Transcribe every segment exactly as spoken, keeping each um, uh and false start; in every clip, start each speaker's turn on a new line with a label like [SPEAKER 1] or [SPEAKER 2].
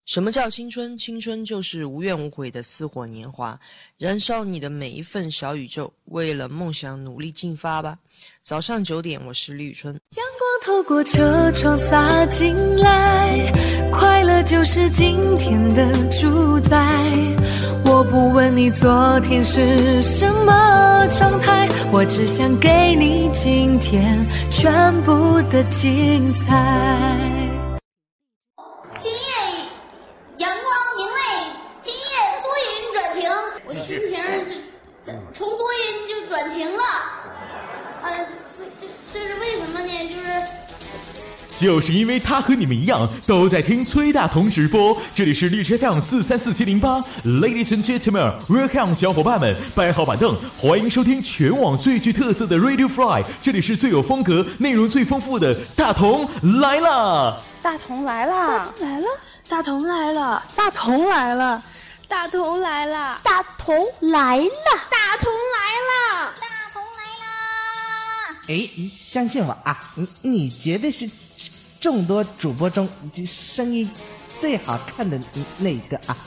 [SPEAKER 1] 什么叫青春？青春就是无怨无悔的似火年华，燃烧你的每一份小宇宙，为了梦想努力进发吧。早上九点，我是李宇春。
[SPEAKER 2] 阳光透过车窗洒进来，快乐就是今天的主宰。我不问你昨天是什么状态，我只想给你今天全部的精彩。
[SPEAKER 3] 今夜阳光明媚，今夜多云转晴，我心情就从多云就转晴了。啊，这这是为什么呢？就是
[SPEAKER 4] 就是因为他和你们一样都在听崔大同直播。这里是荔枝 F M 四三四七零八 ，Ladies and Gentlemen, Welcome， 小伙伴们，摆好板凳，欢迎收听全网最具特色的 Radio Fly。这里是最有风格、内容最丰富的大同来了。
[SPEAKER 5] 大同来了，
[SPEAKER 2] 大同来了，
[SPEAKER 5] 大同来了，大同来了，
[SPEAKER 3] 大同来了，
[SPEAKER 5] 大同来了，
[SPEAKER 3] 大同来了。
[SPEAKER 6] 哎，相信我啊，你你绝对是众多主播中声音最好看的那一个啊。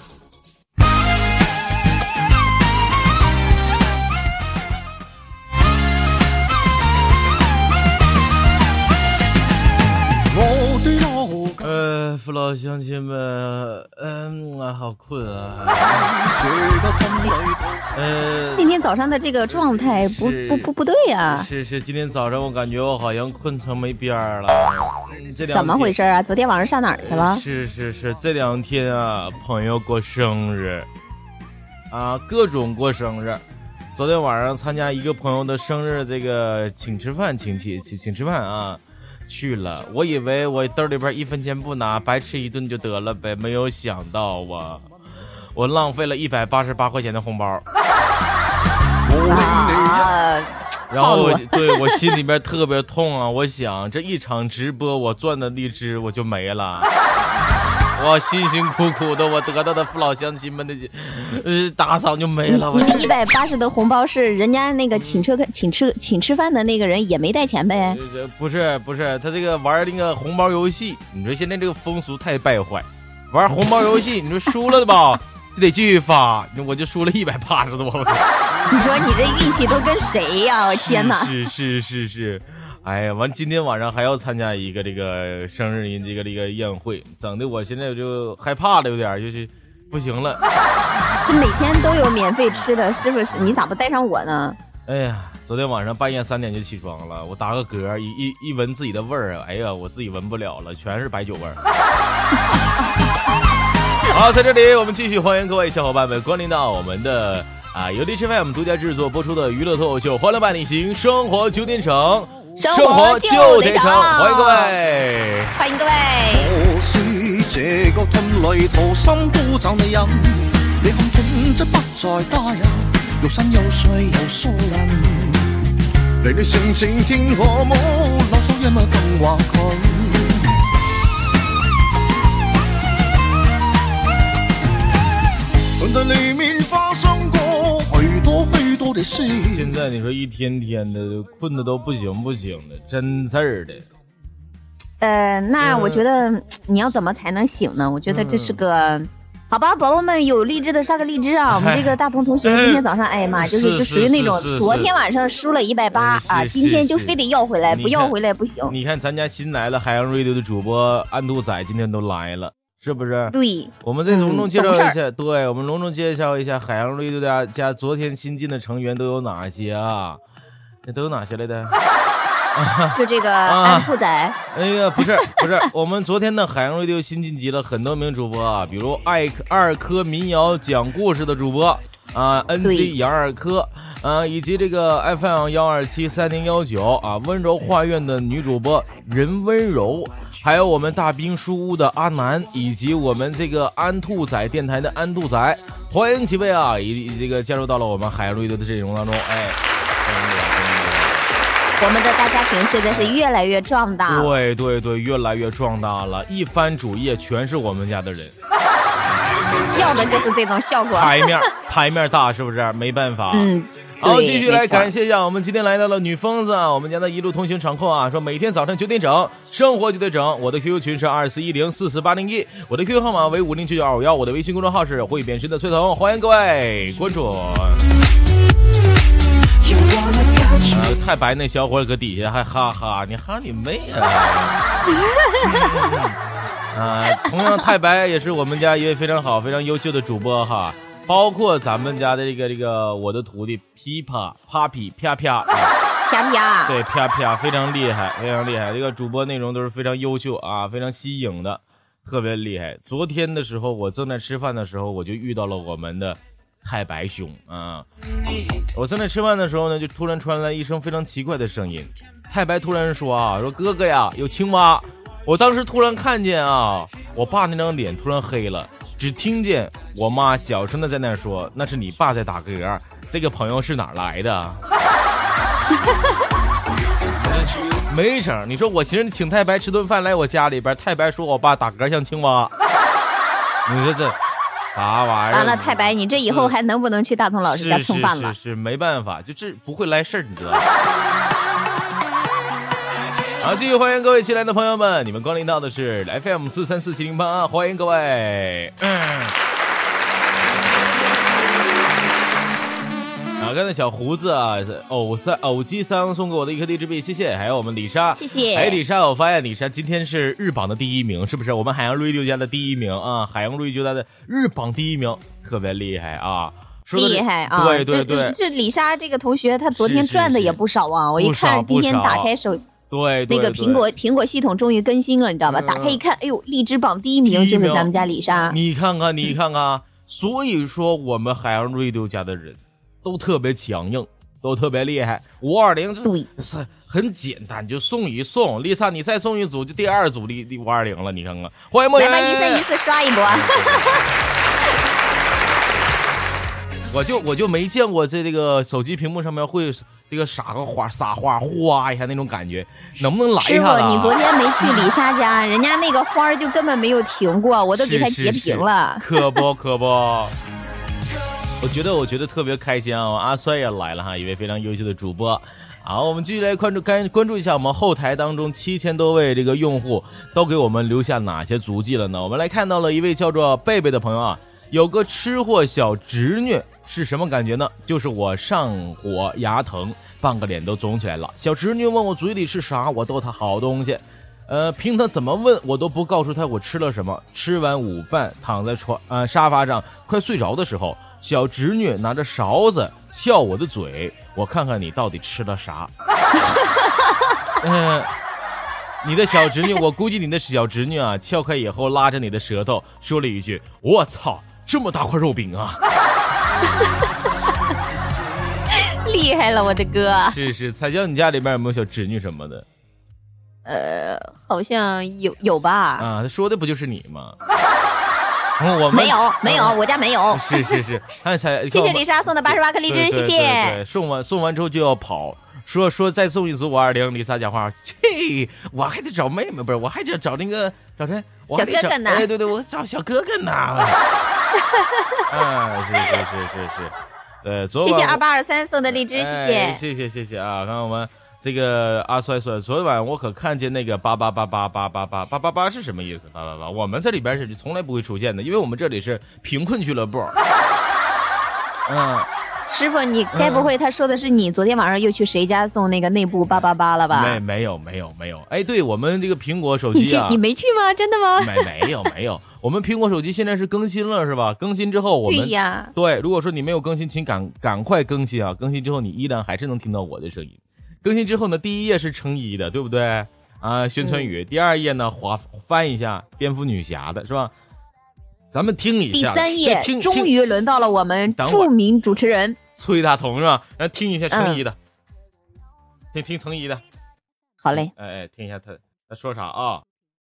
[SPEAKER 7] 呃，父老乡亲们，嗯、呃，好困啊。呃，
[SPEAKER 8] 今天早上的这个状态不不不不对呀、啊。
[SPEAKER 7] 是是，今天早上我感觉我好像困成没边儿了。嗯、这两
[SPEAKER 8] 怎么回事啊？昨天晚上上哪儿去了？
[SPEAKER 7] 是是是，这两天啊，朋友过生日，啊，各种过生日。昨天晚上参加一个朋友的生日，这个请吃饭，请请请请吃饭啊。去了，我以为我兜里边一分钱不拿，白吃一顿就得了呗，没有想到啊，我浪费了一百八十八块钱的红包。
[SPEAKER 8] 啊、
[SPEAKER 7] 然后我对我心里边特别痛啊，我想这一场直播我赚的荔枝我就没了。我辛辛苦苦的，我得到的父老乡亲们的，呃，打赏就没了。
[SPEAKER 8] 你那一百八十的红包是人家那个请车请吃请吃饭的那个人也没带钱呗？
[SPEAKER 7] 不是不是，他这个玩那个红包游戏，你说现在这个风俗太败坏，玩红包游戏，你说输了的吧，就得继续发，我就输了一百八十多。
[SPEAKER 8] 你说你这运气都跟谁呀？我天哪！
[SPEAKER 7] 是是是是。哎呀，完今天晚上还要参加一个这个生日这个这个宴会，整的我现在就害怕了，有点就是不行了。
[SPEAKER 8] 每天都有免费吃的，是不是？你咋不带上我呢？
[SPEAKER 7] 哎呀，昨天晚上半夜三点就起床了，我打个嗝，一一一闻自己的味儿啊，哎呀，我自己闻不了了，全是白酒味儿。好，在这里我们继续欢迎各位小伙伴们光临到我们的啊由 D J F M 独家制作播出的娱乐脱口秀《欢乐伴你行》，生活九点整。
[SPEAKER 8] 生活就得长，
[SPEAKER 7] 欢迎各位，
[SPEAKER 8] 欢迎各位。
[SPEAKER 9] 我是這個吞裏掏心都找你飲，你看痛則不再打擾，肉身又碎又疏冷，離你性情天可冇，留守一物更話佢。可在裡面發生過許多許多的事。
[SPEAKER 7] 現在你說一天天的困得都不行不行的，真事兒的。
[SPEAKER 8] 呃，那我覺得你要怎麼才能醒呢？我覺得這是個，嗯、好吧，寶寶們有荔枝的刷個荔枝啊！我們這個大同同學今天早上，哎呀媽，就是就屬於那種昨天晚上輸了一百八啊，今天就非得要回來，不要回來不行。
[SPEAKER 7] 你看咱家新來了海洋 radio 的主播安兔仔今天都來了。是不是？
[SPEAKER 8] 对，
[SPEAKER 7] 我们再隆重介绍一下，嗯、对我们隆重介绍一下海洋 radio 家家昨天新进的成员都有哪些啊？那都有哪些来的？
[SPEAKER 8] 就这个安兔仔。啊、
[SPEAKER 7] 那个不是不是，我们昨天的海洋 radio 新晋级了很多名主播啊，比如爱二科民谣讲故事的主播啊 ，N Z 杨二科。啊，以及这个 F M 幺二七三零幺九啊，温柔画院的女主播任温柔，还有我们大兵书屋的阿南，以及我们这个安兔仔电台的安兔仔，欢迎几位啊！以这个加入到了我们海洋瑞德的阵容当中，哎，欢迎你啊！欢迎你！
[SPEAKER 8] 我们的大家庭现在是越来越壮大了，
[SPEAKER 7] 对对对，越来越壮大了，一番主业全是我们家的人。
[SPEAKER 8] 要的就是这种效果，
[SPEAKER 7] 牌面牌面大，是不是？没办法。
[SPEAKER 8] 嗯，
[SPEAKER 7] 好，继续来感谢一下我们今天来到了女疯子啊，我们家的一路通行场控啊，说每天早上九点整，生活就得整。我的 Q Q 群是二四一零四四八零一，我的 Q Q 号码为五零九九二五幺，我的微信公众号是会变身的崔彤，欢迎各位关注。呃，太白那小伙搁底下还哈哈，你哈你妹啊！啊，同样太白也是我们家一位非常好、非常优秀的主播哈。包括咱们家的这个这个我的徒弟噼啪 Papi 啪啪
[SPEAKER 8] 啪啪，
[SPEAKER 7] 对啪啪非常厉害，非常厉害。这个主播内容都是非常优秀啊，非常新颖的，特别厉害。昨天的时候，我正在吃饭的时候，我就遇到了我们的太白兄啊。我正在吃饭的时候呢，就突然传来一声非常奇怪的声音。太白突然说啊，说哥哥呀，有青蛙。我当时突然看见啊，我爸那张脸突然黑了。只听见我妈小声的在那说，那是你爸在打嗝，这个朋友是哪来的？没成，你说我寻思请太白吃顿饭来我家里边，太白说我爸打嗝像青蛙，你说这啥玩意儿？
[SPEAKER 8] 完了，太白，你这以后还能不能去大同老师家蹭饭了？
[SPEAKER 7] 是是是是，没办法，就这不会来事儿，你知道吗？好，继续欢迎各位新来的朋友们，你们光临到的是 F M 四三四七零八，欢迎各位。嗯，啊，刚才小胡子啊，偶三偶机三送给我的一颗荔枝币，谢谢。还有我们李莎，
[SPEAKER 8] 谢谢。
[SPEAKER 7] 哎，李莎，我发现李莎今天是日榜的第一名，是不是？我们海洋 Radio 家的第一名啊，海洋 Radio 家的日榜第一名，特别厉害啊。
[SPEAKER 8] 厉害啊！
[SPEAKER 7] 对对对，
[SPEAKER 8] 这, 这李莎这个同学，她昨天赚的也不少啊。是是是，我一看今天打开手。
[SPEAKER 7] 对, 对, 对，
[SPEAKER 8] 那个苹果苹果系统终于更新了，你知道吧？嗯、打开一看，哎呦，荔枝榜第一名就是咱们家李莎。
[SPEAKER 7] 你看看，你看看，所以说我们海洋 Radio 家的人都特别强硬，都特别厉害。五二零是很简单，就送一送。丽莎，你再送一组，就第二组的五二零了。你看看，欢迎莫言，
[SPEAKER 8] 来吧，一三一四刷一波。
[SPEAKER 7] 我就我就没见过在这个手机屏幕上面会这个撒个花撒花哗一下那种感觉，能不能来一下？
[SPEAKER 8] 师傅，你昨天没去李莎家，人家那个花就根本没有停过，我都给他截屏了。
[SPEAKER 7] 是是是可不可不？我觉得我觉得特别开心啊！阿帅也来了哈，一位非常优秀的主播。好，我们继续来关注关关注一下我们后台当中七千多位这个用户都给我们留下哪些足迹了呢？我们来看到了一位叫做贝贝的朋友啊，有个吃货小侄女。是什么感觉呢？就是我上火牙疼，半个脸都肿起来了。小侄女问我嘴里是啥，我逗她好东西。呃，凭她怎么问，我都不告诉她我吃了什么。吃完午饭，躺在床呃沙发上快睡着的时候，小侄女拿着勺子撬我的嘴，我看看你到底吃了啥。嗯、呃，你的小侄女，我估计你的小侄女啊，撬开以后拉着你的舌头，说了一句：“我操，这么大块肉饼啊！”
[SPEAKER 8] 厉害了，我的哥！
[SPEAKER 7] 是是，彩椒，你家里边有没有小侄女什么的？
[SPEAKER 8] 呃，好像有有吧。
[SPEAKER 7] 啊，他说的不就是你吗？嗯、我
[SPEAKER 8] 没有没有、嗯，我家没有。
[SPEAKER 7] 是是是，看彩，
[SPEAKER 8] 谢谢丽莎送的八十八颗荔枝，谢谢。
[SPEAKER 7] 对对，送完送完之后就要跑，说说再送一组五二零。丽莎讲话，嘿，我还得找妹妹，不是，我还得找那个找谁？
[SPEAKER 8] 小哥哥呢？
[SPEAKER 7] 哎，对对，我找小哥哥呢。啊，是是是是是，对，昨晚
[SPEAKER 8] 谢谢二八二三送的荔枝，谢谢，
[SPEAKER 7] 哎、谢谢谢谢啊！看我们这个阿帅帅，昨晚我可看见那个八八八八八八八八八八是什么意思？八八八，我们这里边是从来不会出现的，因为我们这里是贫困俱乐部。嗯，
[SPEAKER 8] 师傅，你该不会他说的是你昨天晚上又去谁家送那个内部八八八了吧？
[SPEAKER 7] 没没有没有没有，哎，对我们这个苹果手机啊，
[SPEAKER 8] 你, 你没去吗？真的吗？
[SPEAKER 7] 没没有没有。我们苹果手机现在是更新了是吧？更新之后我们
[SPEAKER 8] 对呀，
[SPEAKER 7] 对，如果说你没有更新，请赶赶快更新啊！更新之后你依然还是能听到我的声音。更新之后呢，第一页是成一的，对不对啊？宣传语、嗯。第二页呢，滑翻一下蝙蝠女侠的是吧？咱们听一下。
[SPEAKER 8] 第三页终于轮到了我们著名主持人
[SPEAKER 7] 崔大同是吧？来听一下成一的，嗯、听听成一的。
[SPEAKER 8] 好嘞，
[SPEAKER 7] 哎哎，听一下他他说啥啊？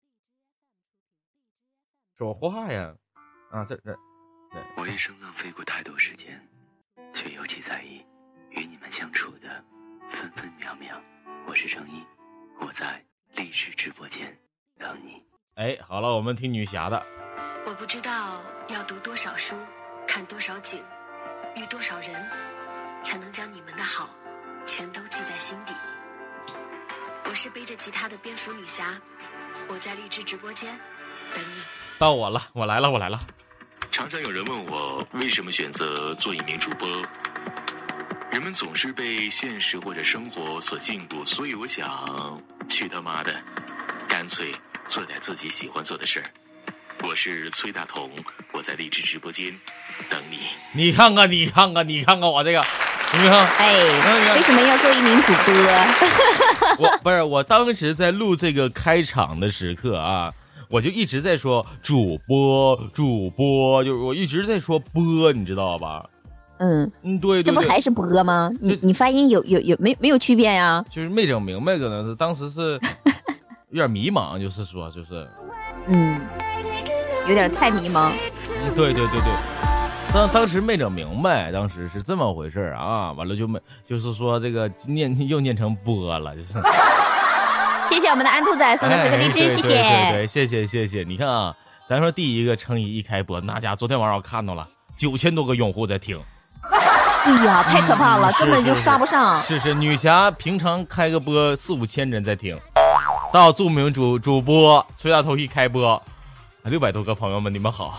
[SPEAKER 7] 说话呀，啊，这这，
[SPEAKER 10] 我一生浪费过太多时间，却尤其在意与你们相处的分分秒秒。我是正一，我在励志直播间等你。
[SPEAKER 7] 哎，好了，我们听女侠的。
[SPEAKER 11] 我不知道要读多少书，看多少景，遇多少人， 才能将你们的好全都记在心底。我是背着吉他的蝙蝠女侠，我在励志直播间等你。
[SPEAKER 7] 到我了，我来了，我来了。
[SPEAKER 10] 常常有人问我为什么选择做一名主播，人们总是被现实或者生活所禁锢，所以我想去他妈的，干脆做点自己喜欢做的事儿。我是崔大同，我在励志直播间等你。
[SPEAKER 7] 你看看，你看看，你看看我这个，你看，
[SPEAKER 8] 哎，为什么要做一名主播？
[SPEAKER 7] 我不是，我当时在录这个开场的时刻啊，我就一直在说主播，主播，就是我一直在说播，你知道吧？
[SPEAKER 8] 嗯
[SPEAKER 7] 嗯，对对对，
[SPEAKER 8] 这不还是播吗？你你发音有有有没没有区别呀？
[SPEAKER 7] 就是没整明白，可能是当时是有点迷茫，就是说就是，
[SPEAKER 8] 嗯，有点太迷茫。
[SPEAKER 7] 嗯、对对对对。当当时没整明白，当时是这么回事啊，完了就没，就是说这个念又念成播了，就是。
[SPEAKER 8] 谢谢我们的安兔仔送的十个荔枝，
[SPEAKER 7] 哎、
[SPEAKER 8] 谢谢，
[SPEAKER 7] 对对对，谢谢谢谢。你看啊，咱说第一个称一一开播，那家昨天晚上我看到了九千多个用户在听。
[SPEAKER 8] 哎呀，太可怕了，嗯、根本就刷不上。
[SPEAKER 7] 是 是, 是, 是，女侠平常开个播四五千人在听，到著名主主播崔大头一开播，六百多个朋友们，你们好。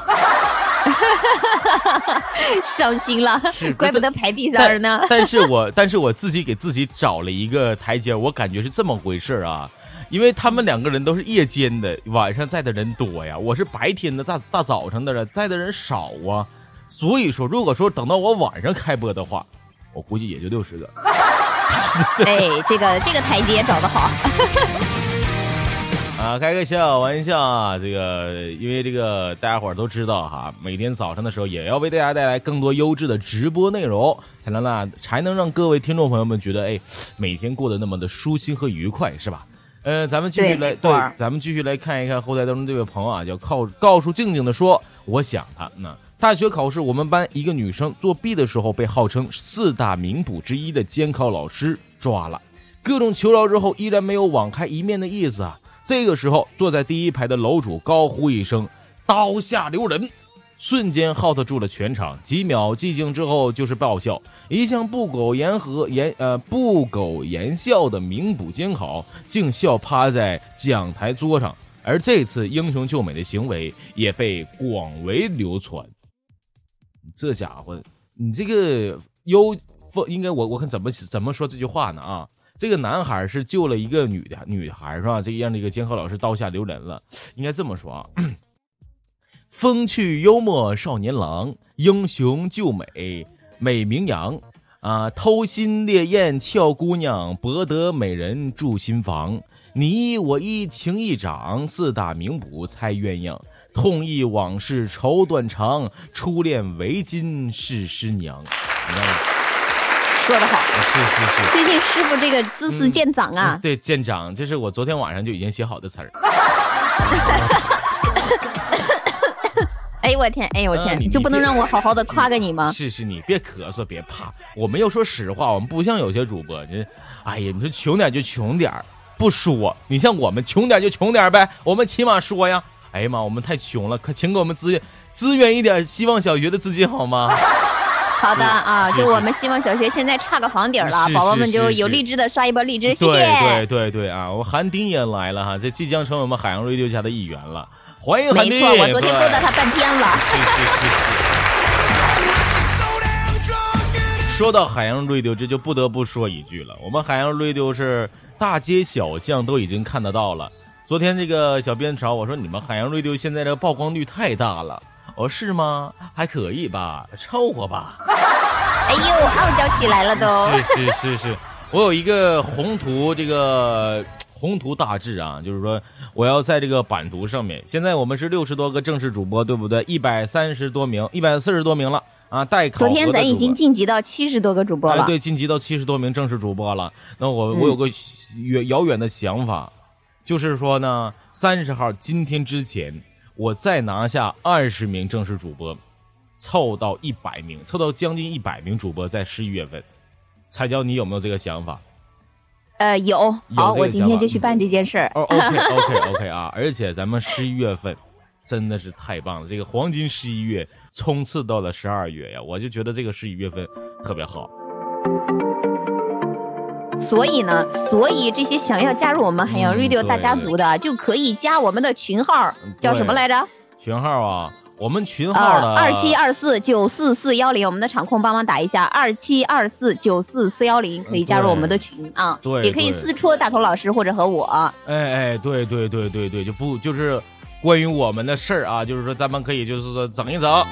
[SPEAKER 8] 伤心了，怪不得排第三呢。
[SPEAKER 7] 但, 但是我但是我自己给自己找了一个台阶，我感觉是这么回事啊，因为他们两个人都是夜间的，晚上在的人多呀，我是白天的大大早上的人，在的人少啊，所以说如果说等到我晚上开播的话，我估计也就六十个。
[SPEAKER 8] 哎，这个这个台阶找得好。
[SPEAKER 7] 啊，开个小玩笑啊！这个，因为这个大家伙都知道哈，每天早上的时候也要为大家带来更多优质的直播内容，才能让才能让各位听众朋友们觉得，哎，每天过得那么的舒心和愉快，是吧？呃，咱们继续来，对，对咱们继续来看一看后台当中这位朋友啊，叫靠告诉静静的说，我想他那大学考试，我们班一个女生作弊的时候，被号称四大名捕之一的监考老师抓了，各种求饶之后，依然没有网开一面的意思啊。这个时候，坐在第一排的楼主高呼一声“刀下留人”，瞬间号他住了全场。几秒寂静之后，就是爆笑。一向不苟言和言呃不苟言笑的名捕监考，竟笑趴在讲台桌上。而这次英雄救美的行为也被广为流传。这家伙，你这个优应该我我看怎么怎么说这句话呢啊？这个男孩是救了一个女的女孩是吧？这个让这个监考老师刀下留人了，应该这么说啊。风趣幽默少年郎，英雄救美美名扬啊！偷心烈焰俏姑娘，博得美人住新房。你一我一情一长，四大名捕猜鸳鸯。痛忆往事愁断肠，初恋为今是师娘。你看吗？
[SPEAKER 8] 说得好，
[SPEAKER 7] 是是是，
[SPEAKER 8] 最近师傅这个姿势见长啊、
[SPEAKER 7] 嗯、对，见长，这是我昨天晚上就已经写好的词儿。
[SPEAKER 8] 哎我天，哎我天、嗯、就不能让我好好的夸个你吗？
[SPEAKER 7] 是是，你别咳嗽，别怕，我们要说实话，我们不像有些主播，你哎呀，你说穷点就穷点，不说，你像我们穷点就穷点呗，我们起码说呀。哎呀妈，我们太穷了，可请给我们资资源一点希望小学的资金好吗？
[SPEAKER 8] 好的啊，就我们希望小学现在差个房顶了，宝宝们就有励志的刷一波励志，谢谢。
[SPEAKER 7] 对对对对啊，我韩丁也来了哈，这即将成为我们海洋 radio 家的一员了，欢迎韩丁。
[SPEAKER 8] 没错，我昨天勾搭他半天了。
[SPEAKER 7] 是是是是。说到海洋 radio， 这就不得不说一句了，我们海洋 radio 是大街小巷都已经看得到了。昨天这个小编找我说，你们海洋 radio 现在这个曝光率太大了。哦，是吗？还可以吧，凑合吧。
[SPEAKER 8] 哎呦，傲娇起来了都。
[SPEAKER 7] 是是是是，我有一个宏图，这个宏图大志啊，就是说我要在这个版图上面。现在我们是六十多个正式主播，对不对？一百三十多名，一百四十多名了啊！待考核的主播。昨
[SPEAKER 8] 天咱已经晋级到七十多个主播了。
[SPEAKER 7] 哎、对，晋级到七十多名正式主播了。那我、嗯、我有个远遥远的想法。就是说呢，三十号今天之前，我再拿下二十名正式主播，凑到一百名，凑到将近一百名主播，在十一月份。彩椒，你有没有这个想法？
[SPEAKER 8] 呃，有。好，我今天就去办这件事儿。
[SPEAKER 7] 哦 ，OK OK OK 啊！而且咱们十一月份真的是太棒了，这个黄金十一月冲刺到了十二月呀，我就觉得这个十一月份特别好。
[SPEAKER 8] 所以呢，所以这些想要加入我们海洋 Radio 大家族的，就可以加我们的群号，叫什么来着？
[SPEAKER 7] 群号啊，我们群号呢，
[SPEAKER 8] 二七二四九四四幺零，我们的场控帮忙打一下，二七二四九四四幺零，可以加入我们的群啊。
[SPEAKER 7] 对，
[SPEAKER 8] 也可以私戳大头老师或者和我。
[SPEAKER 7] 哎哎，对对对对对，就不就是关于我们的事儿啊，就是说咱们可以就是说整一整。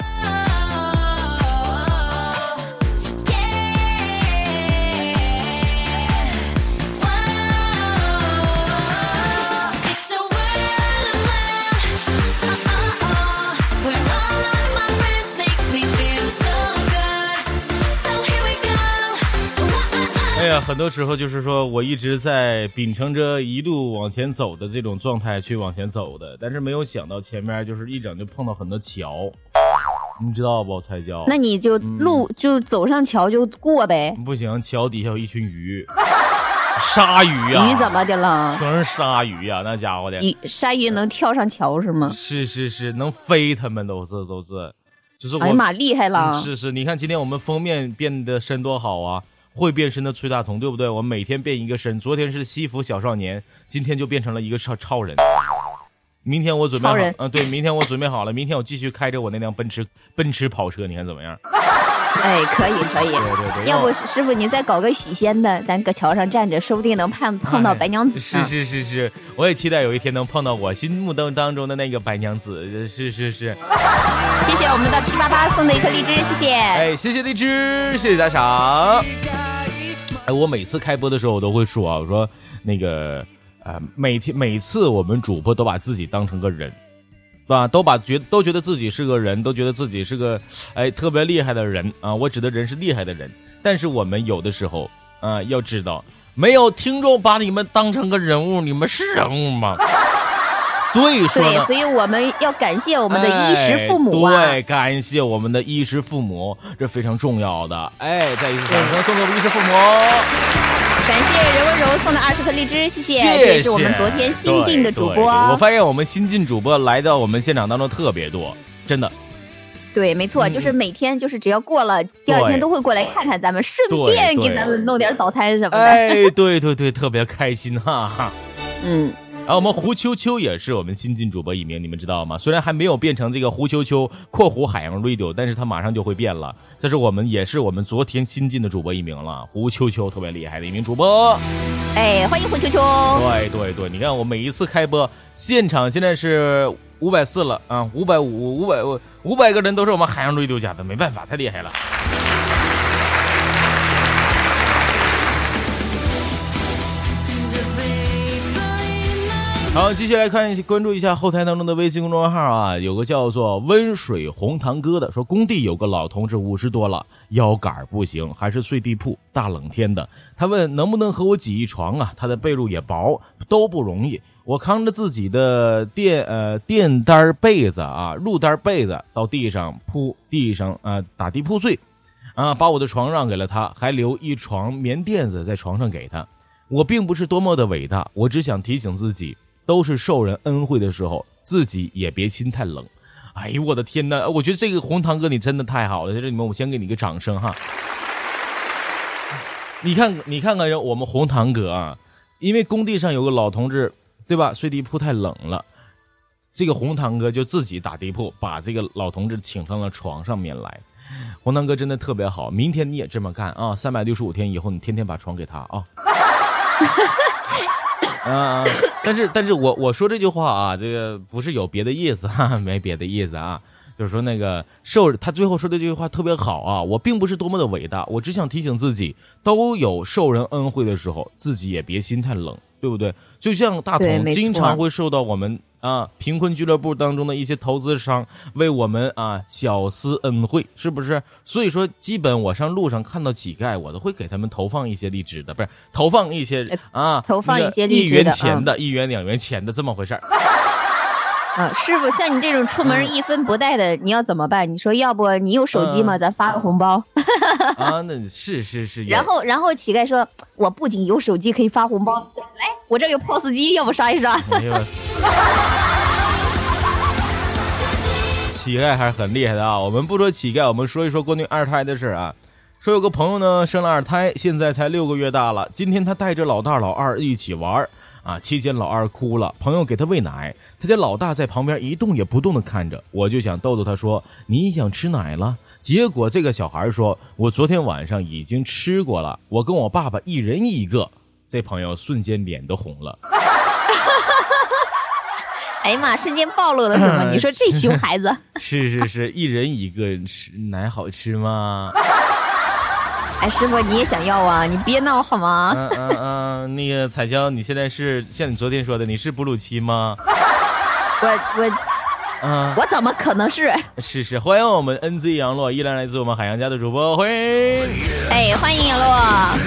[SPEAKER 7] 哎呀，很多时候就是说我一直在秉承着一路往前走的这种状态去往前走的，但是没有想到前面就是一整就碰到很多桥，你知道不？彩椒，
[SPEAKER 8] 那你就路、嗯、就走上桥就过呗。
[SPEAKER 7] 不行，桥底下有一群鱼，鲨鱼呀、啊！
[SPEAKER 8] 鱼怎么的了？
[SPEAKER 7] 全是鲨鱼呀、啊，那家伙的。
[SPEAKER 8] 鱼鲨鱼能跳上桥是吗？
[SPEAKER 7] 是是是，能飞，他们都是都是，就是我。
[SPEAKER 8] 哎呀妈，厉害了、
[SPEAKER 7] 嗯！是是，你看今天我们封面变得身多好啊！会变身的崔大同，对不对？我们每天变一个身，昨天是西服小少年，今天就变成了一个超超人。明天我准备好，嗯、呃，对，明天我准备好了，明天我继续开着我那辆奔驰奔驰跑车，你看怎么样？
[SPEAKER 8] 哎，可以可以，
[SPEAKER 7] 对对对，
[SPEAKER 8] 要不师傅你再搞个许仙的，咱搁桥上站着，说不定能碰碰到白娘子、
[SPEAKER 7] 哎。是是是是，我也期待有一天能碰到我心目当中的那个白娘子。是是是。
[SPEAKER 8] 谢谢我们的七八八送的一颗荔枝，谢谢。
[SPEAKER 7] 哎，谢谢荔枝，谢谢打赏。哎，我每次开播的时候，我都会说啊，我说那个呃，每天每次我们主播都把自己当成个人。对吧？都把觉都觉得自己是个人，都觉得自己是个哎特别厉害的人啊！我指的人是厉害的人，但是我们有的时候啊，要知道，没有听众把你们当成个人物，你们是人物吗？所以说呢，
[SPEAKER 8] 对，所以我们要感谢我们的衣食父母啊！
[SPEAKER 7] 哎、对，感谢我们的衣食父母，这非常重要的。哎，再一次掌声送给我们衣食父母。
[SPEAKER 8] 感谢任温柔送的二十颗荔枝，谢谢。
[SPEAKER 7] 谢谢，
[SPEAKER 8] 这也是我们昨天新进的主播。
[SPEAKER 7] 对对对，我发现我们新进主播来到我们现场当中特别多，真的。
[SPEAKER 8] 对，没错，嗯、就是每天就是只要过了，第二天都会过来看看咱们，顺便给咱们弄点早餐什么的。
[SPEAKER 7] 哎，对对对，特别开心哈。
[SPEAKER 8] 嗯。
[SPEAKER 7] 然后我们胡秋秋也是我们新进主播一名，你们知道吗？虽然还没有变成这个胡秋秋括弧海洋 radio， 但是他马上就会变了。这是我们也是我们昨天新进的主播一名了，胡秋秋特别厉害的一名主播。
[SPEAKER 8] 哎，欢迎胡秋秋。
[SPEAKER 7] 对对对，你看我每一次开播现场现在是五百四了啊，五百五五百五百个人都是我们海洋 radio 家的，没办法，太厉害了。好，继续来看一下，关注一下后台当中的微信公众号啊，有个叫做温水红糖哥的，说工地有个老同志五十多了，腰杆不行，还是睡地铺，大冷天的，他问能不能和我挤一床啊？他的被褥也薄，都不容易。我扛着自己的垫呃垫单被子啊，褥单被子到地上铺地上啊、呃、打地铺碎，啊，把我的床让给了他，还留一床棉垫子在床上给他。我并不是多么的伟大，我只想提醒自己。都是受人恩惠的时候，自己也别心太冷。哎呦我的天哪，我觉得这个红糖哥你真的太好了，在这里面我先给你一个掌声哈。你看你看看我们红糖哥啊，因为工地上有个老同志对吧，睡地铺太冷了，这个红糖哥就自己打地铺把这个老同志请上了床上面来。红糖哥真的特别好，明天你也这么干啊，三百六十五天以后你天天把床给他啊。啊，但是但是我我说这句话啊，这个不是有别的意思哈，没别的意思啊，就是说那个受他最后说的这句话特别好啊，我并不是多么的伟大，我只想提醒自己，都有受人恩惠的时候，自己也别心太冷，对不对？就像大同经常会受到我们啊贫困俱乐部当中的一些投资商为我们啊小施恩惠，是不是？所以说基本我上路上看到乞丐，我都会给他们投放一些荔枝的，不是投放一些啊
[SPEAKER 8] 投放一些荔
[SPEAKER 7] 枝的一元钱的、嗯、一元两元钱的这么回事儿。
[SPEAKER 8] 啊，师傅，像你这种出门一分不带的，嗯、你要怎么办？你说要不你有手机吗？嗯、咱发个红包。
[SPEAKER 7] 啊，那是是是。
[SPEAKER 8] 然后然后乞丐说，我不仅有手机可以发红包，来，我这有 P O S 机，要不刷一刷？哎呦
[SPEAKER 7] 乞丐还是很厉害的啊！我们不说乞丐，我们说一说关于二胎的事啊。 说有个朋友呢生了二胎，现在才六个月大了。今天他带着老大老二一起玩啊，期间老二哭了，朋友给他喂奶，他家老大在旁边一动也不动的看着。我就想逗逗他说你想吃奶了，结果这个小孩说我昨天晚上已经吃过了，我跟我爸爸一人一个。这朋友瞬间脸都红了。
[SPEAKER 8] 哎呀妈，瞬间暴露了是吗？你说这熊孩子。
[SPEAKER 7] 是是是，一人一个吃奶好吃吗？
[SPEAKER 8] 哎，师傅你也想要啊？你别闹好吗？
[SPEAKER 7] 嗯嗯嗯，那个彩椒，你现在是像你昨天说的，你是哺乳期吗？
[SPEAKER 8] 我我，
[SPEAKER 7] 嗯，
[SPEAKER 8] 我怎么可能是？
[SPEAKER 7] 是是，欢迎我们 N Z 杨洛，依然来自我们海洋家的主播，欢迎。
[SPEAKER 8] 哎，欢迎杨洛。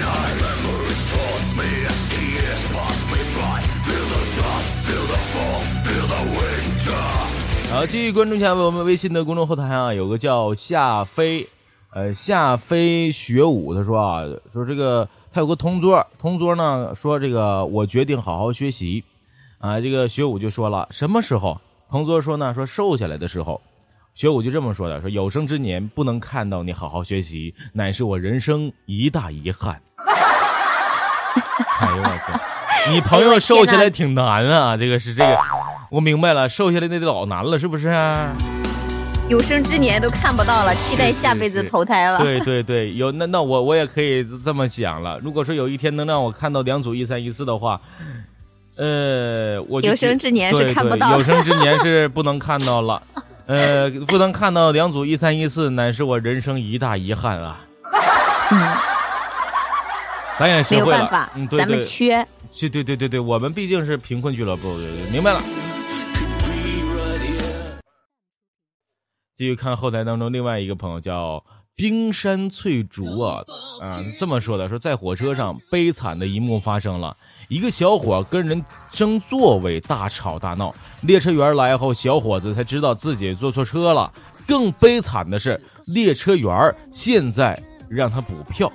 [SPEAKER 7] 好，继续关注一下我们微信的公众后台啊，有个叫夏飞，呃，夏飞学武，他说啊，说这个他有个同桌，同桌呢说这个我决定好好学习，啊，这个学武就说了什么时候？同桌说呢，说瘦下来的时候。学武就这么说的，说有生之年不能看到你好好学习，乃是我人生一大遗憾。哎呦我操！你朋友瘦下来挺难啊，这个是这个，我明白了，瘦下来那得老难了，是不是、啊？
[SPEAKER 8] 有生之年都看不到了，期待下辈子投胎了。
[SPEAKER 7] 是是是对对对，有那那我我也可以这么想了。如果说有一天能让我看到两组一三一四的话，呃，我就
[SPEAKER 8] 有生之年是看不到的，
[SPEAKER 7] 对对，有生之年是不能看到了，呃，不能看到两组一三一四，乃是我人生一大遗憾啊。
[SPEAKER 8] 嗯，
[SPEAKER 7] 咱也学会了，
[SPEAKER 8] 没有办法，
[SPEAKER 7] 嗯，对对，
[SPEAKER 8] 咱们缺。
[SPEAKER 7] 对对对对对，我们毕竟是贫困俱乐部，对对，明白了。继续看后台当中另外一个朋友叫冰山翠竹啊，啊这么说的，说在火车上悲惨的一幕发生了，一个小伙跟人争座位，大吵大闹。列车员来后，小伙子才知道自己坐错车了。更悲惨的是，列车员现在让他补票。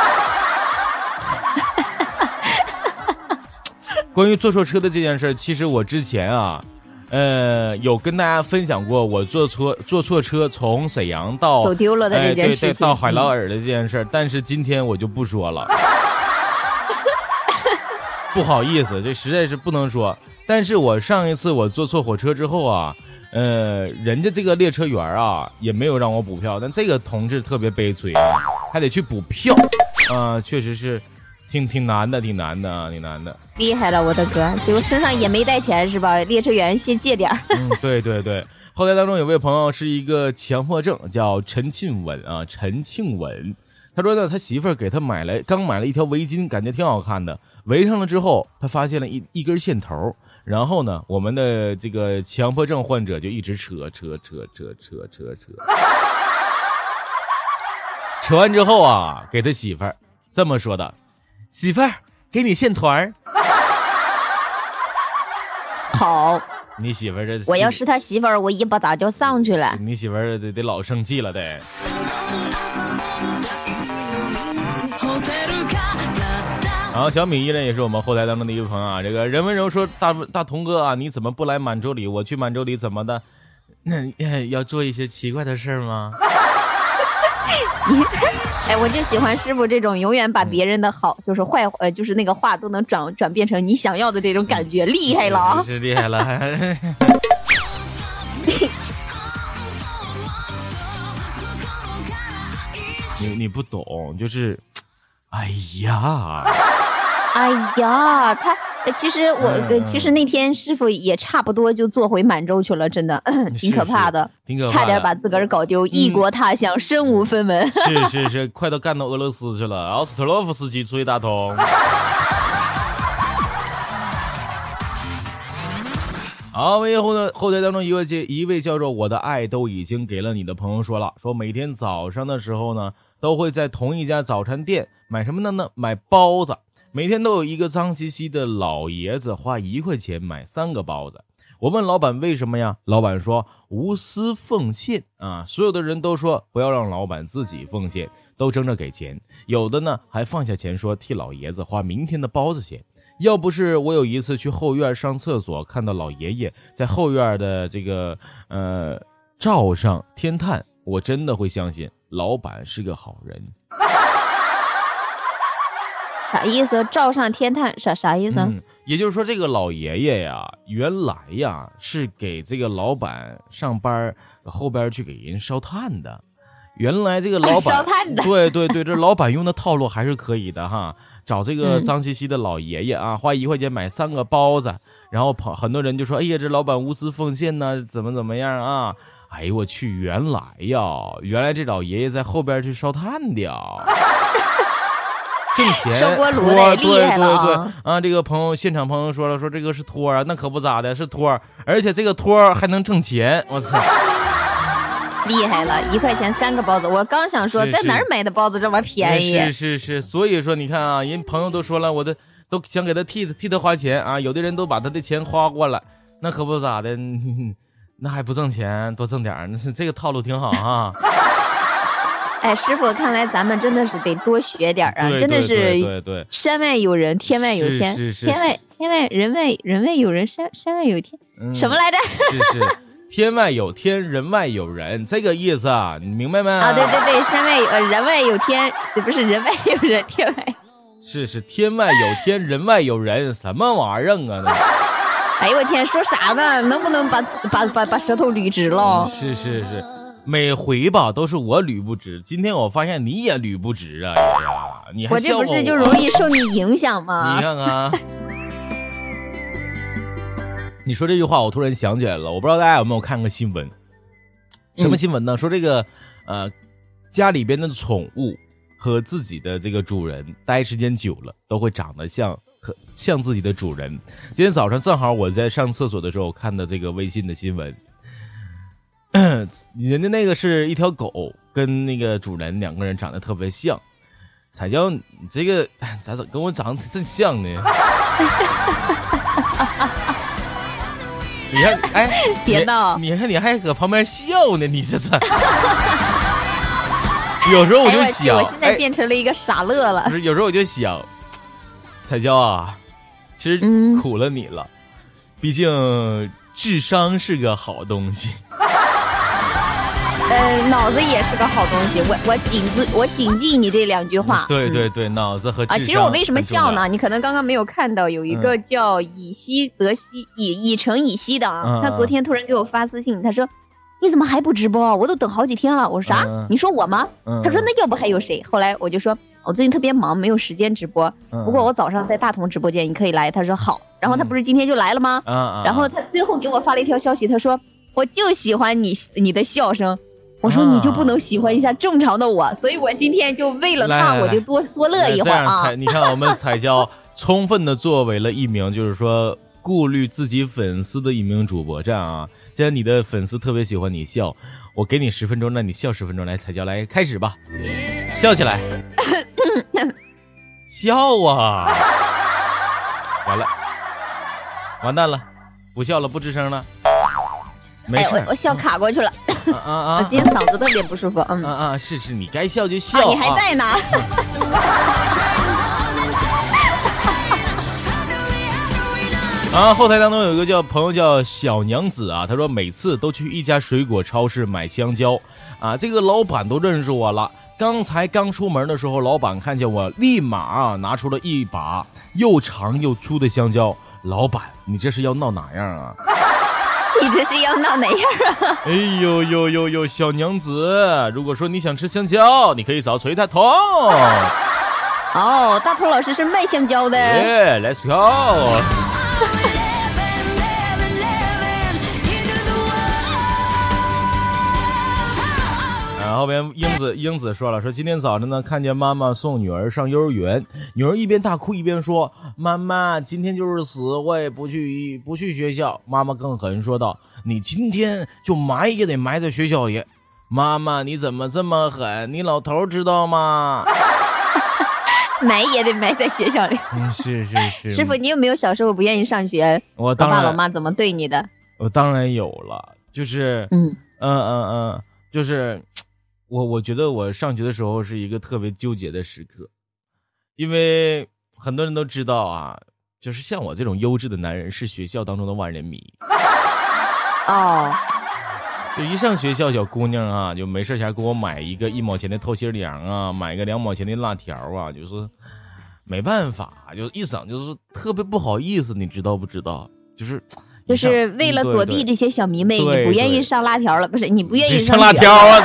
[SPEAKER 7] 关于坐错车的这件事，其实我之前啊，呃，有跟大家分享过我坐错坐错车从沈阳到
[SPEAKER 8] 走丢了的这件事情，
[SPEAKER 7] 哎、对对，到海劳尔的这件事，但是今天我就不说了，不好意思，这实在是不能说。但是我上一次我坐错火车之后啊，呃，人家这个列车员啊也没有让我补票，但这个同志特别悲催，还得去补票啊、呃，确实是。挺挺难的，挺难的啊，挺难的。
[SPEAKER 8] 厉害了，我的哥！结果身上也没带钱是吧？列车员先借点儿。
[SPEAKER 7] 嗯，对对对。后台当中有位朋友是一个强迫症，叫陈庆稳啊，陈庆稳。他说呢，他媳妇儿给他买了，刚买了一条围巾，感觉挺好看的。围上了之后，他发现了一一根线头，然后呢，我们的这个强迫症患者就一直扯扯扯扯扯扯扯，扯完之后啊，给他媳妇儿这么说的。媳妇儿，给你线团儿。
[SPEAKER 8] 好，
[SPEAKER 7] 你媳妇儿这，
[SPEAKER 8] 我要是他媳妇儿，我一巴掌就上去了。
[SPEAKER 7] 你媳妇儿得得老生气了得。好，小米依然也是我们后台当中的一个朋友啊。这个任文柔说：“大大同哥啊，你怎么不来满洲里？我去满洲里怎么的？那要做一些奇怪的事吗？”
[SPEAKER 8] 哎，我就喜欢师傅这种永远把别人的好，就是坏，呃，就是那个话都能转转变成你想要的这种感觉，厉害了啊！
[SPEAKER 7] 是, 是厉害了。你你不懂，就是，哎呀，
[SPEAKER 8] 哎呀，他其实我、嗯、其实那天师傅也差不多就坐回满洲去了，真的挺可怕的，
[SPEAKER 7] 挺可怕的，
[SPEAKER 8] 差点把自个儿搞丢，嗯、异国他乡身无分文。
[SPEAKER 7] 是是是，快都干到俄罗斯去了，奥斯特洛夫斯基吹大同。好，微后呢后台当中一位一位叫做我的爱都已经给了你的朋友说了，说每天早上的时候呢，都会在同一家早餐店买什么呢呢？买包子。每天都有一个脏兮兮的老爷子花一块钱买三个包子。我问老板为什么呀？老板说无私奉献啊！所有的人都说不要让老板自己奉献，都争着给钱。有的呢还放下钱说替老爷子花明天的包子钱。要不是我有一次去后院上厕所，看到老爷爷在后院的这个呃灶上添炭，我真的会相信老板是个好人。
[SPEAKER 8] 啥意思？照上天炭啥啥意思、
[SPEAKER 7] 嗯？也就是说，这个老爷爷呀，原来呀是给这个老板上班后边去给人烧炭的。原来这个老板、啊、
[SPEAKER 8] 烧炭的，
[SPEAKER 7] 对对对，这老板用的套路还是可以的哈。找这个脏兮兮的老爷爷啊，花一块钱买三个包子，然后跑很多人就说：“哎呀，这老板无私奉献呢，怎么怎么样啊？”哎呦我去，原来呀，原来这老爷爷在后边去烧炭的。挣钱，
[SPEAKER 8] 烧锅炉的厉害了、啊、
[SPEAKER 7] 对对对啊！这个朋友现场朋友说了，说这个是托啊，那可不咋的，是托，而且这个托还能挣钱，我操！
[SPEAKER 8] 厉害了，一块钱三个包子，我刚想说，在哪儿买的包子这么便宜？
[SPEAKER 7] 是是是，所以说你看啊，人朋友都说了，我的都想给他替替他花钱啊，有的人都把他的钱花过了，那可不咋的，那还不挣钱，多挣点，那这个套路挺好啊。
[SPEAKER 8] 哎，师傅，看来咱们真的是得多学点啊！
[SPEAKER 7] 对对对对对，
[SPEAKER 8] 真的是山外有人，天外有天，
[SPEAKER 7] 是是是
[SPEAKER 8] 天外天外人外人外有人，山山外有天，嗯、什么来着？
[SPEAKER 7] 是是，天外有天，人外有人，这个意思啊，你明白吗？
[SPEAKER 8] 啊，对对对，山外有、呃、人外有天，不是人外有人，天外
[SPEAKER 7] 是是，天外有天，人外有人，什么玩意儿啊？
[SPEAKER 8] 哎呦我天，说啥呢？能不能把把把把舌头捋直了？
[SPEAKER 7] 嗯、是是是。每回吧都是我捋不直，今天我发现你也捋不直啊！哎呀，你还
[SPEAKER 8] 我这不是就容易受你影响吗？
[SPEAKER 7] 你看看，你说这句话，我突然想起来了，我不知道大家有没有看过新闻？什么新闻呢？嗯、说这个呃，家里边的宠物和自己的这个主人待时间久了，都会长得像和像自己的主人。今天早上正好我在上厕所的时候看的这个微信的新闻。人家那个是一条狗跟那个主人两个人长得特别像，彩椒，你这个咋整跟我长得真像呢？你看，哎，
[SPEAKER 8] 别闹！
[SPEAKER 7] 你看你还搁旁边笑呢，你这是？有时候我就想，
[SPEAKER 8] 哎、我, 我现在变成了一个傻乐了。
[SPEAKER 7] 不是，有时候我就想，彩椒啊，其实苦了你了，嗯、毕竟智商是个好东西。
[SPEAKER 8] 呃，脑子也是个好东西，我我谨记我谨记你这两句话。
[SPEAKER 7] 对对对，嗯、脑子和智商。
[SPEAKER 8] 啊，其实我为什么笑呢？你可能刚刚没有看到，有一个叫以西则西，以以诚以西的啊，嗯、他昨天突然给我发私信，他说：“你怎么还不直播？我都等好几天了。”我说：“啥？嗯、你说我吗？”嗯、他说：“那要不还有谁？”后来我就说：“我最近特别忙，没有时间直播。不过我早上在大同直播间，你可以来。”他说：“好。”然后他不是今天就来了吗？
[SPEAKER 7] 嗯、
[SPEAKER 8] 然后他最后给我发了一条消息，他说：“我就喜欢你你的笑声。”我说你就不能喜欢一下正常的我，啊、所以我今天就为了他，我就多多乐一会儿啊！
[SPEAKER 7] 你看我们彩椒充分的作为了一名就是说顾虑自己粉丝的一名主播，这样啊，既然你的粉丝特别喜欢你笑，我给你十分钟，那你笑十分钟，来彩椒来开始吧，笑起来，笑啊！完了，完蛋了，不笑了，不吱声了。没事、
[SPEAKER 8] 哎，我我笑卡过去了。
[SPEAKER 7] 啊啊啊！
[SPEAKER 8] 我今天嗓子特别不舒服。嗯
[SPEAKER 7] 啊啊，是是，你该笑就笑。
[SPEAKER 8] 啊、你还在呢。
[SPEAKER 7] 啊，后台当中有一个叫朋友叫小娘子啊，他说每次都去一家水果超市买香蕉，啊，这个老板都认识我了。刚才刚出门的时候，老板看见我，立马啊拿出了一把又长又粗的香蕉。老板，你这是要闹哪样啊？
[SPEAKER 8] 你这是要闹哪样啊？
[SPEAKER 7] 哎呦呦呦呦，小娘子，如果说你想吃香蕉，你可以找崔大同。
[SPEAKER 8] 哦，大同老师是卖香蕉的。
[SPEAKER 7] 耶、yeah, ，Let's go。然后边英子英子说了，说今天早上呢，看见妈妈送女儿上幼儿园，女儿一边大哭一边说：“妈妈，今天就是死，我也不去不去学校。”妈妈更狠说道：“你今天就埋也得埋在学校里。”妈妈，你怎么这么狠？你老头知道吗？
[SPEAKER 8] 埋也得埋在学校里。
[SPEAKER 7] 嗯，是是是。
[SPEAKER 8] 师傅，你有没有小时候不愿意上学？
[SPEAKER 7] 我当然，
[SPEAKER 8] 老爸老妈怎么对你的？
[SPEAKER 7] 我当然有了，就是
[SPEAKER 8] 嗯
[SPEAKER 7] 嗯嗯嗯，就是。我我觉得我上学的时候是一个特别纠结的时刻，因为很多人都知道啊，就是像我这种优质的男人是学校当中的万人迷。
[SPEAKER 8] 哦，
[SPEAKER 7] 就一上学校，小姑娘啊，就没事前给我买一个一毛钱的透心凉啊，买个两毛钱的辣条啊，就说没办法，就一嗓就是特别不好意思，你知道不知道？就是
[SPEAKER 8] 就是为了躲避这些小迷妹，你不愿意上辣条了，不是你不愿意
[SPEAKER 7] 上辣条啊！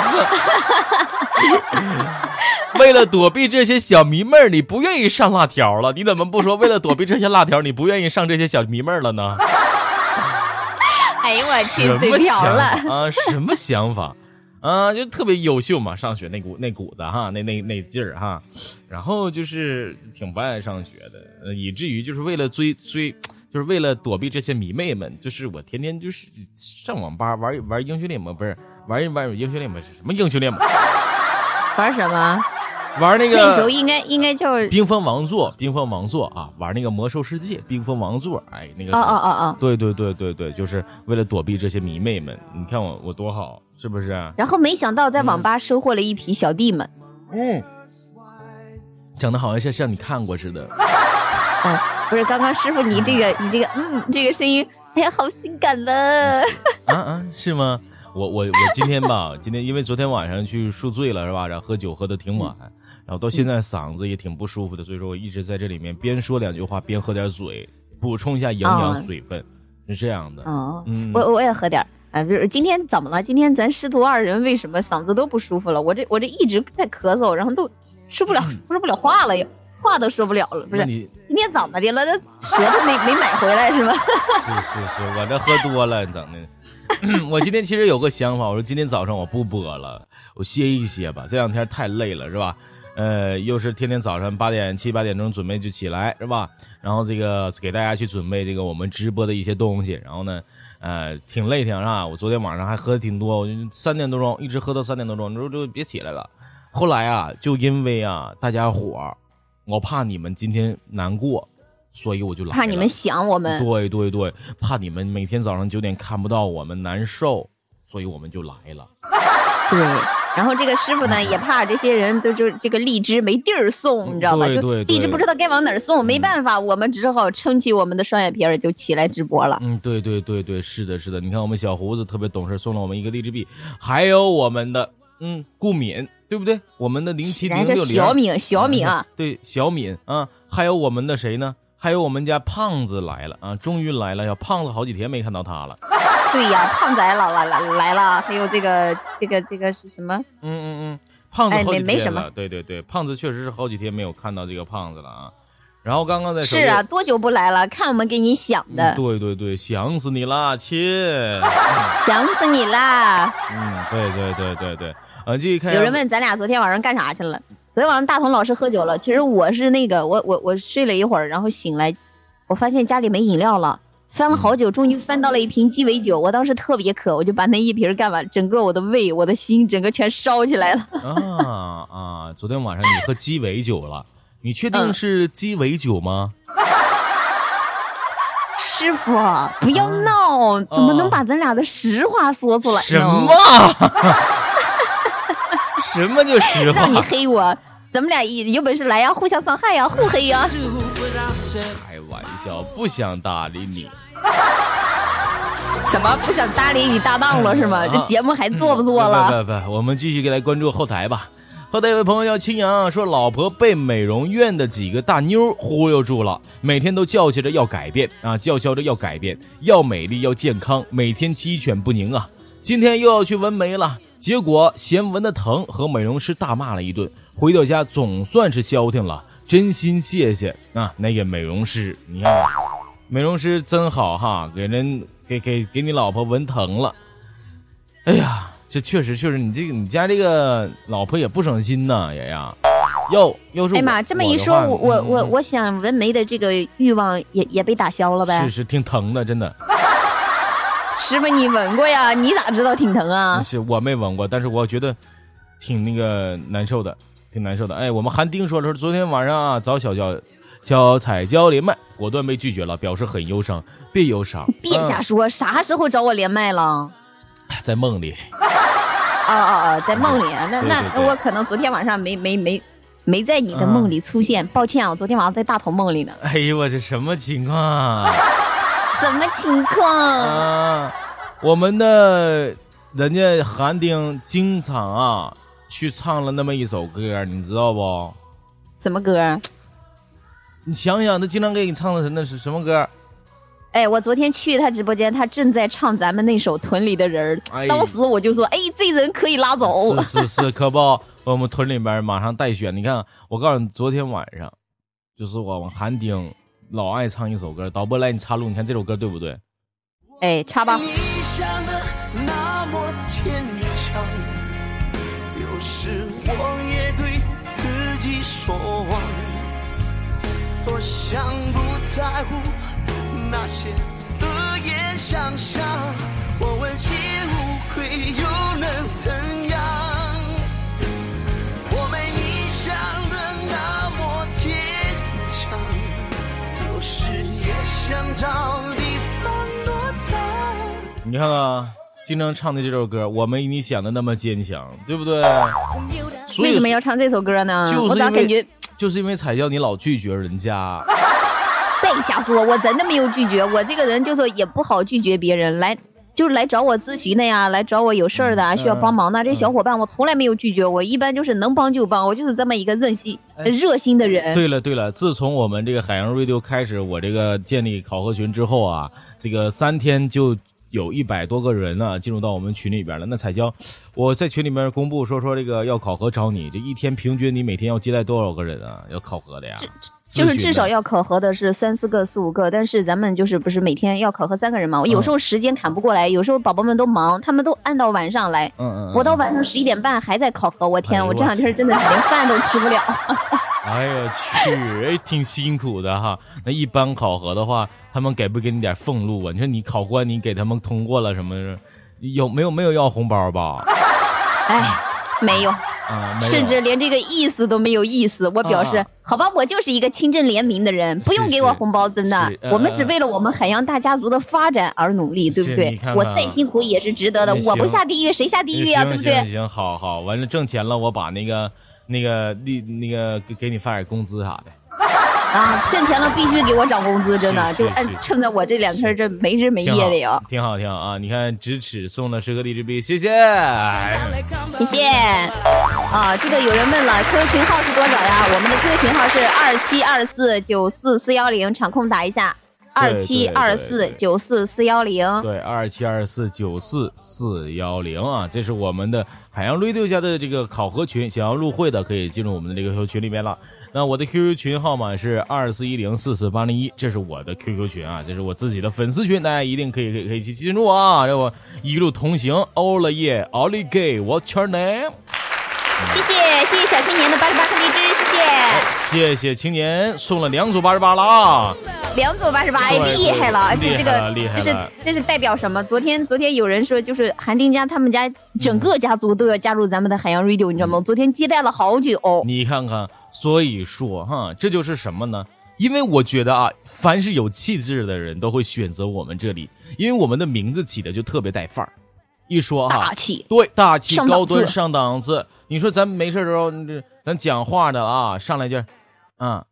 [SPEAKER 7] 为了躲避这些小迷妹儿，你不愿意上辣条了？你怎么不说为了躲避这些辣条，你不愿意上这些小迷妹儿了呢？
[SPEAKER 8] 哎呦我去，嘴瓢了
[SPEAKER 7] 啊！什么想法啊？就特别优秀嘛，上学那股那股子哈，那那那劲儿哈，然后就是挺不爱上学的，呃，以至于就是为了追追。就是为了躲避这些迷妹们，就是我天天就是上网吧玩玩英雄联盟，不是玩一玩英雄联盟是什么英雄联盟？
[SPEAKER 8] 玩什么？
[SPEAKER 7] 玩那个
[SPEAKER 8] 那时候应该应该叫
[SPEAKER 7] 冰封王座，冰封王座啊，玩那个魔兽世界，冰封王座，哎，那个
[SPEAKER 8] 哦哦哦哦，
[SPEAKER 7] 对对对对对，就是为了躲避这些迷妹们。你看我我多好，是不是？
[SPEAKER 8] 然后没想到在网吧收获了一批小弟们，
[SPEAKER 7] 嗯，讲的好像像像你看过似的。
[SPEAKER 8] 嗯，不是，刚刚师傅你这个你这个嗯这个声音，哎呀，好性感了。
[SPEAKER 7] 啊啊，是吗？我我我今天吧，今天因为昨天晚上去宿醉了是吧？然后喝酒喝的挺晚，然后到现在嗓子也挺不舒服的，所以说我一直在这里面边说两句话边喝点水，补充一下营养水分，哦、是这样的。
[SPEAKER 8] 哦，嗯、我我也喝点。啊，就是今天怎么了？今天咱师徒二人为什么嗓子都不舒服了？我这我这一直在咳嗽，然后都说不了说不了话了，话都说不了了，不是？今天怎么的了？这舌头没没买回来是吧？
[SPEAKER 7] 是是是，我这喝多了，整的。我今天其实有个想法，我说今天早上我不播了，我歇一歇吧，这两天太累了，是吧？呃，又是天天早上八点七八点钟准备就起来，是吧？然后这个给大家去准备这个我们直播的一些东西，然后呢，呃，挺累挺啊。我昨天晚上还喝的挺多，我就三点多钟一直喝到三点多钟，之后就别起来了。后来啊，就因为啊，大家伙，我怕你们今天难过。所以我就来了，
[SPEAKER 8] 怕你们想我们，
[SPEAKER 7] 对对对，怕你们每天早上九点看不到我们难受，所以我们就来了。
[SPEAKER 8] 对，然后这个师傅呢，也怕这些人都就这个荔枝没地儿送，你知道吧？
[SPEAKER 7] 对对对，
[SPEAKER 8] 荔枝不知道该往哪儿送，没办法，我们只好撑起我们的双眼皮儿就起来直播了。
[SPEAKER 7] 嗯，对对对对，是的，是的。你看我们小胡子特别懂事，送了我们一个荔枝币，还有我们的嗯顾敏，对不对？我们的零七零六零
[SPEAKER 8] 小敏小敏啊，
[SPEAKER 7] 嗯、对小敏啊，还有我们的谁呢？还有我们家胖子来了啊，终于来了呀！胖子好几天没看到他了。
[SPEAKER 8] 对呀，胖子来了来来来了，还有这个这个这个是什么？
[SPEAKER 7] 嗯嗯嗯，胖子好几天了、哎、
[SPEAKER 8] 没什么。
[SPEAKER 7] 对对对，胖子确实是好几天没有看到这个胖子了啊。然后刚刚在
[SPEAKER 8] 是啊，多久不来了？看我们给你想的。
[SPEAKER 7] 嗯、对对对，想死你啦，亲！
[SPEAKER 8] 想死你啦！
[SPEAKER 7] 嗯，对对对对对，啊，继续看。
[SPEAKER 8] 有人问咱俩昨天晚上干啥去了？昨天晚上大同老师喝酒了，其实我是那个我我我睡了一会儿，然后醒来，我发现家里没饮料了，翻了好久，终于翻到了一瓶鸡尾酒。我当时特别渴，我就把那一瓶干完，整个我的胃、我的心，整个全烧起来了。
[SPEAKER 7] 啊啊！昨天晚上你喝鸡尾酒了？你确定是鸡尾酒吗？嗯、
[SPEAKER 8] 师傅，不要闹、啊，怎么能把咱俩的实话说出来呢？
[SPEAKER 7] 什么？什么就实话？
[SPEAKER 8] 让你黑我，咱们俩有本事来呀，互相伤害呀，互黑呀！
[SPEAKER 7] 开玩笑，不想搭理你。
[SPEAKER 8] 什么不想搭理你搭档了是吗？啊、这节目还做不做了？
[SPEAKER 7] 嗯、不不不，我们继续给来关注后台吧。后台有位朋友叫青阳，说老婆被美容院的几个大妞忽悠住了，每天都叫嚣着要改变啊，叫嚣着要改变，要美丽要健康，每天鸡犬不宁啊。今天又要去纹眉了。结果嫌纹的疼，和美容师大骂了一顿，回到家总算是消停了，真心谢谢啊那个美容师。你看美容师真好哈，给人给给给你老婆纹疼了。哎呀，这确实确实你这个你家这个老婆也不省心呐，爷呀。要要是
[SPEAKER 8] 哎妈，这么一说，我我我我想纹眉的这个欲望也也被打消了呗。
[SPEAKER 7] 是是挺疼的，真的。
[SPEAKER 8] 师傅，你纹过呀？你咋知道挺疼啊？
[SPEAKER 7] 是我没纹过，但是我觉得挺那个难受的，挺难受的。哎，我们韩丁说说，昨天晚上啊找小娇小彩椒连麦，果断被拒绝了，表示很忧伤。别忧伤，
[SPEAKER 8] 别瞎说，嗯、啥时候找我连麦了？
[SPEAKER 7] 在梦里。
[SPEAKER 8] 哦哦哦，在梦里。那那那我可能昨天晚上没没没没在你的梦里出现，嗯、抱歉啊，我昨天晚上在大同梦里呢。
[SPEAKER 7] 哎呦，我这什么情况啊？
[SPEAKER 8] 什么情况
[SPEAKER 7] 啊？我们的人家韩丁经常啊去唱了那么一首歌，你知道不？
[SPEAKER 8] 什么歌？
[SPEAKER 7] 你想想，他经常给你唱的那是什么歌？
[SPEAKER 8] 哎，我昨天去他直播间，他正在唱咱们那首《屯里的人》，哎，当时我就说，哎，这人可以拉走。
[SPEAKER 7] 是是是，可不，我们屯里边马上待选。你看，我告诉你，昨天晚上，就是我们韩丁老爱唱一首歌，导播来你插录，你看这首歌对不对？
[SPEAKER 8] 哎，插吧。
[SPEAKER 9] 你想的那么坚强，有时我也对自己说谎，多想不在乎那些恶言相向，我问心无愧又能怎样？我没你想的那么坚强，有时也想找地方躲藏。
[SPEAKER 7] 你看看经常唱的这首歌，我没你想的那么坚强，对不对？
[SPEAKER 8] 为什么要唱这首歌呢？
[SPEAKER 7] 就是
[SPEAKER 8] 我咋感觉
[SPEAKER 7] 就是因为彩椒你老拒绝人家。
[SPEAKER 8] 别瞎说，我真的没有拒绝，我这个人就是也不好拒绝别人来，就是来找我咨询的呀，来找我有事儿的，需要帮忙的、嗯、这小伙伴我从来没有拒绝，我一般就是能帮就帮，我就是这么一个热心、哎、热心的人。
[SPEAKER 7] 对了对了，自从我们这个海洋 radio 开始我这个建立考核群之后啊，这个三天就有一百多个人啊进入到我们群里边了。那彩椒，我在群里面公布说说这个要考核找你，这一天平均你每天要接待多少个人啊？要考核的呀？
[SPEAKER 8] 就是至少要考核的是三四个、四五个，但是咱们就是不是每天要考核三个人嘛？我有时候时间赶不过来，有时候宝宝们都忙，他们都按到晚上来，嗯嗯，我到晚上十一点半还在考核，我天，哎、我这两天真的是连饭都吃不了。
[SPEAKER 7] 哎呀去，挺辛苦的哈。那一般考核的话，他们给不给你点俸禄啊？你说你考官你给他们通过了什么？有没有没有要红包吧？
[SPEAKER 8] 哎，没有。
[SPEAKER 7] 啊、
[SPEAKER 8] 甚至连这个意思都没有意思，我表示、啊、好吧，我就是一个清正廉明的人，不用给我红包，真的、呃、我们只为了我们海洋大家族的发展而努力，对不对？
[SPEAKER 7] 看看
[SPEAKER 8] 我再辛苦也是值得的，我不下地狱谁下地狱啊，对不对？
[SPEAKER 7] 行行好好，完了挣钱了我把那个那个利那个给给你发点工资啥的
[SPEAKER 8] 啊，挣钱了必须给我涨工资，真的就按趁着我这两天这没日没夜的呀。
[SPEAKER 7] 挺好挺好啊！你看直尺送了十个荔枝币，谢谢
[SPEAKER 8] 谢谢啊！这个有人问了 Q Q 群号是多少呀？我们的 Q Q 群号是二七二四九四四幺零，场控打一下二七二四九四四幺零，
[SPEAKER 7] 对，二七二四九四四幺零啊，这是我们的海洋 radio 家的这个考核群，想要入会的可以进入我们的这个 Q Q 群里面了。那我的 Q Q 群号码是二四一零四四八零一，这是我的 Q Q 群啊，这是我自己的粉丝群，大家一定可以可以可以去进入啊，让我一路同行。欧了耶，奥利给 ，What's your name？
[SPEAKER 8] 谢谢谢谢小青年的八十八颗荔枝，谢谢、
[SPEAKER 7] 哦、谢谢青年送了两组八十八了啊，
[SPEAKER 8] 两组八十八，哎，厉害了，而且这个
[SPEAKER 7] 厉害了，
[SPEAKER 8] 这是这是代表什么？昨天昨天有人说，就是韩丁家他们家整个家族都要加入咱们的海洋 radio，、嗯、你知道吗？昨天接待了好久、哦，
[SPEAKER 7] 你看看。所以说哈，这就是什么呢？因为我觉得啊，凡是有气质的人都会选择我们这里，因为我们的名字起的就特别带范儿。一说哈，
[SPEAKER 8] 大气，
[SPEAKER 7] 对，大气高端上档次。你说咱没事的时候，咱讲话的啊，上来就，啊，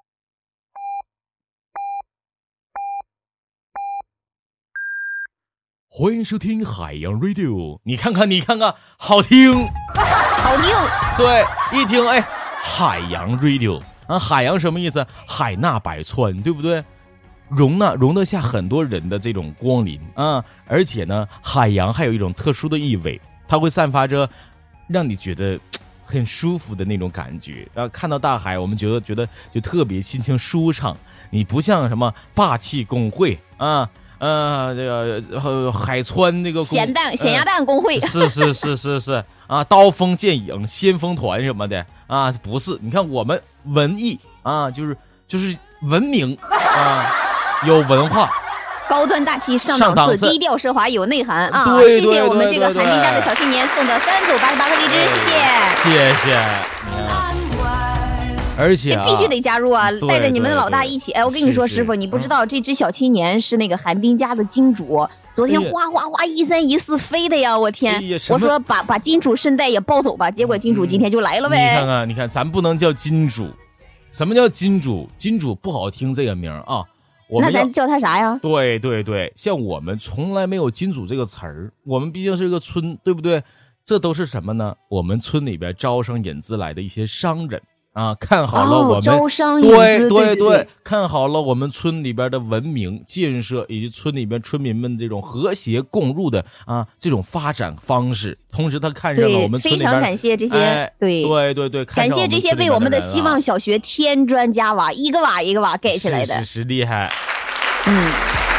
[SPEAKER 7] 欢迎收听海洋 radio， 你看看，你看看，好听，
[SPEAKER 8] 好听，
[SPEAKER 7] 对，一听哎。海洋 radio 啊，海洋什么意思？海纳百川，对不对？容纳容得下很多人的这种光临啊，而且呢，海洋还有一种特殊的意味，它会散发着让你觉得很舒服的那种感觉啊。看到大海，我们觉得觉得就特别心情舒畅。你不像什么霸气工会啊，呃，这个、呃、海川那个
[SPEAKER 8] 咸蛋咸鸭蛋工会，
[SPEAKER 7] 呃、是是是是是啊，刀锋剑影先锋团什么的啊，不是，你看我们文艺啊，就是就是文明啊，有文化，
[SPEAKER 8] 高端大气上档次，低调奢华有内涵啊！
[SPEAKER 7] 对对对对对，
[SPEAKER 8] 谢谢我们这个韩丁家的小青年送的三组八十八个荔枝，谢谢
[SPEAKER 7] 谢谢。你看，而且、啊、
[SPEAKER 8] 必须得加入啊，带着你们的老大一起。哎，我跟你说，师傅，你不知道、嗯、这只小青年是那个韩丁家的金主。昨天哗哗哗一三一四飞的呀，我天！哎、我说把把金主圣代也抱走吧，结果金主今天就来了呗。
[SPEAKER 7] 嗯、你看看，你看，咱不能叫金主，什么叫金主？金主不好听这个名啊，我们
[SPEAKER 8] 那咱叫他啥呀？
[SPEAKER 7] 对对对，像我们从来没有金主这个词儿，我们毕竟是个村，对不对？这都是什么呢？我们村里边招商引资来的一些商人啊，看好了我们、
[SPEAKER 8] 哦、招商
[SPEAKER 7] 对
[SPEAKER 8] 对
[SPEAKER 7] 对对，看好了我们村里边的文明建设以及村里边村民们这种和谐共入的啊这种发展方式。同时，他看上了我们村里边，
[SPEAKER 8] 非常感谢这些，
[SPEAKER 7] 哎、
[SPEAKER 8] 对
[SPEAKER 7] 对对对，
[SPEAKER 8] 感谢这些为我们的希望小学添砖加瓦，一个瓦一个瓦盖起来的，
[SPEAKER 7] 是是是厉害。
[SPEAKER 8] 嗯。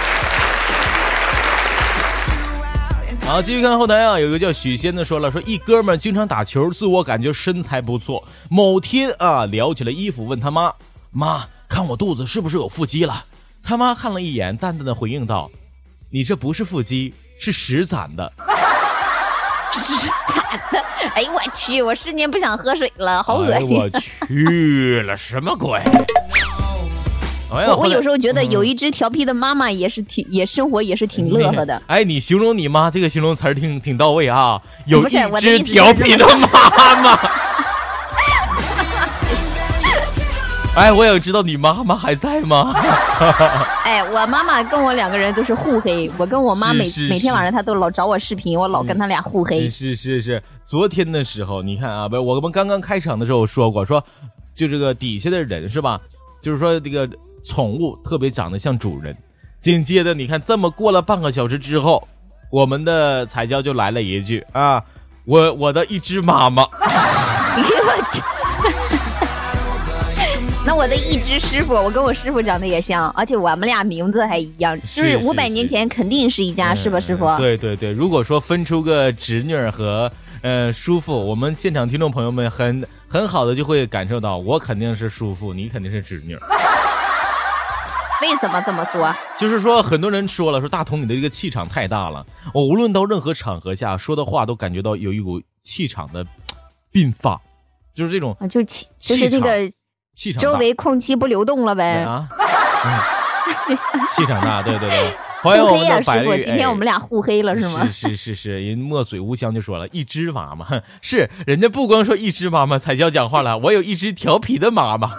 [SPEAKER 7] 好，继续看后台啊，有一个叫许仙的说了，说一哥们儿经常打球，自我感觉身材不错。某天啊，撩起了衣服，问他妈：“妈，看我肚子是不是有腹肌了？”他妈看了一眼，淡淡的回应道：“你这不是腹肌，是石攒的。”
[SPEAKER 8] 石攒的，哎呦我去，我瞬间不想喝水了，好恶心！
[SPEAKER 7] 哎、我去了，什么鬼？
[SPEAKER 8] 我我有时候觉得有一只调皮的妈妈也是挺、嗯、也生活也是挺乐呵的。
[SPEAKER 7] 哎，你形容你妈这个形容词儿挺挺到位啊，有一
[SPEAKER 8] 只
[SPEAKER 7] 调皮的妈妈。哎，我也知道你妈妈还在吗？
[SPEAKER 8] 哎，我妈妈跟我两个人都是互黑，我跟我妈每
[SPEAKER 7] 是是是
[SPEAKER 8] 每天晚上她都老找我视频，我老跟她俩互黑。
[SPEAKER 7] 是是是，昨天的时候你看啊，不是我们刚刚开场的时候说过，说就这个底下的人是吧？就是说这个。宠物特别长得像主人，紧接着你看这么过了半个小时之后，我们的彩椒就来了一句啊，我我的一只妈妈。
[SPEAKER 8] 那我的一只师傅，我跟我师傅长得也像，而且我们俩名字还一样，就是五百年前肯定是一家，是吧，师傅？
[SPEAKER 7] 对对对，如果说分出个侄女和呃叔父，我们现场听众朋友们很很好的就会感受到，我肯定是叔父，你肯定是侄女。
[SPEAKER 8] 为什么这么说？
[SPEAKER 7] 就是说很多人说了，说大同你的这个气场太大了，我无论到任何场合下说的话都感觉到有一股气场的迸发，就是这种
[SPEAKER 8] 啊，就气就是这个
[SPEAKER 7] 气场
[SPEAKER 8] 周围空气不流动了呗
[SPEAKER 7] 啊，嗯、气场大，对对对。欢迎我们的百绿，
[SPEAKER 8] 今天我们俩互黑了是吗？
[SPEAKER 7] 是是是是，人墨水无香就说了一只妈妈，是人家不光说一只妈妈，彩椒讲话了，我有一只调皮的妈妈。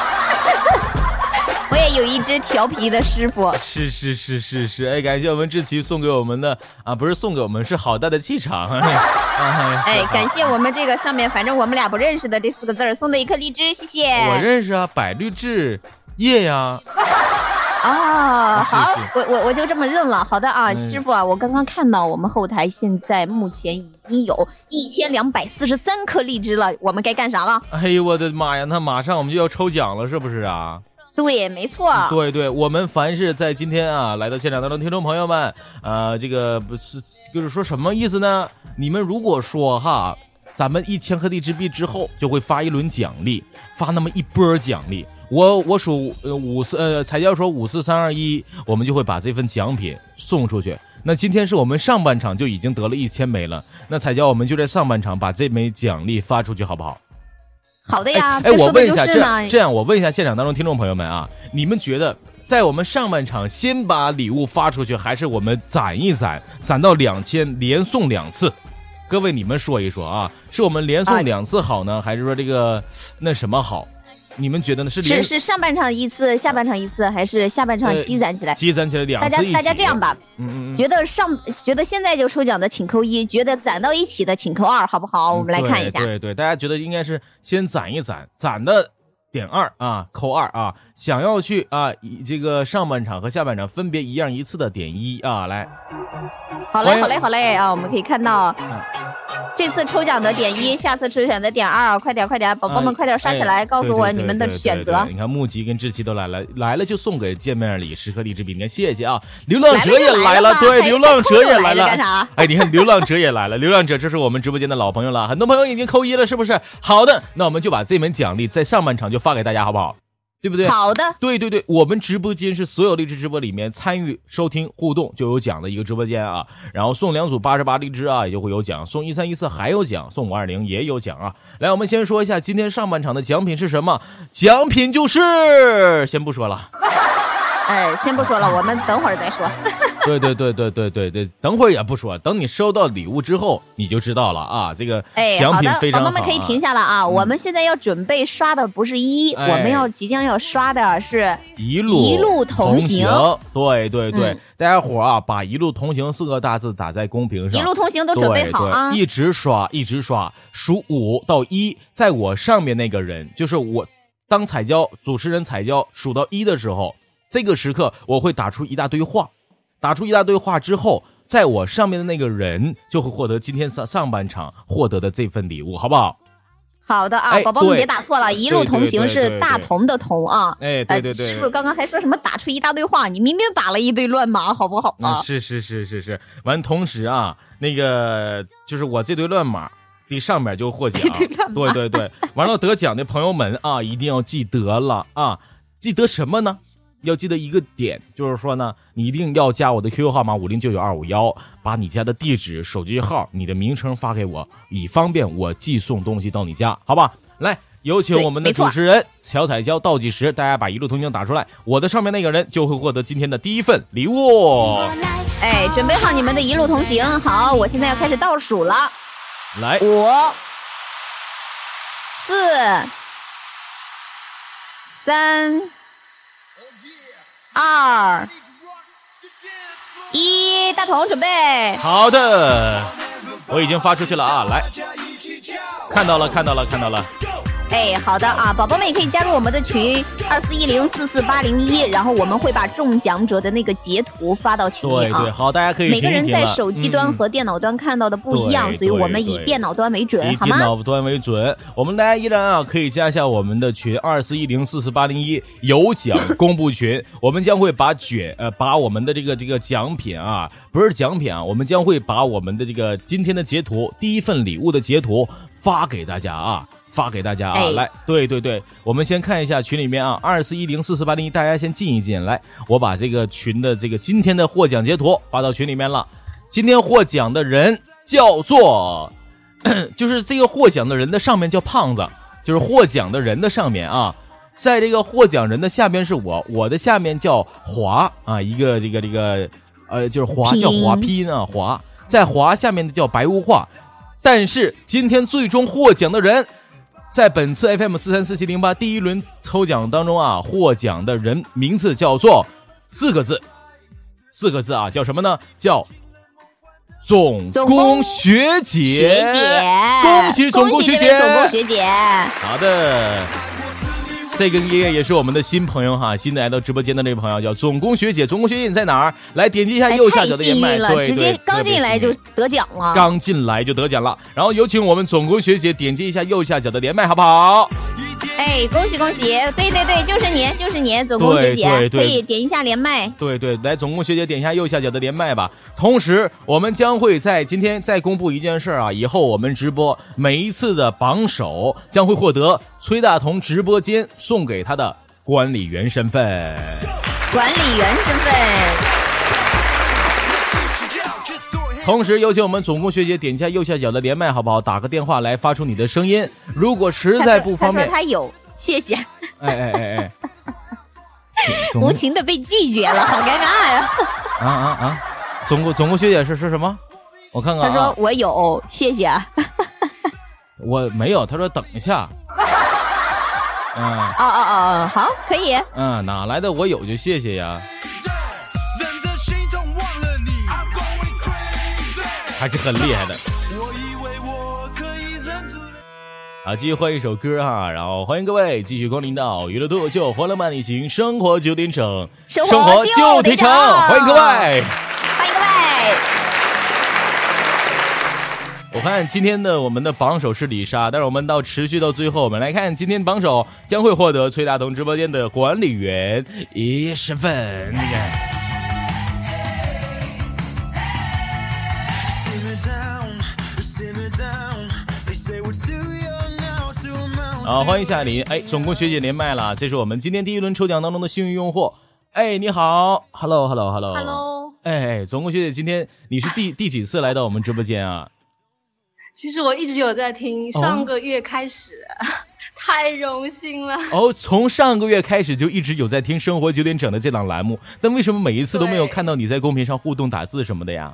[SPEAKER 8] 我也有一只调皮的师傅，
[SPEAKER 7] 是是是是是，哎，感谢我们志奇送给我们的啊，不是送给我们，是好大的气场。
[SPEAKER 8] 哎，感谢我们这个上面反正我们俩不认识的这四个字送的一颗荔枝，谢谢。
[SPEAKER 7] 我认识啊，百绿枝叶呀。
[SPEAKER 8] 啊，好，我我我就这么认了。好的啊，嗯、师傅啊，我刚刚看到我们后台现在目前已经有一千两百四十三颗荔枝了，我们该干啥了？
[SPEAKER 7] 哎呦我的妈呀，那马上我们就要抽奖了，是不是啊？
[SPEAKER 8] 对，没错。
[SPEAKER 7] 对对，我们凡是在今天啊来到现场当中的听众朋友们，呃，这个不是就是说什么意思呢？你们如果说哈，咱们一千颗荔枝币之后就会发一轮奖励，发那么一波奖励。我我数呃五四呃彩椒说五四三二一，我们就会把这份奖品送出去。那今天是我们上半场就已经得了一千枚了，那彩椒我们就在上半场把这枚奖励发出去，好不好？
[SPEAKER 8] 好的呀，
[SPEAKER 7] 哎，我问一下，这样这样，我问一下现场当中听众朋友们啊，你们觉得在我们上半场先把礼物发出去，还是我们攒一攒，攒到两千连送两次？各位你们说一说啊，是我们连送两次好呢，啊、还是说这个那什么好？你们觉得呢？是连
[SPEAKER 8] 是是上半场一次，下半场一次，还是下半场积攒起来？呃、
[SPEAKER 7] 积攒起来两次一起。
[SPEAKER 8] 大家大家这样吧，
[SPEAKER 7] 嗯嗯嗯，
[SPEAKER 8] 觉得上觉得现在就抽奖的请扣一，觉得攒到一起的请扣二，好不好？我们来看一下。
[SPEAKER 7] 对 对, 对，大家觉得应该是先攒一攒，攒的点二啊，扣二啊。想要去啊，以这个上半场和下半场分别一样一次的点一啊，来。
[SPEAKER 8] 好嘞，好嘞，好嘞啊！我们可以看到。嗯，这次抽奖的点一，下次抽奖的点二，快点快点，宝宝们快点刷起来，哎、告诉我你们的选择。
[SPEAKER 7] 对对对对对，你看木吉跟志奇都来了，来了就送给见面礼十颗荔枝币，你看谢谢啊！流浪者也来了，对，流浪者也来了。
[SPEAKER 8] 干啥？
[SPEAKER 7] 哎，你看流浪者也来了，流浪者这是我们直播间的老朋友了，很多朋友已经扣一了，是不是？好的，那我们就把这枚奖励在上半场就发给大家，好不好？对不对？
[SPEAKER 8] 好的，
[SPEAKER 7] 对对对，我们直播间是所有荔枝直播里面参与收听互动就有奖的一个直播间啊，然后送两组八十八荔枝啊也就会有奖，送一三一四还有奖，送五二零也有奖啊。来，我们先说一下今天上半场的奖品是什么？奖品就是先不说了，
[SPEAKER 8] 哎，先不说了，我们等会儿再说。
[SPEAKER 7] 对对对对对对对，等会儿也不说，等你收到礼物之后你就知道了啊。这个奖品非常好、啊。
[SPEAKER 8] 宝宝们可以停下了啊、嗯！我们现在要准备刷的不是一、哎，我们要即将要刷的是
[SPEAKER 7] 一路
[SPEAKER 8] 一路同行。
[SPEAKER 7] 对对对、嗯，大家伙啊，把一路同行四个大字打在公屏上。
[SPEAKER 8] 一路同行都准备好啊！
[SPEAKER 7] 对对一直刷，一直刷，数五到一，在我上面那个人，就是我当彩椒主持人彩椒数到一的时候，这个时刻我会打出一大堆话。打出一大堆话之后，在我上面的那个人就会获得今天上上半场获得的这份礼物，好不好？
[SPEAKER 8] 好的啊，宝宝们别打错了，一路同行是大同的同啊。
[SPEAKER 7] 哎，对对对，
[SPEAKER 8] 是不是刚刚还说什么打出一大堆话？你明明打了一堆乱码，好不好啊？
[SPEAKER 7] 嗯、是是是是是，完同时啊，那个就是我这堆乱码的上面就获奖，对对对，完了得奖的朋友们啊，一定要记得了啊，记得什么呢？要记得一个点，就是说呢，你一定要加我的 Q Q 号码五零九九二五一，把你家的地址、手机号、你的名称发给我，以方便我寄送东西到你家，好吧？来，有请我们的主持人乔彩椒倒计时，大家把一路同行打出来，我的上面那个人就会获得今天的第一份礼物。
[SPEAKER 8] 哎，准备好你们的一路同行，好，我现在要开始倒数了，
[SPEAKER 7] 来，
[SPEAKER 8] 五、四、三。二一，大同准备
[SPEAKER 7] 好的，我已经发出去了啊！来，看到了，看到了，看到了。
[SPEAKER 8] 哎，好的啊，宝宝们也可以加入我们的群二四一零四四八零一，然后我们会把中奖者的那个截图发到群里啊。
[SPEAKER 7] 对对，好，大家可以
[SPEAKER 8] 每个人在手机端和电脑端看到的不一样，嗯、所以我们以电脑端为准，好吗？
[SPEAKER 7] 以电脑端为准，我们大家依然啊可以加一下我们的群二四一零四四八零一有奖公布群，我们将会把卷呃把我们的这个这个奖品啊，不是奖品啊，我们将会把我们的这个今天的截图，第一份礼物的截图发给大家啊。发给大家啊、哎！来，对对对，我们先看一下群里面啊，二四一零四四八零一，大家先进一进来。我把这个群的这个今天的获奖截图发到群里面了。今天获奖的人叫做，就是这个获奖的人的上面叫胖子，就是获奖的人的上面啊，在这个获奖人的下边是我，我的下面叫华啊，一个这个这个呃，就是华叫华拼啊华，在华下面的叫白无话。但是今天最终获奖的人。在本次 F M 四三四七零八第一轮抽奖当中啊，获奖的人名字叫做四个字，四个字啊，叫什么呢？叫总工学姐。
[SPEAKER 8] 学姐，
[SPEAKER 7] 恭喜总工学姐，
[SPEAKER 8] 总工学姐。
[SPEAKER 7] 好的。这个也也是我们的新朋友哈，新来到直播间的这位朋友叫总工学姐。总工学姐你在哪儿？来点击一下右下角的连麦，
[SPEAKER 8] 对，直接刚进来就得奖了，
[SPEAKER 7] 刚进来就得奖了。然后有请我们总工学姐点击一下右下角的连麦，好不好？
[SPEAKER 8] 哎，恭喜恭喜！对对对，就是你，就是你，总工学姐，
[SPEAKER 7] 对对对，
[SPEAKER 8] 可以点一下连麦。
[SPEAKER 7] 对对，来，总工学姐点一下右下角的连麦吧。同时，我们将会在今天再公布一件事啊，以后我们直播每一次的榜首将会获得崔大同直播间送给他的管理员身份。
[SPEAKER 8] 管理员身份。
[SPEAKER 7] 同时有请我们总工学姐点一下右下角的连麦，好不好？打个电话来发出你的声音。如果实在不方便，
[SPEAKER 8] 他说他有，谢谢。
[SPEAKER 7] 哎哎哎哎，
[SPEAKER 8] 无情的被拒绝了，好尴尬呀！
[SPEAKER 7] 啊啊啊！总工总工学姐是说什么？我看看、啊。
[SPEAKER 8] 他说我有，谢谢。
[SPEAKER 7] 我没有，他说等一下。嗯。
[SPEAKER 8] 哦哦哦，好，可以。
[SPEAKER 7] 嗯，哪来的我有就谢谢呀？还是很厉害的。好，继续换一首歌哈，然后欢迎各位继续光临到娱乐脱口秀欢乐慢旅行，生活就点成，
[SPEAKER 8] 生
[SPEAKER 7] 活就得成，欢迎各位，
[SPEAKER 8] 欢迎各位。
[SPEAKER 7] 我看今天的我们的榜首是李莎，但是我们到持续到最后，我们来看今天榜首将会获得崔大同直播间的管理员一身份。好，欢迎夏琳。哎，总工学姐连麦了，这是我们今天第一轮抽奖当中的幸运用户。哎，你好 ，Hello Hello Hello
[SPEAKER 5] Hello。
[SPEAKER 7] 哎，总工学姐，今天你是第第几次来到我们直播间啊？
[SPEAKER 12] 其实我一直有在听，上个月开始、哦、太荣幸了
[SPEAKER 7] 哦。从上个月开始就一直有在听生活九点整的这档栏目，但为什么每一次都没有看到你在公屏上互动打字什么的呀？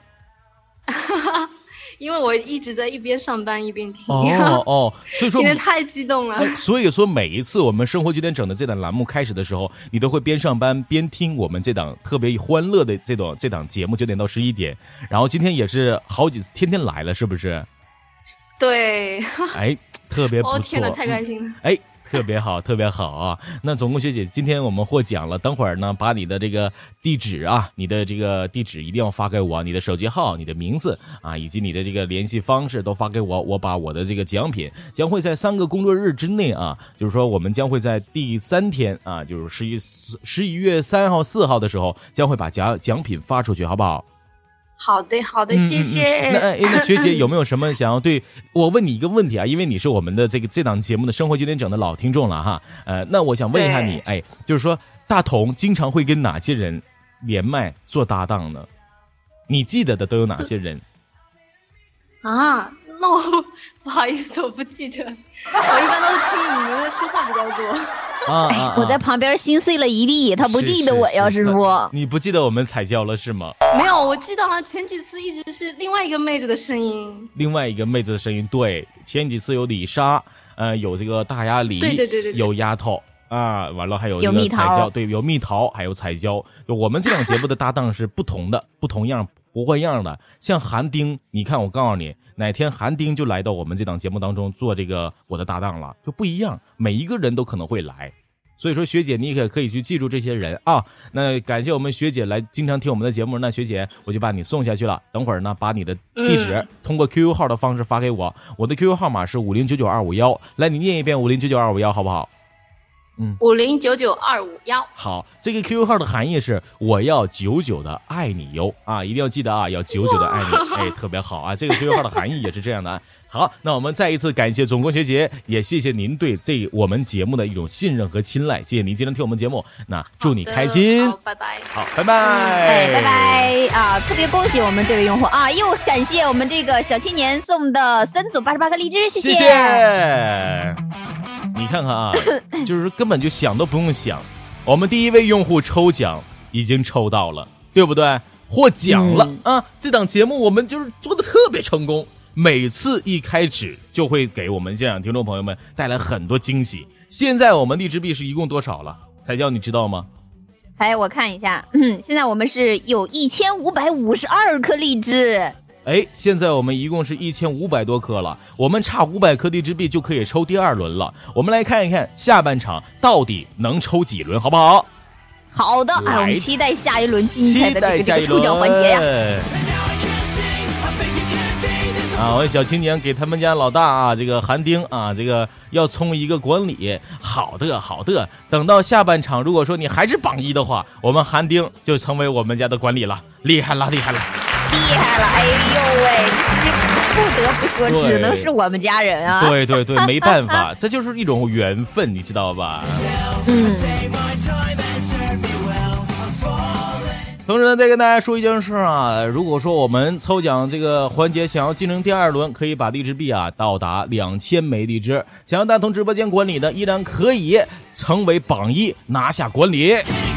[SPEAKER 12] 因为我一直在一边上班一边听。
[SPEAKER 7] 哦哦，所以说
[SPEAKER 12] 今天太激动了、
[SPEAKER 7] 哎。所以说每一次我们生活九点整的这档栏目开始的时候，你都会边上班边听我们这档特别欢乐的这档这档节目，九点到十一点。然后今天也是好几次天天来了，是不是？
[SPEAKER 12] 对。
[SPEAKER 7] 哎，特别不错。
[SPEAKER 12] 哦天哪，太开心了。
[SPEAKER 7] 哎。特别好，特别好啊！那总共学姐，今天我们获奖了，等会儿呢，把你的这个地址啊，你的这个地址一定要发给我，你的手机号、你的名字啊，以及你的这个联系方式都发给我，我把我的这个奖品将会在三个工作日之内啊，就是说我们将会在第三天啊，就是十一十一月三号、四号的时候，将会把奖奖品发出去，好不好？
[SPEAKER 12] 好的，好的，谢谢。
[SPEAKER 7] 嗯嗯嗯、那哎，那学姐有没有什么想要对我问你一个问题啊？因为你是我们的这个这档节目的生活九点整的老听众了哈。呃，那我想问一下你，哎，就是说大同经常会跟哪些人连麦做搭档呢？你记得的都有哪些人？
[SPEAKER 12] 啊，那我不好意思，我不记得。我一般都是听你们的说话比较多。
[SPEAKER 7] 啊, 啊, 啊
[SPEAKER 8] 我在旁边心碎了一地，他不记得我呀，师傅。
[SPEAKER 7] 你不记得我们彩椒了是吗？
[SPEAKER 12] 没有，我记得了，前几次一直是另外一个妹子的声音。
[SPEAKER 7] 另外一个妹子的声音，对，前几次有李莎，呃，有这个大鸭梨，
[SPEAKER 12] 对对对 对, 对，
[SPEAKER 7] 有丫头啊，完了还有这个彩椒，对，有蜜桃，还有彩椒。就我们这档节目的搭档是不同的，不同样，不换样的。像韩丁，你看我告诉你。哪天韩丁就来到我们这档节目当中做这个我的搭档了，就不一样，每一个人都可能会来，所以说学姐你也可以去记住这些人啊。那感谢我们学姐来经常听我们的节目，那学姐我就把你送下去了。等会儿呢，把你的地址、嗯、通过 Q Q 号的方式发给我，我的 Q Q 号码是五零九九二五一，来你念一遍五零九九二五一好不好？
[SPEAKER 12] 嗯，五零九九二五一。
[SPEAKER 7] 好，这个 Q Q 号的含义是我要久久的爱你哟啊，一定要记得啊，要久久的爱你，哎，特别好啊，这个 Q Q 号的含义也是这样的啊。好，那我们再一次感谢总工学姐，也谢谢您对这我们节目的一种信任和青睐，谢谢您经常听我们节目，那祝你开心，
[SPEAKER 12] 好，拜拜，
[SPEAKER 7] 好，拜拜，
[SPEAKER 8] 哎，拜拜啊！特别恭喜我们这位用户啊，又感谢我们这个小青年送的三组八十八个荔枝，谢谢。
[SPEAKER 7] 谢谢你看看啊，就是根本就想都不用想，我们第一位用户抽奖已经抽到了，对不对？获奖了、嗯、啊！这档节目我们就是做的特别成功，每次一开始就会给我们这样听众朋友们带来很多惊喜。现在我们荔枝币是一共多少了？彩椒你知道吗？
[SPEAKER 8] 哎，我看一下，嗯，现在我们是有一千五百五十二颗荔枝。
[SPEAKER 7] 哎，现在我们一共是一千五百多颗了，我们差五百颗荔枝币就可以抽第二轮了。我们来看一看下半场到底能抽几轮，好不好？
[SPEAKER 8] 好的，哎，我们期待下一轮精彩的这个这个抽奖环节呀。
[SPEAKER 7] 啊，我小青年给他们家老大啊，这个韩丁啊，这个要冲一个管理。好的，好的。等到下半场，如果说你还是榜一的话，我们韩丁就成为我们家的管理了，厉害了，厉害了。
[SPEAKER 8] 厉害了，哎呦喂，不得不说，只能是我们家人啊。
[SPEAKER 7] 对对对，没办法，这就是一种缘分，你知道吧？
[SPEAKER 8] 嗯。
[SPEAKER 7] 同时呢，再跟大家说一件事啊，如果说我们抽奖这个环节想要进行第二轮，可以把荔枝币啊到达两千枚荔枝。想要大同直播间管理的，依然可以成为榜一，拿下管理。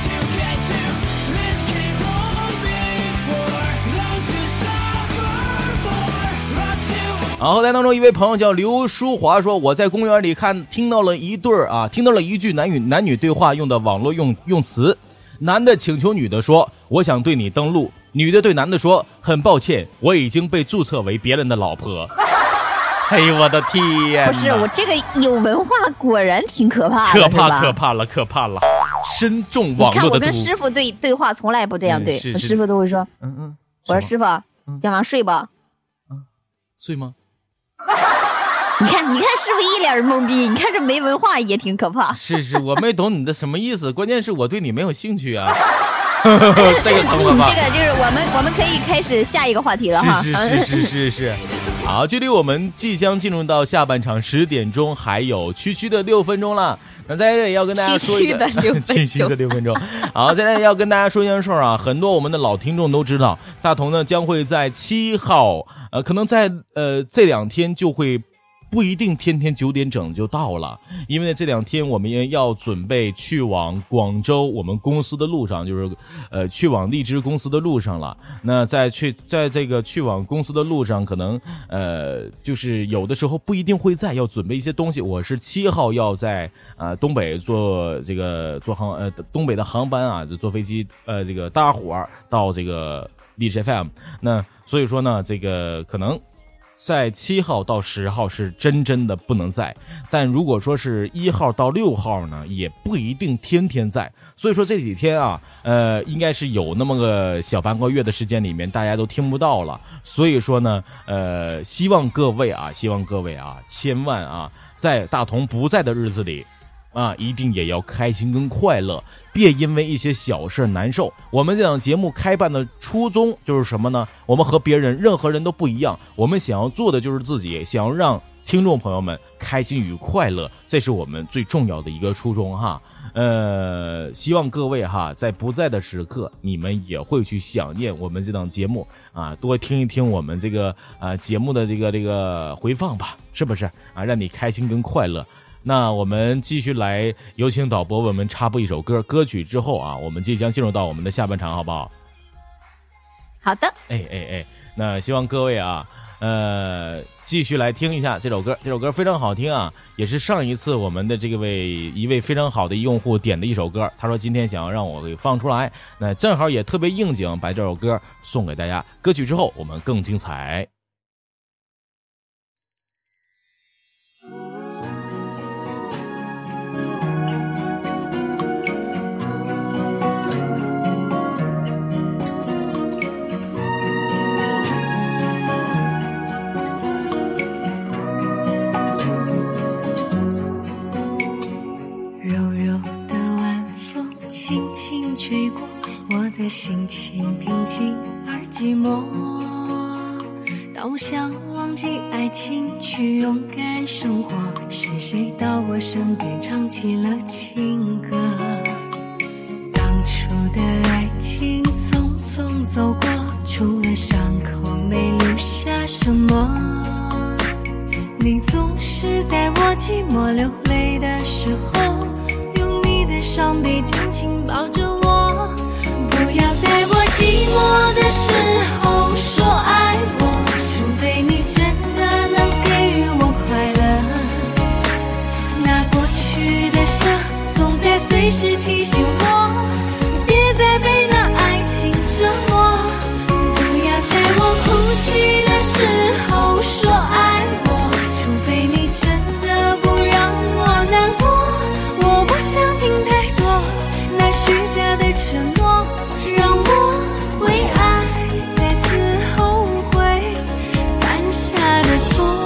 [SPEAKER 7] 啊，后台当中一位朋友叫刘淑华说，我在公园里看听到了一对儿啊，听到了一句男女男女对话用的网络用用词，男的请求女的说，我想对你登录，女的对男的说，很抱歉，我已经被注册为别人的老婆。哎呦我的天！
[SPEAKER 8] 不是我这个有文化，果然挺可怕
[SPEAKER 7] 的，可怕可怕了，可怕了，深重网络的毒。
[SPEAKER 8] 你看我跟师傅对对话从来不这样对，嗯、我师傅都会说，
[SPEAKER 7] 嗯嗯，
[SPEAKER 8] 我说师傅，今晚上睡吧，
[SPEAKER 7] 嗯，睡吗？
[SPEAKER 8] 你看，你看，师傅一脸懵逼。你看这没文化也挺可怕。
[SPEAKER 7] 是是，我没懂你的什么意思，关键是我对你没有兴趣啊。这个可怕。
[SPEAKER 8] 这个就是我们，我们可以开始下一个话题了哈。
[SPEAKER 7] 是是是是是是。 好，距离我们即将进入到下半场十点钟还有区区的六分钟了。那在这里要跟大家说一个区区的六分钟。好，在这里要跟大家说一件事啊，很多我们的老听众都知道，大同呢将会在七号，呃，可能在呃这两天就会。不一定天天九点整就到了，因为这两天我们也要准备去往广州我们公司的路上，就是呃去往荔枝公司的路上了。那在去在这个去往公司的路上，可能呃就是有的时候不一定会在，要准备一些东西。我是七号要在呃东北坐这个坐航呃东北的航班啊，就坐飞机呃这个搭伙到这个荔枝 F M。那所以说呢，这个可能。在七号到十号是真真的不能在，但如果说是一号到六号呢，也不一定天天在。所以说这几天啊，呃，应该是有那么个小半个月的时间里面，大家都听不到了。所以说呢，呃，希望各位啊，希望各位啊，千万啊，在大同不在的日子里。啊，一定也要开心跟快乐，别因为一些小事难受。我们这档节目开办的初衷就是什么呢？我们和别人任何人都不一样，我们想要做的就是自己，想要让听众朋友们开心与快乐，这是我们最重要的一个初衷哈。呃，希望各位哈，在不在的时刻，你们也会去想念我们这档节目啊，多听一听我们这个啊节目的这个这个回放吧，是不是啊？让你开心跟快乐。那我们继续来有请导播为我们插播一首歌，歌曲之后啊，我们即将进入到我们的下半场，好不好？
[SPEAKER 8] 好的。
[SPEAKER 7] 哎哎哎，那希望各位啊，呃，继续来听一下这首歌，这首歌非常好听啊，也是上一次我们的这个位一位非常好的用户点的一首歌，他说今天想要让我给放出来，那正好也特别应景，把这首歌送给大家。歌曲之后我们更精彩。
[SPEAKER 2] 吹过，我的心情平静而寂寞。当我想忘记爱情，去勇敢生活，是谁到我身边唱起了情歌？当初的爱情匆匆走过，除了伤口没留下什么。你总是在我寂寞流泪的时候，用你的双臂紧紧抱着我。不要在我寂寞的时候说爱我，除非你真的能给予我快乐。那过去的伤总在随时提醒我，别再被那爱情折磨。不要在我哭泣的时候说爱我，除非你真的不让我难过。我不想听太多那虚假的承诺，让我为爱再次后悔犯下的错。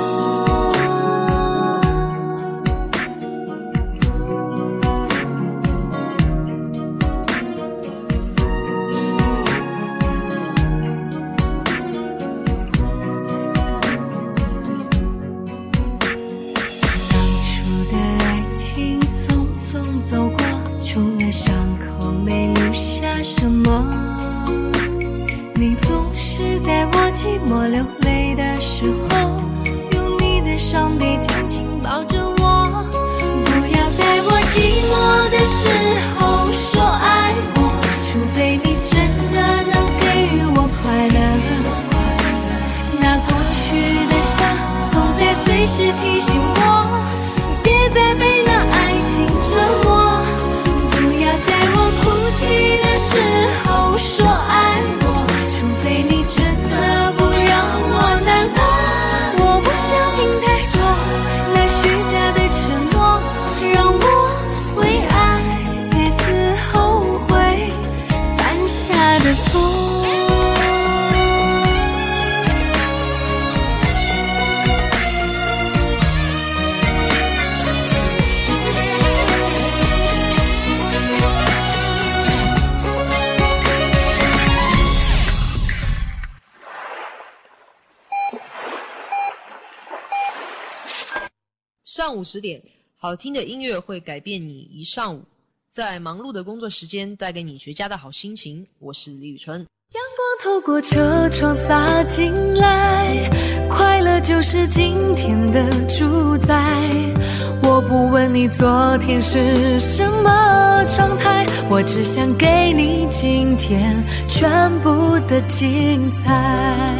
[SPEAKER 1] 上午十点，好听的音乐会改变你一上午，在忙碌的工作时间带给你绝佳的好心情。我是李宇春。
[SPEAKER 2] 阳光透过车窗洒进来，快乐就是今天的主宰。我不问你昨天是什么状态，我只想给你今天全部的精彩。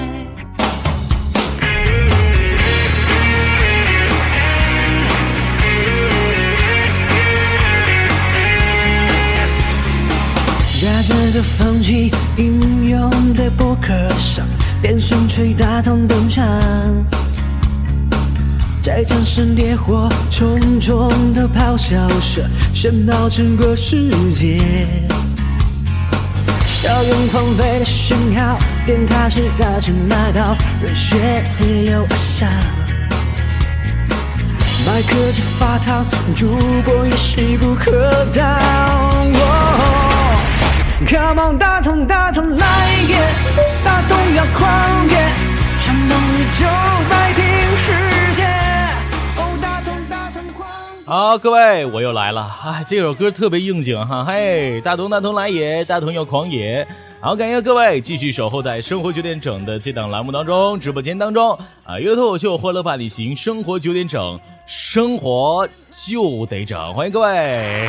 [SPEAKER 9] 在这个风起云涌的博客上，变声吹打通灯场，在枪声烈火重重的咆哮声喧闹整个世界。效用荒废的讯号，电塔是大尘马道，热血流下。麦克机发烫，主播也势不可挡。哦Come on， 大同大同来也，大同要狂野，传动宇宙，摆平世界。哦，大同大同狂野。
[SPEAKER 7] 好，各位，我又来了啊！这首歌特别应景哈，嘿，大同大同来也，大同要狂野。好，感谢各位继续守候在生活九点整的这档栏目当中，直播间当中啊，娱乐脱口秀欢乐大旅行，生活九点整，生活就得整，欢迎各位。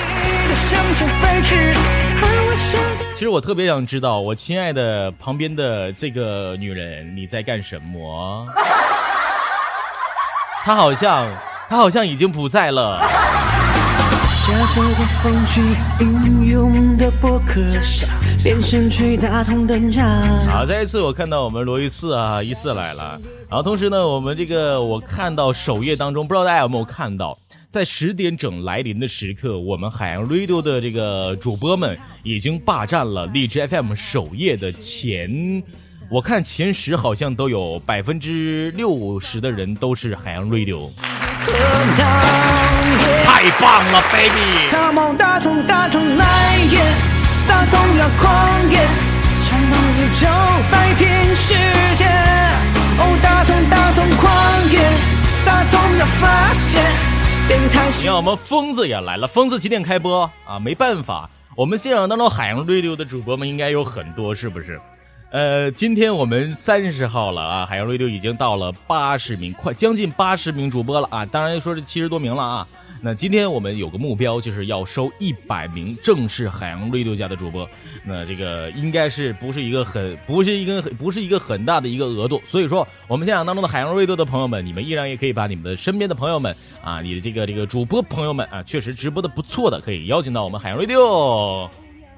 [SPEAKER 7] 其实我特别想知道，我亲爱的旁边的这个女人你在干什么？她好像她好像已经不在了。
[SPEAKER 9] 在这个风起云涌的博客上，变声吹打通灯场。
[SPEAKER 7] 好，这一次我看到我们罗一四啊一四来了，然后同时呢，我们这个我看到首页当中，不知道大家有没有看到，在十点整来临的时刻，我们海洋 Radio 的这个主播们已经霸占了荔枝 F M 首页的前，我看前十好像都有百分之六十的人都是海洋 Radio， 太棒了 ，baby！
[SPEAKER 9] Come on， 大同大同来也，大同要狂野，传动宇宙，摆平世界。哦，大同大同狂野，大同要发现。
[SPEAKER 7] 你看我们疯子也来了，疯子几点开播啊？没办法，我们现场当中海洋 Radio 的主播们应该有很多，是不是？呃，今天我们三十号了啊，海洋 Radio 已经到了八十名，快将近八十名主播了啊，当然说是七十多名了啊。那今天我们有个目标，就是要收一百名正式海洋 Radio 家的主播。那这个应该是不是一个很不是一个不是一个很大的一个额度，所以说我们现场当中的海洋 Radio 的朋友们，你们依然也可以把你们的身边的朋友们啊，你的这个这个主播朋友们啊，确实直播的不错的，可以邀请到我们海洋 Radio。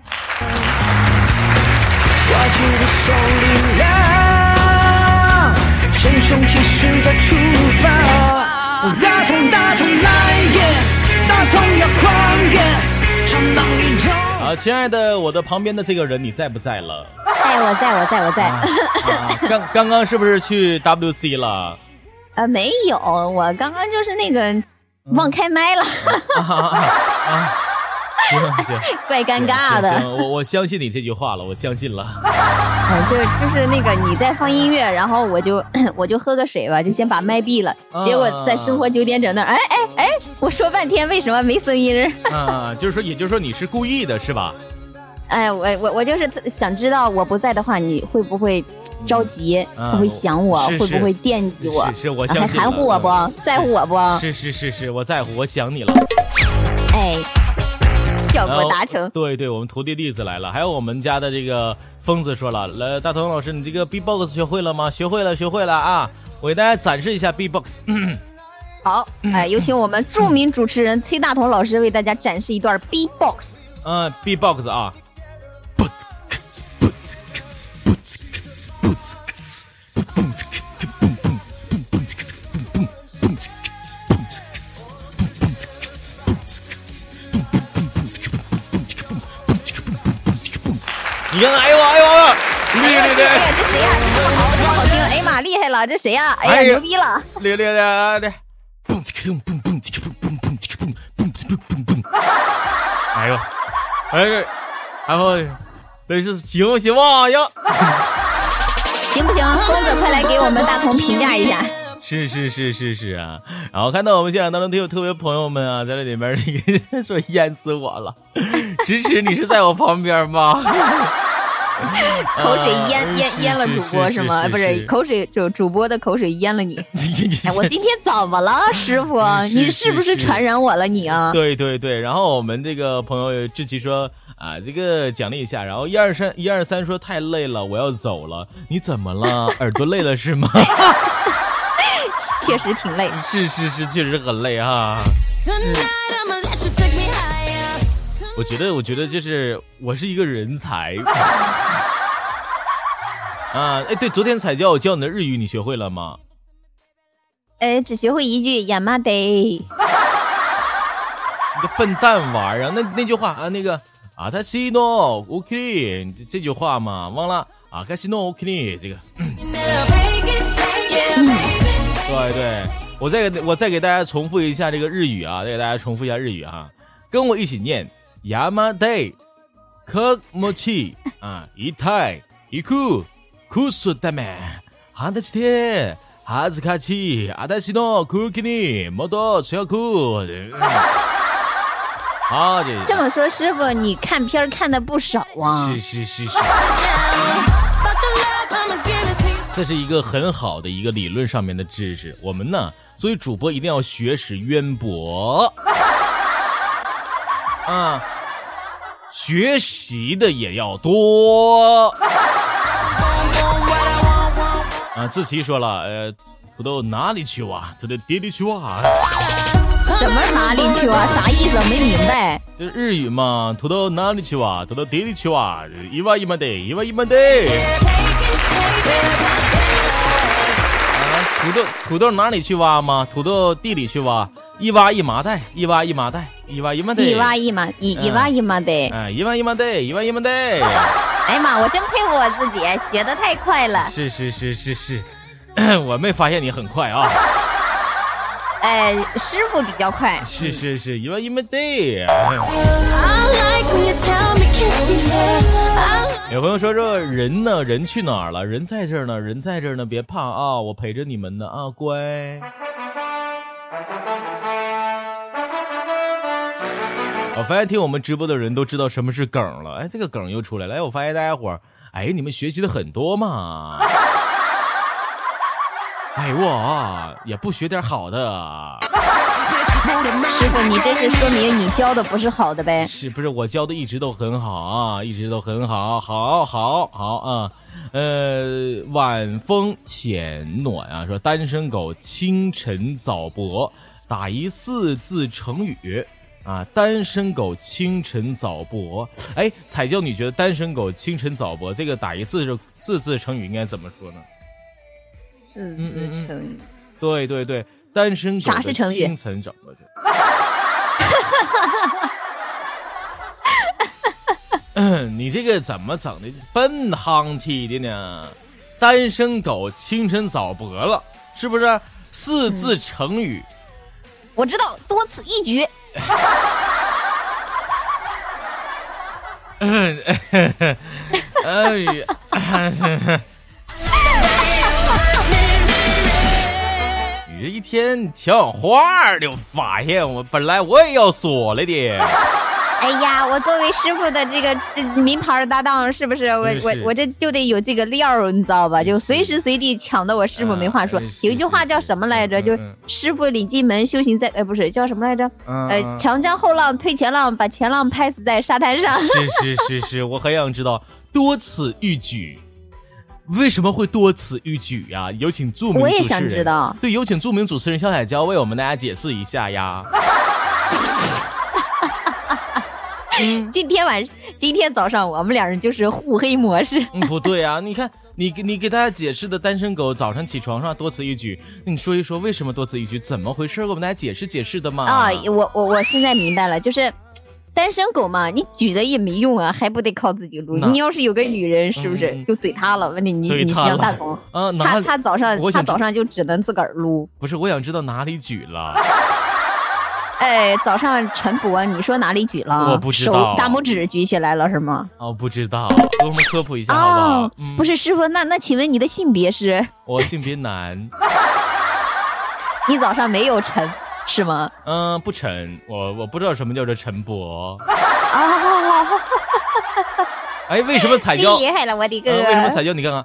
[SPEAKER 9] 握住的手力量，神雄骑士再出发。大同大同来也，大同要狂野，闯荡宇宙。
[SPEAKER 7] 啊，亲爱的，我的旁边的这个人你在不在了？
[SPEAKER 8] 哎，我在我在我在。
[SPEAKER 7] 啊啊、刚刚刚是不是去 W C 了？
[SPEAKER 8] 呃，没有，我刚刚就是那个忘开麦了。
[SPEAKER 7] 啊啊啊行行，
[SPEAKER 8] 怪尴尬的。
[SPEAKER 7] 行行行，我我相信你这句话了，我相信了。
[SPEAKER 8] 嗯，就是就是那个你在放音乐，然后我就我就喝个水吧，就先把麦闭了。
[SPEAKER 7] 啊、
[SPEAKER 8] 结果在生活九点整那儿，哎哎哎，我说半天为什么没声音？
[SPEAKER 7] 啊，就是说，也就是说你是故意的是吧？
[SPEAKER 8] 哎，我我我就是想知道我不在的话，你会不会着急？
[SPEAKER 7] 嗯、
[SPEAKER 8] 会不会想我？
[SPEAKER 7] 是是
[SPEAKER 8] 会不会惦记我？
[SPEAKER 7] 是是，我相信。
[SPEAKER 8] 还含糊我不？在乎我不？
[SPEAKER 7] 是是是是，我在乎，我想你了。
[SPEAKER 8] 哎。效果达成，
[SPEAKER 7] 对对，我们徒弟弟子来了，还有我们家的这个疯子说了，来，大同老师，你这个 B-box 学会了吗？学会了，学会了啊！我给大家展示一下 B-box。
[SPEAKER 8] 好，哎，有请我们著名主持人崔大同老师为大家展示一段 B-box。
[SPEAKER 7] 嗯 ，B-box 啊。你看，哎呦哎呦哎呦，厉害厉害！
[SPEAKER 8] 哎呀，这谁呀？这么好，这么好听！哎呀妈，厉害了！这谁呀？哎呀，牛逼了！
[SPEAKER 7] 厉害厉害厉害！哎呦，哎呦，然后这是行行吧？行，
[SPEAKER 8] 行不行？疯子，快来给我们大同评价一下。
[SPEAKER 7] 是是是是是啊，然后看到我们现场当中都有特别朋友们啊，在这里边说淹死我了，支持你是在我旁边吗？
[SPEAKER 8] 口水淹淹淹了主播是吗？不是，口水主主播的口水淹了你。哎，我今天怎么了，师傅？你是不是传染我了你啊？
[SPEAKER 7] 对对对，然后我们这个朋友志奇说啊，这个奖励一下，然后一二三一二三说太累了，我要走了。你怎么了？耳朵累了是吗？
[SPEAKER 8] 确实挺累。
[SPEAKER 7] 是是是，确实很累哈。嗯我觉得，我觉得就是我是一个人才啊！哎，对，昨天彩教我教你的日语，你学会了吗？
[SPEAKER 8] 呃，只学会一句亚麻得。
[SPEAKER 7] 你个笨蛋玩意儿！那那句话啊，那个啊，他西诺 OK 这句话嘛，忘了啊，他西诺 OK 这个。嗯、对对，我再给我再给大家重复一下这个日语啊，再给大家重复一下日语啊，跟我一起念。山でかもちあ痛い行くくすため話して恥ずかしい私の空気にもっと強く。好，
[SPEAKER 8] 这么说，师傅你看片看的不少啊。
[SPEAKER 7] 是是是是，这是一个很好的一个理论上面的知识。我们呢，作为主播一定要学识渊博。啊，学习的也要多啊！志奇说了，呃，土豆哪里去哇？土豆哪里去哇？
[SPEAKER 8] 什么哪里去哇？啥意思？没明白。
[SPEAKER 7] 就是日语嘛，土豆哪里去哇？土豆哪里去哇？一哇一嘛得，一哇一嘛得。啊，土豆土豆哪里去挖吗？土豆地里去挖，一挖一麻袋，一挖一麻袋。一挖一麻袋，
[SPEAKER 8] 一挖一麻一一挖一麻袋，
[SPEAKER 7] 哎，一挖一麻袋，一挖一麻袋。
[SPEAKER 8] 哎呀妈，我真佩服我自己，学得太快了。
[SPEAKER 7] 是是是是是，我没发现你很快啊。
[SPEAKER 8] 哎，师傅比较快。
[SPEAKER 7] 是是是，一挖一麻袋。有朋友说说人呢？人去哪儿了？人在这儿呢，人在这儿呢，别怕啊，我陪着你们呢啊，乖。我发现听我们直播的人都知道什么是梗了，哎，这个梗又出来了。哎，我发现大家伙儿，哎，你们学习的很多嘛。哎，我也不学点好的。
[SPEAKER 8] 师傅，你这是说明你教的不是好的呗？
[SPEAKER 7] 是不是我教的一直都很好啊，一直都很好，好，好，好啊。呃，晚风浅暖啊，说单身狗清晨早搏，打一四字成语。啊，单身狗清晨早搏，哎，彩教你觉得单身狗清晨早搏这个打一四四字成语应该怎么说呢？
[SPEAKER 8] 四字成语，嗯嗯嗯
[SPEAKER 7] 对对对，单身狗
[SPEAKER 8] 啥是成语？
[SPEAKER 7] 清晨早搏。你这个怎么整的笨夯气的呢？单身狗清晨早搏了，是不是？四字成语，
[SPEAKER 8] 嗯、我知道，多此一举。
[SPEAKER 7] 嗯，哎呀，你这一天抢话就发现我本来我也要说了的。
[SPEAKER 8] 哎呀，我作为师傅的这个这名牌搭档，是不是我我我这就得有这个料，你知道吧？就随时随地抢的我师傅没话说。有一句话叫什么来着？就是师傅领进门，修行在呃不是叫什么来着？呃，长江后浪推前浪，把前浪拍死在沙滩上。
[SPEAKER 7] 是是是是，我很想知道多此一举。为什么会多此一举呀？有请著名主持人。
[SPEAKER 8] 我也想知道。
[SPEAKER 7] 对，有请著名主持人小海椒为我们大家解释一下呀。
[SPEAKER 8] 嗯、今天晚今天早上我们两人就是互黑模式。
[SPEAKER 7] 嗯，不对啊，你看你你给大家解释的单身狗早上起床上多此一举，你说一说为什么多此一举，怎么回事？给我们大家解释解释的嘛。
[SPEAKER 8] 啊，我我我现在明白了，就是单身狗嘛，你举的也没用啊，还不得靠自己撸。你要是有个女人，是不是、嗯、就嘴塌了？问题你你像大同啊，他他早上他早上就只能自个儿撸。
[SPEAKER 7] 不是，我想知道哪里举了。
[SPEAKER 8] 哎，早上晨勃，你说哪里举了？
[SPEAKER 7] 我不知道，
[SPEAKER 8] 手大拇指举起来了是吗？
[SPEAKER 7] 哦，不知道，给我们科普一下好不好？
[SPEAKER 8] 哦嗯、不是师傅，那那请问你的性别是？
[SPEAKER 7] 我性别男。
[SPEAKER 8] 你早上没有晨是吗？
[SPEAKER 7] 嗯，不晨，我我不知道什么叫做晨勃。
[SPEAKER 8] 啊！
[SPEAKER 7] 哎，为什么彩椒
[SPEAKER 8] 厉害了，我的哥、呃！
[SPEAKER 7] 为什么彩椒？你看看，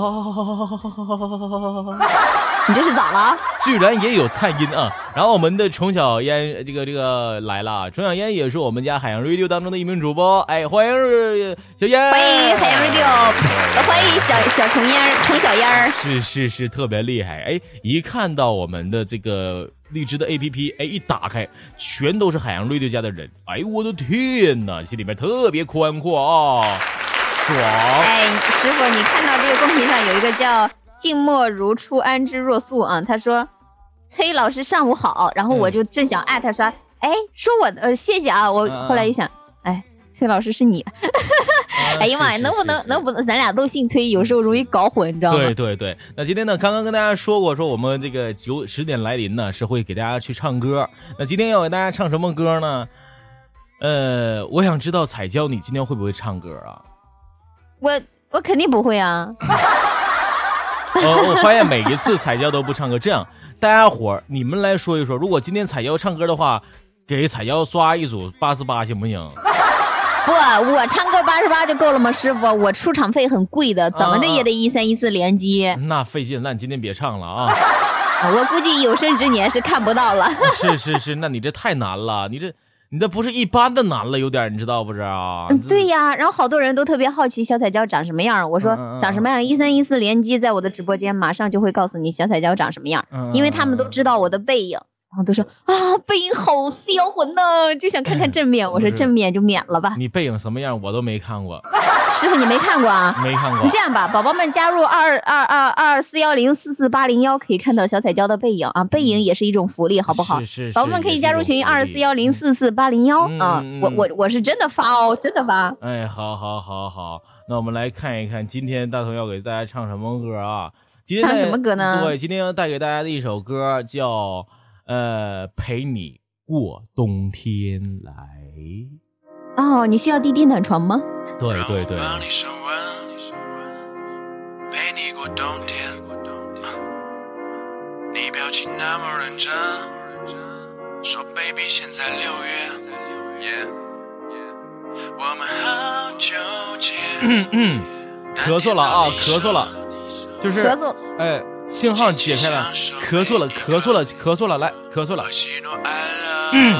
[SPEAKER 7] 哦，
[SPEAKER 8] 你这是咋了？
[SPEAKER 7] 居然也有颤音啊！然后我们的虫小烟，这个这个来了，虫小烟也是我们家海洋 radio 当中的一名主播。哎，欢迎小烟，
[SPEAKER 8] 欢迎海洋 radio， 欢迎小小虫烟，虫小烟。
[SPEAKER 7] 是是是，特别厉害！哎，一看到我们的这个荔枝的 A P P， 哎，一打开，全都是海洋 radio 家的人。哎，我的天哪，心里面特别宽阔啊！爽！
[SPEAKER 8] 哎，师傅，你看到这个公屏上有一个叫静默如初安之若素啊，他说崔老师上午好，然后我就正想艾特说，哎、嗯，说我呃谢谢啊，我后来一想，哎，崔老师是你，哎呀妈呀，能不能能不能咱俩都姓崔，有时候容易搞混，你知道吗？
[SPEAKER 7] 对对对，那今天呢，刚刚跟大家说过，说我们这个九十点来临呢，是会给大家去唱歌。那今天要给大家唱什么歌呢？呃，我想知道彩椒，你今天会不会唱歌啊？
[SPEAKER 8] 我我肯定不会啊。
[SPEAKER 7] 呃，我发现每一次彩椒都不唱歌，这样大家伙你们来说一说，如果今天彩椒唱歌的话，给彩椒刷一组八十八行不行？
[SPEAKER 8] 不，我唱歌八十八就够了吗？师傅，我出场费很贵的，怎么着也得一三一四连击、啊。
[SPEAKER 7] 那费劲，那你今天别唱了啊！
[SPEAKER 8] 我估计有生之年是看不到了。
[SPEAKER 7] 是是是，那你这太难了，你这。你这不是一般的难了，有点你知道不知道啊？
[SPEAKER 8] 嗯，对呀。然后好多人都特别好奇小彩椒长什么样，我说、嗯、长什么样，一三一四连击在我的直播间马上就会告诉你小彩椒长什么样，嗯、因为他们都知道我的背影，然后都说啊背影好销魂呢，就想看看正面。我说正面就免了吧。
[SPEAKER 7] 你背影什么样我都没看过。
[SPEAKER 8] 师傅你没看过啊？
[SPEAKER 7] 没看过。
[SPEAKER 8] 你这样吧，宝宝们加入二二二二四幺零四四八零幺，可以看到小彩椒的背影啊，背影也是一种福利，好不好？
[SPEAKER 7] 是是是。
[SPEAKER 8] 宝宝们可以加入群二四幺零四四八零幺啊，我我我是真的发哦，真的发。
[SPEAKER 7] 哎，好好好好，那我们来看一看今天大头要给大家唱什么歌啊？今天
[SPEAKER 8] 唱什么歌呢？
[SPEAKER 7] 对，今天要带给大家的一首歌叫呃陪你过冬天来。
[SPEAKER 8] 哦，你需要滴滴暖床吗？
[SPEAKER 7] 对对对。
[SPEAKER 13] 陪你过冬天，你表情那么认真，说 baby 现在六月， yeah, yeah, 我们好纠结。
[SPEAKER 7] 嗯嗯，咳嗽了啊，咳嗽了，就是
[SPEAKER 8] 咳嗽，
[SPEAKER 7] 哎，信号解开了，咳嗽了，咳嗽了，咳嗽了，来，咳嗽了。嗯，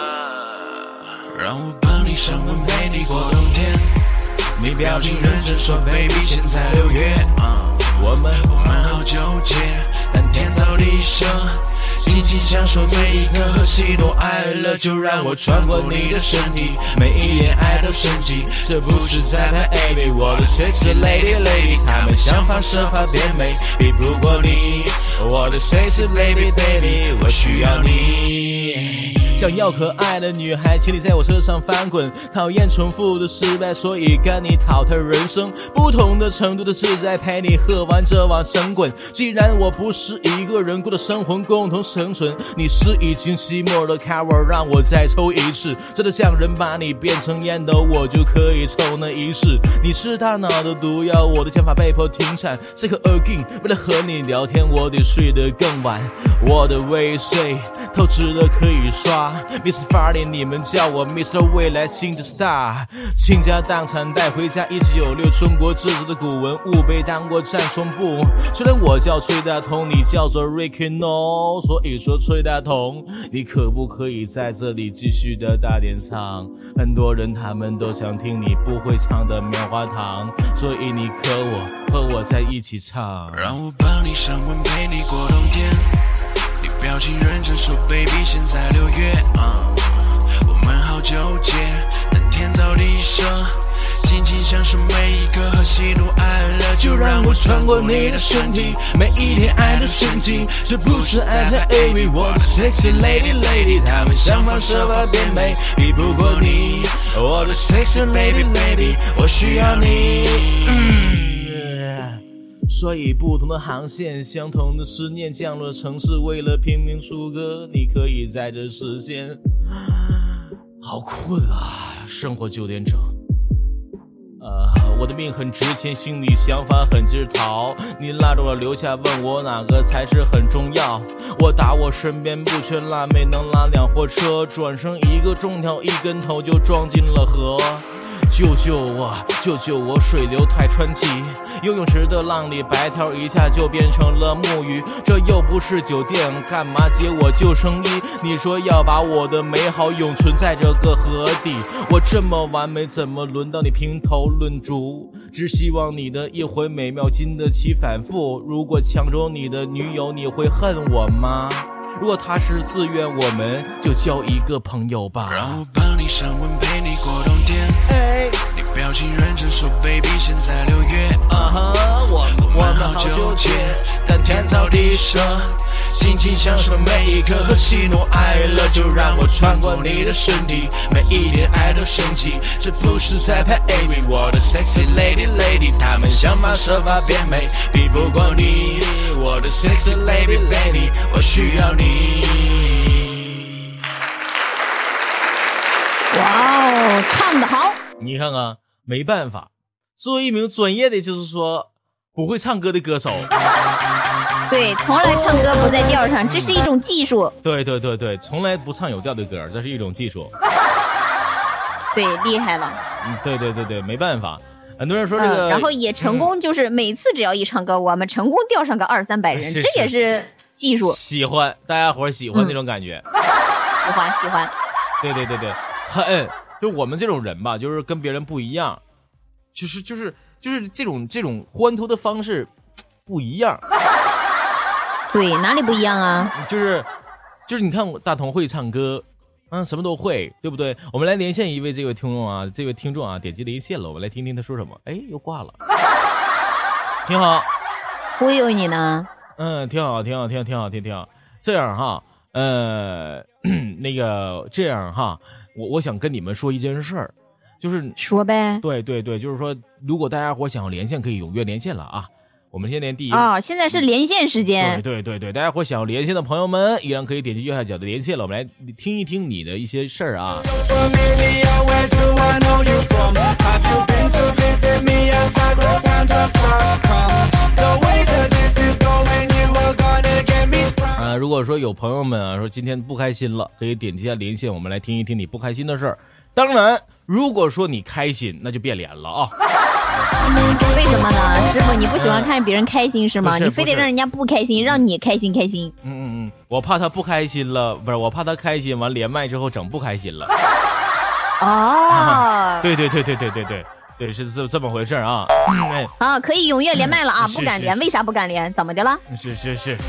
[SPEAKER 13] 让我帮你升温，陪你过冬天。你表情认真说 baby 现在六月、uh, 我们我们好纠结，但天造地设，尽情享受每一个和喜怒哀乐，就让我穿过你的身体，每一点爱都升级，这不是在拍 A V， 我的 sexy lady lady， 他们想方设法变美，比不过你，我的 sexy lady baby， 我需要你。
[SPEAKER 7] 想要可爱的女孩，请你在我车上翻滚，讨厌重复的失败，所以跟你淘汰人生，不同的程度的自在，陪你喝完这碗神滚。既然我不是一个人过的生活，共同生存，你是已经寂寞的卡我，让我再抽一次，真的像人把你变成烟斗，我就可以抽那一世。你是大脑的毒药，我的想法被迫停产，适合 again， 为了和你聊天，我得睡得更晚，我的未睡透支的可以刷。Mister Farley， 你们叫我 Mister 未来新的 Star， 倾家荡产带回家一九九六中国制作的古文物被当过战胸部。虽然我叫崔大同，你叫做 Ricky No， 所以说崔大同，你可不可以在这里继续的大点唱？很多人他们都想听你不会唱的棉花糖，所以你和我和我在一起唱。
[SPEAKER 13] 让我帮你升温，陪你过冬天。你表情认真说 baby 现在六月、uh, 我们好纠结，但天造地设，尽情享受每一个和喜怒哀乐，就让我穿过你的身体，每一天爱都升级，这不是爱和 A V， 我的 sexy lady lady， 他们想方设法变美，比不过你，我的 sexy lady lady， 我需要你、嗯
[SPEAKER 7] 所以不同的航线，相同的思念，降落城市，为了拼命出歌，你可以在这实现。好困啊，生活九点整。呃， 我的命很值钱，心里想法很自豪。你拉着我留下，问我哪个才是很重要。我打我身边不缺辣妹，能拉辆货车，转身一个中条，一跟头就撞进了河。救救我，救救我，水流太湍急，游泳池的浪里白条一下就变成了木鱼。这又不是酒店，干嘛接我救生衣？你说要把我的美好永存在这个河底，我这么完美，怎么轮到你评头论足？只希望你的一回美妙经得起反复。如果抢走你的女友，你会恨我吗？如果他是自愿，我们就交一个朋友吧。
[SPEAKER 13] 让我帮你升温，陪你过冬天。哎，你表情认真说 ，baby， 现在六月，啊哈，我我们好纠结，但天造地设，尽情享受每一刻和喜怒哀乐，就让我穿过你的身体，每一点爱都升级。这不是在拍 A V， 我的 sexy lady lady， 他们想方设法变美，比不过你，我的 sexy lady lady， 我需要你。
[SPEAKER 8] 哇哦，唱得好！
[SPEAKER 7] 你看看，没办法，作为一名专业的就是说不会唱歌的歌手，
[SPEAKER 8] 对，从来唱歌不在调上，这是一种技术。
[SPEAKER 7] 对对对对，从来不唱有调的歌，这是一种技术。
[SPEAKER 8] 对，厉害了。
[SPEAKER 7] 嗯，对对对对，没办法。很多人说这个、
[SPEAKER 8] 嗯，然后也成功，就是每次只要一唱歌，嗯、我们成功调上个二三百人，
[SPEAKER 7] 是是
[SPEAKER 8] 这也是技术。
[SPEAKER 7] 喜欢，大家伙喜欢那种感觉。
[SPEAKER 8] 嗯、喜欢喜欢。
[SPEAKER 7] 对对对对，很，就我们这种人吧，就是跟别人不一样，就是就是就是这种这种欢脱的方式不一样。
[SPEAKER 8] 对，哪里不一样啊？
[SPEAKER 7] 就是就是你看我大同会唱歌。嗯，什么都会，对不对？我们来连线一位这位听众啊，这位听众啊，点击连线了，我们来听听他说什么。哎，又挂了。挺好，
[SPEAKER 8] 忽悠你呢。
[SPEAKER 7] 嗯，挺好，挺好，挺好，挺好，挺好。这样哈，呃，那个这样哈，我我想跟你们说一件事儿，就是
[SPEAKER 8] 说呗。
[SPEAKER 7] 对对对，就是说，如果大家伙想要连线，可以踊跃连线了啊。我们先连第一
[SPEAKER 8] 哦，现在是连线时间。
[SPEAKER 7] 对对对对，大家伙想要连线的朋友们，依然可以点击右下角的连线了。我们来听一听你的一些事儿啊。啊，如果说有朋友们啊说今天不开心了，可以点击一下连线，我们来听一听你不开心的事儿。当然，如果说你开心，那就别连了啊。
[SPEAKER 8] 为什么呢？师傅，你不喜欢看别人开心是吗？
[SPEAKER 7] 是
[SPEAKER 8] 你非得让人家不开心，让你开心开心。
[SPEAKER 7] 嗯嗯嗯，我怕他不开心了，不是我怕他开心完连麦之后整不开心了。
[SPEAKER 8] 哦、
[SPEAKER 7] 啊，对对对对对对对对，是这这么回事啊。嗯哎、
[SPEAKER 8] 啊，可以踊跃连麦了啊！
[SPEAKER 7] 是
[SPEAKER 8] 不敢连，为啥不敢连？怎么的了？
[SPEAKER 7] 是是是。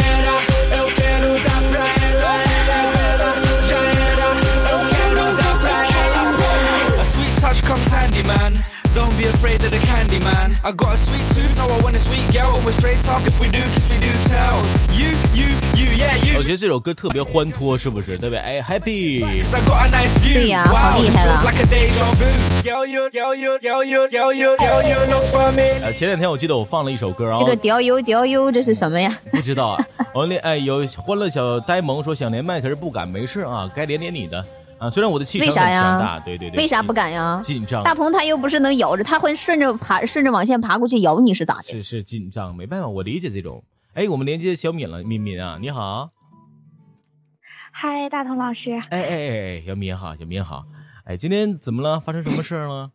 [SPEAKER 14] Don't be afraid of the candy man. I got a sweet tooth, now I want a sweet girl. Always straight talk, if we do, kiss we do tell. You, you, you, yeah, you.
[SPEAKER 7] 我觉得这首歌特别欢脱，是不是？对不对？哎 ，Happy。
[SPEAKER 8] 对呀、啊，好厉害了。
[SPEAKER 7] 呃，前两天我记得我放了一首歌啊。
[SPEAKER 8] 这个调悠调悠，这是什么呀？
[SPEAKER 7] 不知道啊。我连哎有欢乐小呆萌说想连麦，可是不敢，没事啊，该连连你的。啊，虽然我的气场很强大，对对对，
[SPEAKER 8] 为啥不敢呀？
[SPEAKER 7] 紧张。
[SPEAKER 8] 大同他又不是能咬着，他会顺着爬，顺着网线爬过去咬你是咋的？
[SPEAKER 7] 是是紧张，没办法，我理解这种。哎，我们连接小敏了，敏敏啊，你好。
[SPEAKER 5] 嗨，大同老师。
[SPEAKER 7] 哎哎哎哎，小敏好，小敏好。哎，今天怎么了？发生什么事了？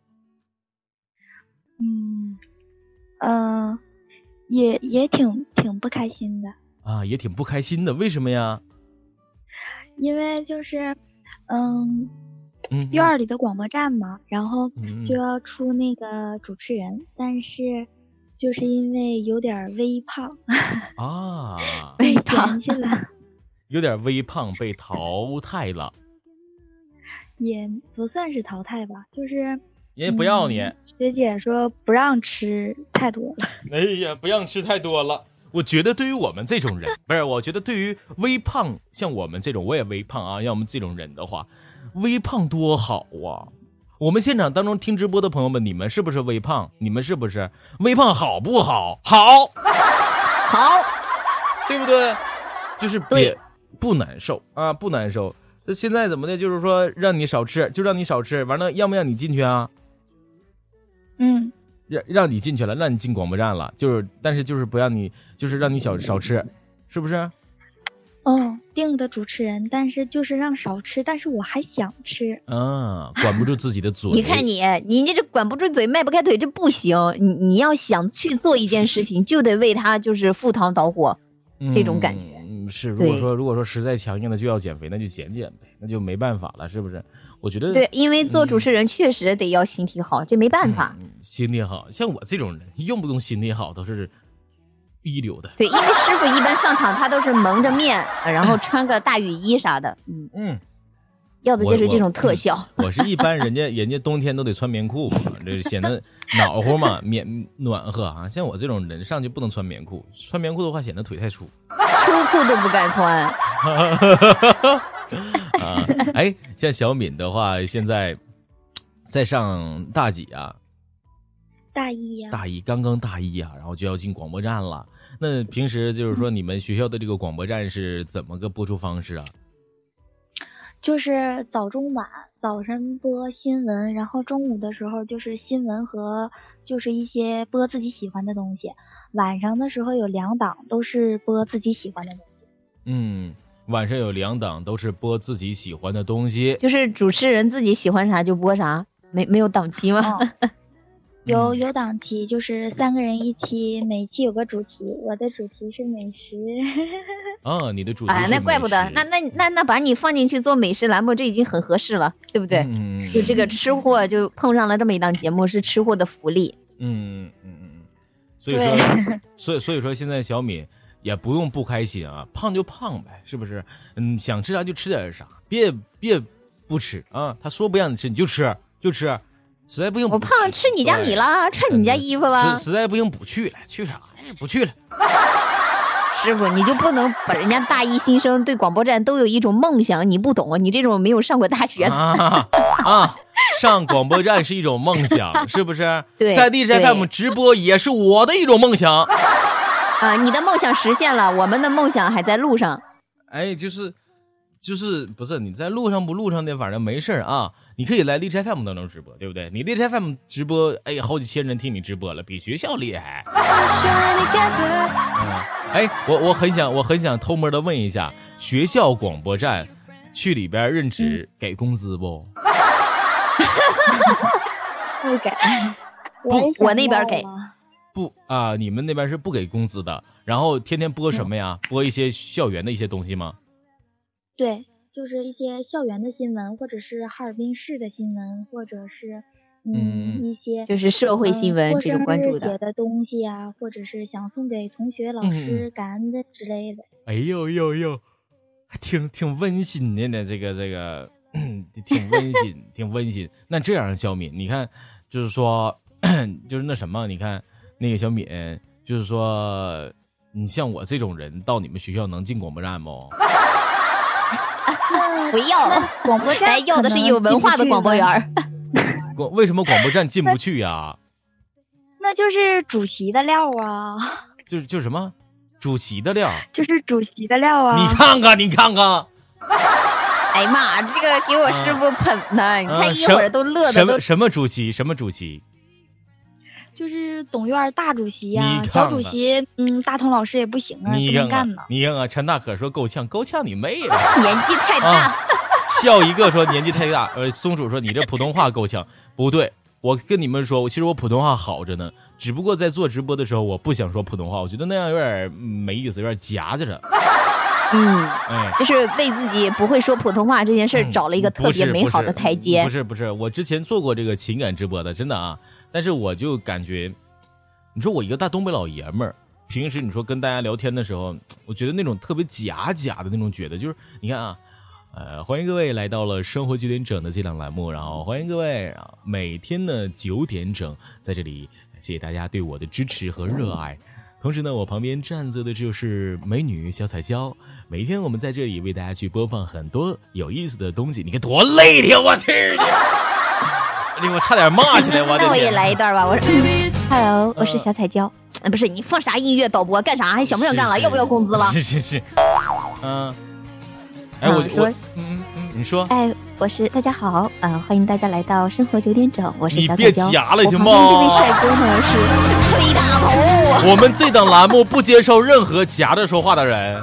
[SPEAKER 5] 嗯嗯、呃，也也挺挺不开心的。
[SPEAKER 7] 啊，也挺不开心的，为什么呀？
[SPEAKER 5] 因为就是。嗯，院里的广播站嘛，然后就要出那个主持人，嗯、但是就是因为有点微胖
[SPEAKER 7] 啊，
[SPEAKER 8] 微胖
[SPEAKER 5] 去了，
[SPEAKER 7] 有点微胖被淘汰了，
[SPEAKER 5] 也不算是淘汰吧，就是
[SPEAKER 7] 人家不要你、嗯。
[SPEAKER 5] 学姐说不让吃太多了，
[SPEAKER 7] 哎呀，不让吃太多了。我觉得对于我们这种人，不是，我觉得对于微胖，像我们这种，我也微胖啊，像我们这种人的话，微胖多好啊！我们现场当中听直播的朋友们，你们是不是微胖？你们是不是微胖？好不好？好，
[SPEAKER 8] 好，
[SPEAKER 7] 对不对？就是别不难受啊，不难受。那现在怎么的？就是说让你少吃，就让你少吃，完了让不让你进去啊？
[SPEAKER 5] 嗯，
[SPEAKER 7] 让让你进去了，让你进广播站了，就是但是就是不让你，就是让你少少吃，是不是？
[SPEAKER 5] 哦，定的主持人，但是就是让少吃，但是我还想吃。
[SPEAKER 7] 啊，管不住自己的嘴。
[SPEAKER 8] 你看你，你这管不住嘴，迈不开腿，这不行。你你要想去做一件事情，就得为他就是赴汤蹈火，嗯、这种感觉。
[SPEAKER 7] 嗯，是。如果说如果说实在强硬的就要减肥，那就减减呗，那就没办法了，是不是？我觉得
[SPEAKER 8] 对，因为做主持人确实得要心体好，嗯、这没办法、
[SPEAKER 7] 嗯。心体好，像我这种人，用不用心体好都是一流的。
[SPEAKER 8] 对，因为师傅一般上场他都是蒙着面，然后穿个大雨衣啥的。嗯
[SPEAKER 7] 嗯，
[SPEAKER 8] 要的就是这种特效。
[SPEAKER 7] 我, 我, 我是一般人家人家冬天都得穿棉裤嘛，这显得暖和嘛，棉暖和啊。像我这种人上去不能穿棉裤，穿棉裤的话显得腿太粗，
[SPEAKER 8] 秋裤都不敢穿。
[SPEAKER 7] 啊，哎，像小敏的话，现在在上大几啊？
[SPEAKER 5] 大一呀、啊。
[SPEAKER 7] 大一，刚刚大一啊，然后就要进广播站了。那平时就是说，你们学校的这个广播站是怎么个播出方式啊？
[SPEAKER 5] 就是早中晚，早晨播新闻，然后中午的时候就是新闻和就是一些播自己喜欢的东西，晚上的时候有两档都是播自己喜欢的东西。
[SPEAKER 7] 嗯。晚上有两档都是播自己喜欢的东西，
[SPEAKER 8] 就是主持人自己喜欢啥就播啥，没没有档期吗？
[SPEAKER 5] 哦、有有档期，就是三个人一期，每期有个主题。我的主题是美食。
[SPEAKER 7] 哦，你的主题是美食。
[SPEAKER 8] 啊，那怪不得，那那那那把你放进去做美食栏目，这已经很合适了，对不对？嗯，就这个吃货就碰上了这么一档节目，是吃货的福利。
[SPEAKER 7] 嗯嗯嗯，所以说，所以所以说现在小米。也不用不开心啊，胖就胖呗，是不是？嗯，想吃啥就吃点啥，别别不吃啊。他说不让你吃，你就吃就吃，实在不行
[SPEAKER 8] 我胖吃你家米了，穿你家衣服了。
[SPEAKER 7] 实实在不行不去了，去啥？不去了。
[SPEAKER 8] 师傅，你就不能把人家大一新生对广播站都有一种梦想，你不懂啊？你这种没有上过大学的
[SPEAKER 7] 啊啊，上广播站是一种梦想，是不是？
[SPEAKER 8] 对，
[SPEAKER 7] 在荔枝 F M 直播也是我的一种梦想。
[SPEAKER 8] 啊，你的梦想实现了，我们的梦想还在路上。
[SPEAKER 7] 哎，就是就是不是你在路上不路上的，反正没事啊。你可以来荔枝 F M 当中直播，对不对？你荔枝 F M 直播，哎，好几千人听你直播了，比学校厉害。嗯、哎，我我很想我很想偷摸的问一下，学校广播站去里边任职、嗯、给工资不？
[SPEAKER 5] 不给，
[SPEAKER 8] 不，我那边给。
[SPEAKER 7] 不啊，你们那边是不给工资的，然后天天播什么呀？嗯、播一些校园的一些东西吗？
[SPEAKER 5] 对，就是一些校园的新闻，或者是哈尔滨市的新闻，或者是嗯一些
[SPEAKER 8] 就是社会新闻、嗯、这种关注的
[SPEAKER 5] 写的东西啊，或者是想送给同学、老师、嗯、感恩的之类的。
[SPEAKER 7] 哎呦呦呦，挺挺温馨的呢，这个这个，挺温馨，挺温馨。那这样，小敏，你看，就是说，就是那什么，你看。那个小敏，就是说，你像我这种人，到你们学校能进广播站不？
[SPEAKER 8] 不要，
[SPEAKER 5] 广播站
[SPEAKER 8] 哎，要的是有文化的广播员。
[SPEAKER 7] 广为什么广播站进不去呀？
[SPEAKER 5] 那就是主席的料啊。
[SPEAKER 7] 就是就什么？主席的料？
[SPEAKER 5] 就是主席的料啊！
[SPEAKER 7] 你看看，你看看。
[SPEAKER 8] 哎呀妈，这个给我师傅捧的，啊、你看一会儿都乐的都。
[SPEAKER 7] 什么什么主席？什么主席？
[SPEAKER 5] 就是总院大主席呀、啊，小主席，嗯，大同老师也不行啊，
[SPEAKER 7] 你
[SPEAKER 5] 不能干呢。
[SPEAKER 7] 你看啊，陈大可说够呛，够呛你妹了，
[SPEAKER 8] 年纪太大。
[SPEAKER 7] 啊、笑一个说年纪太大，呃，松鼠说你这普通话够呛，不对，我跟你们说，其实我普通话好着呢，只不过在做直播的时候，我不想说普通话，我觉得那样有点没意思，有点夹着着。
[SPEAKER 8] 嗯，哎，就是为自己不会说普通话这件事找了一个特别美好的台阶。
[SPEAKER 7] 不是不是，不是，我之前做过这个情感直播的，真的啊。但是我就感觉，你说我一个大东北老爷们儿，平时你说跟大家聊天的时候，我觉得那种特别假假的那种觉得，就是你看啊，呃，欢迎各位来到了生活九点整的这档栏目，然后欢迎各位啊，每天的九点整在这里，谢谢大家对我的支持和热爱。同时呢，我旁边站着的就是美女小彩椒，每天我们在这里为大家去播放很多有意思的东西，你看多累的，我去！我差点骂起来，我的天！
[SPEAKER 8] 那我也来一段吧，我说、嗯、，Hello， 我是小彩椒。嗯，不是你放啥音乐导播干啥？还想不想干了？要不要工资了？
[SPEAKER 7] 是是是，嗯、呃，哎，我我嗯嗯， 你说。
[SPEAKER 8] 哎，我是大家好，呃，欢迎大家来到生活九点整，我是小
[SPEAKER 7] 你别
[SPEAKER 8] 娇。
[SPEAKER 7] 夹了行吗？
[SPEAKER 8] 我旁边这位帅哥呢是崔大头。
[SPEAKER 7] 我们这档栏目不接受任何夹着说话的人。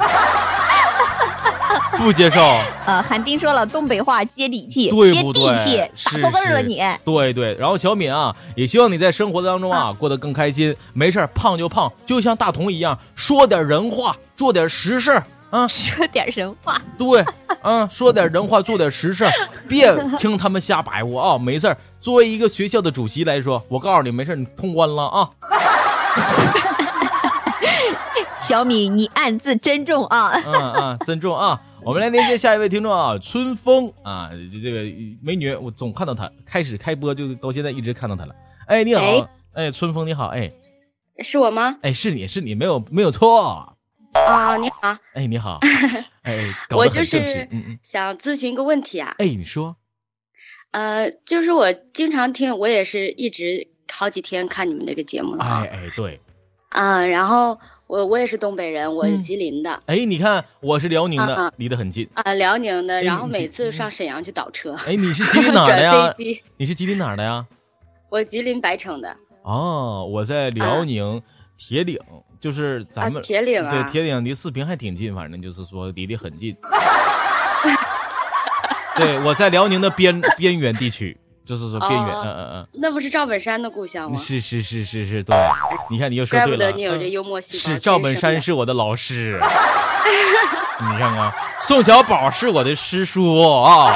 [SPEAKER 7] 不接受。
[SPEAKER 8] 呃，韩丁说了，东北话接地气，
[SPEAKER 7] 对不对？
[SPEAKER 8] 接地气，打错字了你。
[SPEAKER 7] 对对，然后小敏啊，也希望你在生活当中啊、啊过得更开心。没事，胖就胖，就像大同一样，说点人话，做点实事啊。
[SPEAKER 8] 说点人话。
[SPEAKER 7] 对，啊，说点人话，做点实事，别听他们瞎白活啊。没事，作为一个学校的主席来说，我告诉你，没事，你通关了啊。
[SPEAKER 8] 小米，你暗自珍重啊。
[SPEAKER 7] 嗯嗯，珍重啊。我们来连接下一位听众啊，春风啊，这个美女，我总看到她，开始开播就到现在一直看到她了。哎，你好，哎，哎春风你好，哎，
[SPEAKER 15] 是我吗？
[SPEAKER 7] 哎，是你是你，没有没有错
[SPEAKER 15] 啊，你好，
[SPEAKER 7] 哎，你好，哎，
[SPEAKER 15] 我就是想咨询一个问题啊，
[SPEAKER 7] 哎，你说，
[SPEAKER 15] 呃，就是我经常听，我也是一直好几天看你们这个节目了，
[SPEAKER 7] 哎哎，对，
[SPEAKER 15] 啊、呃，然后。我我也是东北人，我是吉林的。
[SPEAKER 7] 哎、嗯，你看我是辽宁的，啊、离得很近
[SPEAKER 15] 啊。辽宁的，然后每次上沈阳去倒车。
[SPEAKER 7] 哎，你是吉林哪儿的呀？你是吉林哪儿的呀？
[SPEAKER 15] 我吉林白城的。
[SPEAKER 7] 哦，我在辽宁铁岭，啊、就是咱们、
[SPEAKER 15] 啊、铁岭啊。
[SPEAKER 7] 对，铁岭离四平还挺近，反正就是说离得很近。对，我在辽宁的边边缘地区。就是说边缘，嗯嗯嗯，
[SPEAKER 15] 那不是赵本山的故乡吗？
[SPEAKER 7] 是是是是是，对，你看你又说对了，
[SPEAKER 15] 怪不得你有这幽默细胞。
[SPEAKER 7] 是赵本山是我的老师，你看看，宋小宝是我的师叔啊，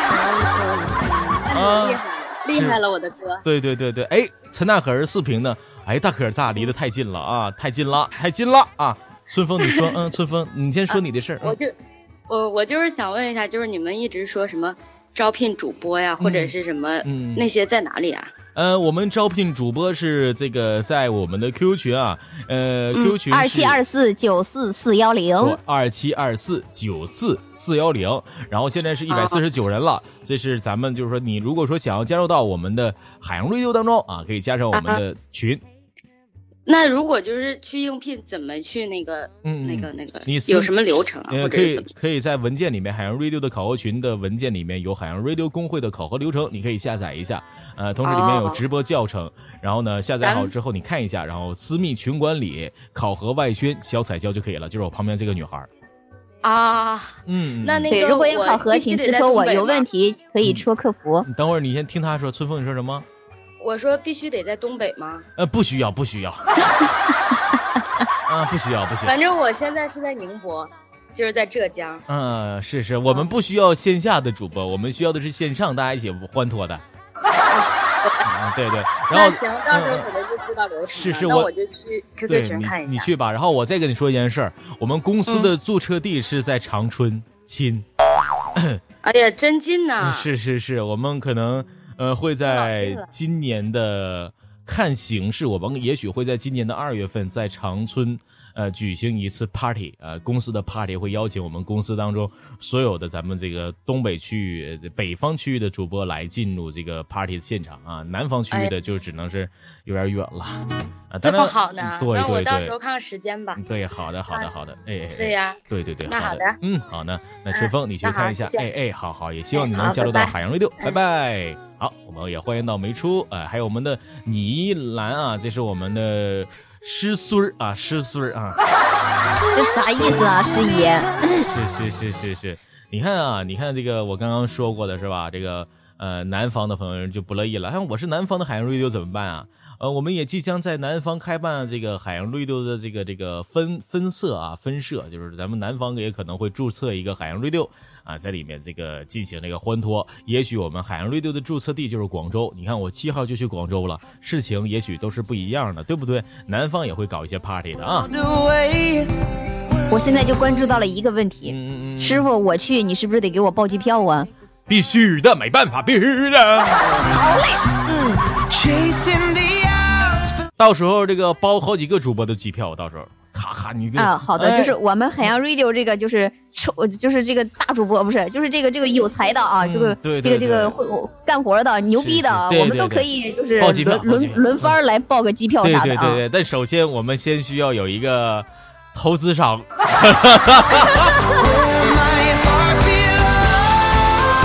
[SPEAKER 15] 啊，厉害厉害了，我的哥。
[SPEAKER 7] 对对对对，哎，陈大河四平的，哎，大哥咱俩离得太近了啊，太近了，太近了啊！春风，你说，嗯，春风，你先说你的事儿、
[SPEAKER 15] 啊。我就。我我就是想问一下，就是你们一直说什么招聘主播呀，或者是什么那些在哪里啊？
[SPEAKER 7] 嗯、呃，我们招聘主播是这个在我们的 Q Q 群啊，呃、嗯、，Q Q 群
[SPEAKER 8] 二七二四九四四幺零，
[SPEAKER 7] 二七二四九四四幺零，然后现在是一百四十九人了、啊。这是咱们就是说，你如果说想要加入到我们的海洋 radio 当中啊，可以加上我们的群。啊
[SPEAKER 15] 那如果就是去应聘，怎么去那个、嗯、那个那个？
[SPEAKER 7] 你
[SPEAKER 15] 有什么流程啊？
[SPEAKER 7] 呃、
[SPEAKER 15] 或者
[SPEAKER 7] 可以可以在文件里面，海洋 radio 的考核群的文件里面有海洋 radio 工会的考核流程，你可以下载一下。呃，同时里面有直播教程，哦、然后呢下载好之后你看一下，然后私密群管理、考核外宣、小彩椒就可以了。就是我旁边这个女孩。
[SPEAKER 15] 啊，
[SPEAKER 7] 嗯，
[SPEAKER 15] 那那个
[SPEAKER 8] 对，如果有考核，请私戳我，有问题可以戳客服。
[SPEAKER 7] 嗯、等会儿你先听她说，春风，你说什么？
[SPEAKER 15] 我说必须得在东北吗？
[SPEAKER 7] 呃，不需要，不需要。啊，不需要，不需要。
[SPEAKER 15] 反正我现在是在宁波，就是在浙江。
[SPEAKER 7] 嗯，是是，我们不需要线下的主播，我们需要的是线上大家一起欢脱的。啊，对对。然后
[SPEAKER 15] 行，到时候可能就知道流程了。
[SPEAKER 7] 是是，
[SPEAKER 15] 那我就去 Q Q 群看一下。
[SPEAKER 7] 你去吧。然后我再跟你说一件事儿，我们公司的注册地是在长春，亲。
[SPEAKER 15] 哎呀，真近呐！
[SPEAKER 7] 是是是，我们可能。呃，会在今年的看形势，我们也许会在今年的二月份在长春呃举行一次 party， 呃，公司的 party 会邀请我们公司当中所有的咱们这个东北区域、北方区域的主播来进入这个 party 的现场啊，南方区域的就只能是有点远了。啊，
[SPEAKER 15] 这么好呢？
[SPEAKER 7] 对对对，
[SPEAKER 15] 那我到时候看看时间吧。
[SPEAKER 7] 对，好的，好的，好的，哎，
[SPEAKER 15] 对呀，
[SPEAKER 7] 对对对，
[SPEAKER 15] 那好的，
[SPEAKER 7] 嗯，好呢，那春风你去看一下，哎哎，好好，也希望你能
[SPEAKER 15] 哎
[SPEAKER 7] 加入到海洋radio，拜拜。好，我们也欢迎到梅初，呃，还有我们的倪兰啊，这是我们的师孙啊，师孙啊，
[SPEAKER 8] 这啥意思啊，师爷？
[SPEAKER 7] 是是是是是，你看啊，你看这个我刚刚说过的是吧？这个呃，南方的朋友就不乐意了，看我是南方的海洋 radio 怎么办啊？呃，我们也即将在南方开办这个海洋 radio 的这个这个分分社啊，分社，就是咱们南方也可能会注册一个海洋 radio 啊，在里面这个进行这个欢脱。也许我们海洋 radio 的注册地就是广州，你看我七号就去广州了，事情也许都是不一样的，对不对？南方也会搞一些 party 的啊。
[SPEAKER 8] 我现在就关注到了一个问题，
[SPEAKER 7] 嗯、
[SPEAKER 8] 师傅，我去，你是不是得给我报机票啊？
[SPEAKER 7] 必须的，没办法，必须的。
[SPEAKER 8] 好嘞，嗯。
[SPEAKER 7] 到时候这个包好几个主播的机票，到时候咔咔你给
[SPEAKER 8] 啊，好的，哎、就是我们海洋 radio 这个就是抽，就是这个大主播不是，就是这个这个有才的啊，
[SPEAKER 7] 嗯、
[SPEAKER 8] 这个
[SPEAKER 7] 对
[SPEAKER 8] 这个这个会干活的牛逼的，
[SPEAKER 7] 是是对对对
[SPEAKER 8] 我们都可以就是
[SPEAKER 7] 轮
[SPEAKER 8] 轮轮番来报个机票啥的啊。
[SPEAKER 7] 对对对对，但首先我们先需要有一个投资商。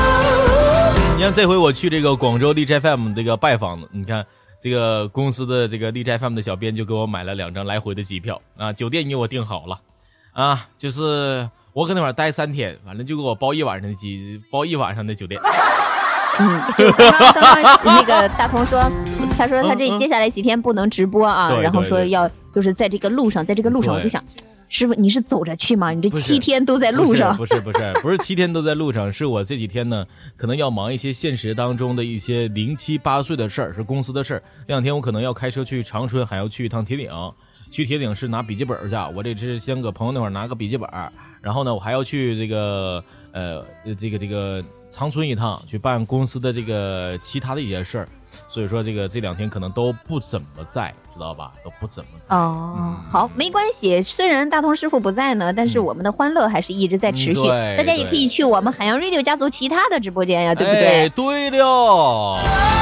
[SPEAKER 7] 你看这回我去这个广州荔枝 F M 这个拜访，你看这个公司的这个荔枝 F M 的小编就给我买了两张来回的机票啊，酒店给我订好了啊，就是我搁那块待三天，反正就给我包一晚上的机，包一晚上的酒店。
[SPEAKER 8] 嗯，就刚刚刚刚那个大同说，他说他这接下来几天不能直播啊，
[SPEAKER 7] 嗯嗯
[SPEAKER 8] 然后说要就是在这个路上，在这个路上，我就想，师傅你是走着去吗？你这七天都在路上？
[SPEAKER 7] 不是不是不是不是七天都在路上，是我这几天呢，可能要忙一些现实当中的一些零七八碎的事儿，是公司的事儿。这两天我可能要开车去长春，还要去一趟铁岭。去铁岭是拿笔记本去，我这是先搁朋友那会儿拿个笔记本，然后呢，我还要去这个呃这个这个长春一趟，去办公司的这个其他的一些事儿，所以说这个这两天可能都不怎么在，知道吧？都不怎么在。
[SPEAKER 8] 哦，嗯、好，没关系。虽然大同师傅不在呢，但是我们的欢乐还是一直在持续。
[SPEAKER 7] 嗯、
[SPEAKER 8] 大家也可以去我们海洋 Radio 家族其他的直播间呀，对不对？
[SPEAKER 7] 哎，对了。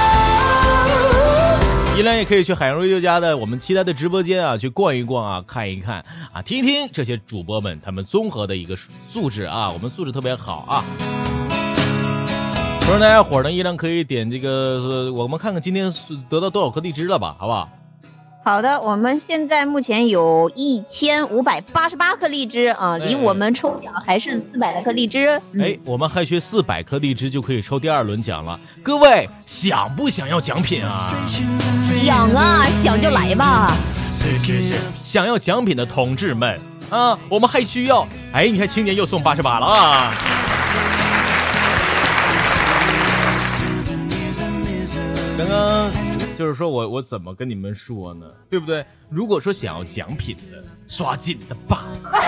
[SPEAKER 7] 依然也可以去海洋 Radio 家的我们期待的直播间啊，去逛一逛啊，看一看啊，听一听这些主播们他们综合的一个素质啊，我们素质特别好啊。不知道大家伙呢，依然可以点这个、呃，我们看看今天得到多少颗荔枝了吧，好不好？
[SPEAKER 8] 好的，我们现在目前有一千五百八十八颗荔枝啊，离我们抽奖还剩四百来颗荔枝。
[SPEAKER 7] 嗯、哎，我们还缺四百颗荔枝就可以抽第二轮奖了。各位想不想要奖品啊？
[SPEAKER 8] 想啊，想就来吧。
[SPEAKER 7] 是是是，想要奖品的同志们啊，我们还需要。哎，你看青年又送八十八了啊！刚刚。就是说我我怎么跟你们说呢？对不对？如果说想要奖品的，抓紧的吧。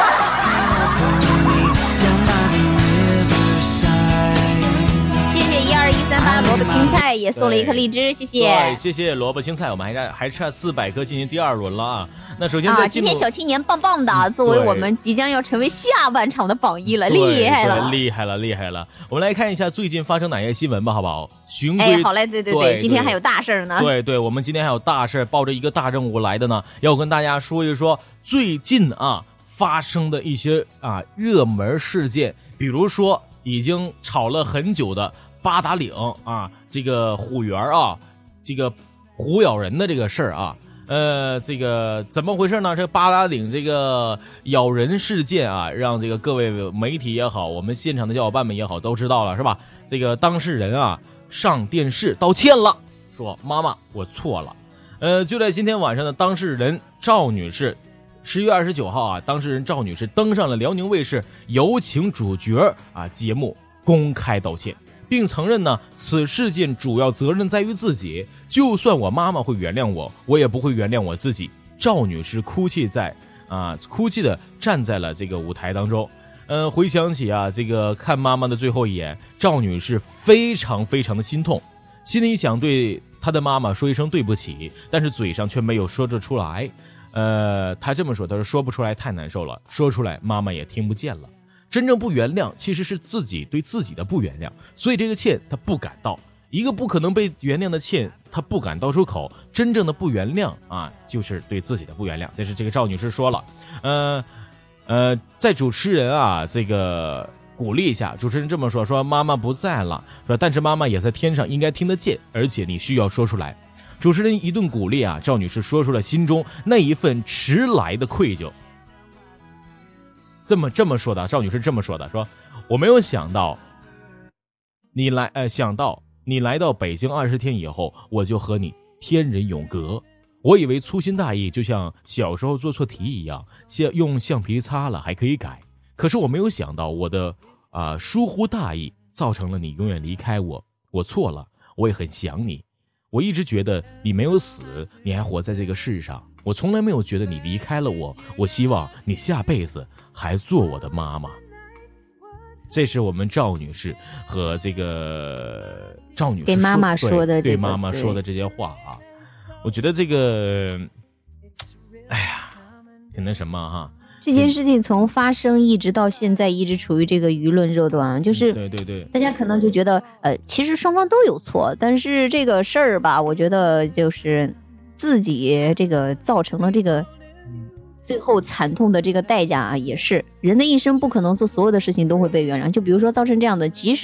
[SPEAKER 8] 谢谢一二一三八萝卜青菜也送了一颗荔枝，谢谢。
[SPEAKER 7] 对，谢谢萝卜青菜，我们还差还差四百颗进行第二轮了啊。那首先在
[SPEAKER 8] 啊，今天小青年棒棒的，作为我们即将要成为下半场的榜一了，厉害了，
[SPEAKER 7] 厉害了，厉害了。我们来看一下最近发生哪些新闻吧，好不好？循规，
[SPEAKER 8] 哎，好嘞，对对 对, 对，今天还有大事呢。
[SPEAKER 7] 对对，我们今天还有大事，抱着一个大任务来的呢，要跟大家说一说最近啊发生的一些啊热门事件，比如说已经炒了很久的八达岭啊，这个虎园啊，这个虎咬人的这个事儿啊。呃，这个怎么回事呢？这八达岭这个咬人事件啊，让这个各位媒体也好，我们现场的小伙伴们也好，都知道了，是吧？这个当事人啊上电视道歉了，说妈妈我错了。呃，就在今天晚上的当事人赵女士，十月二十九号啊，当事人赵女士登上了辽宁卫视有请主角啊节目，公开道歉。并承认呢，此事件主要责任在于自己。就算我妈妈会原谅我，我也不会原谅我自己。赵女士哭泣在啊，哭泣的站在了这个舞台当中。嗯、呃，回想起啊，这个看妈妈的最后一眼，赵女士非常非常的心痛，心里想对她的妈妈说一声对不起，但是嘴上却没有说得出来。呃，她这么说，她说说不出来太难受了，说出来妈妈也听不见了。真正不原谅其实是自己对自己的不原谅，所以这个歉他不敢道，一个不可能被原谅的歉他不敢道出口，真正的不原谅啊就是对自己的不原谅。这是这个赵女士说了。呃呃在主持人啊这个鼓励一下，主持人这么说，说妈妈不在了，说但是妈妈也在天上，应该听得见，而且你需要说出来。主持人一顿鼓励啊，赵女士说出了心中那一份迟来的愧疚。这么这么说的，赵女士这么说的，说我没有想到你来呃想到你来到北京二十天以后，我就和你天人永隔。我以为粗心大意就像小时候做错题一样，像用橡皮擦了还可以改，可是我没有想到我的啊、呃、疏忽大意造成了你永远离开我。我错了，我也很想你。我一直觉得你没有死，你还活在这个世上。我从来没有觉得你离开了我，我希望你下辈子还做我的妈妈。这是我们赵女士和这个赵女士
[SPEAKER 8] 对妈妈说的、这个、
[SPEAKER 7] 对妈妈说的这些话啊，我觉得这个，哎呀，挺那什么哈。
[SPEAKER 8] 这件事情从发生一直到现在，一直处于这个舆论热端，就是
[SPEAKER 7] 对对对，
[SPEAKER 8] 大家可能就觉得，呃，其实双方都有错，但是这个事儿吧，我觉得就是自己这个造成了这个最后惨痛的这个代价啊，也是人的一生不可能做所有的事情都会被原谅。就比如说造成这样的，即使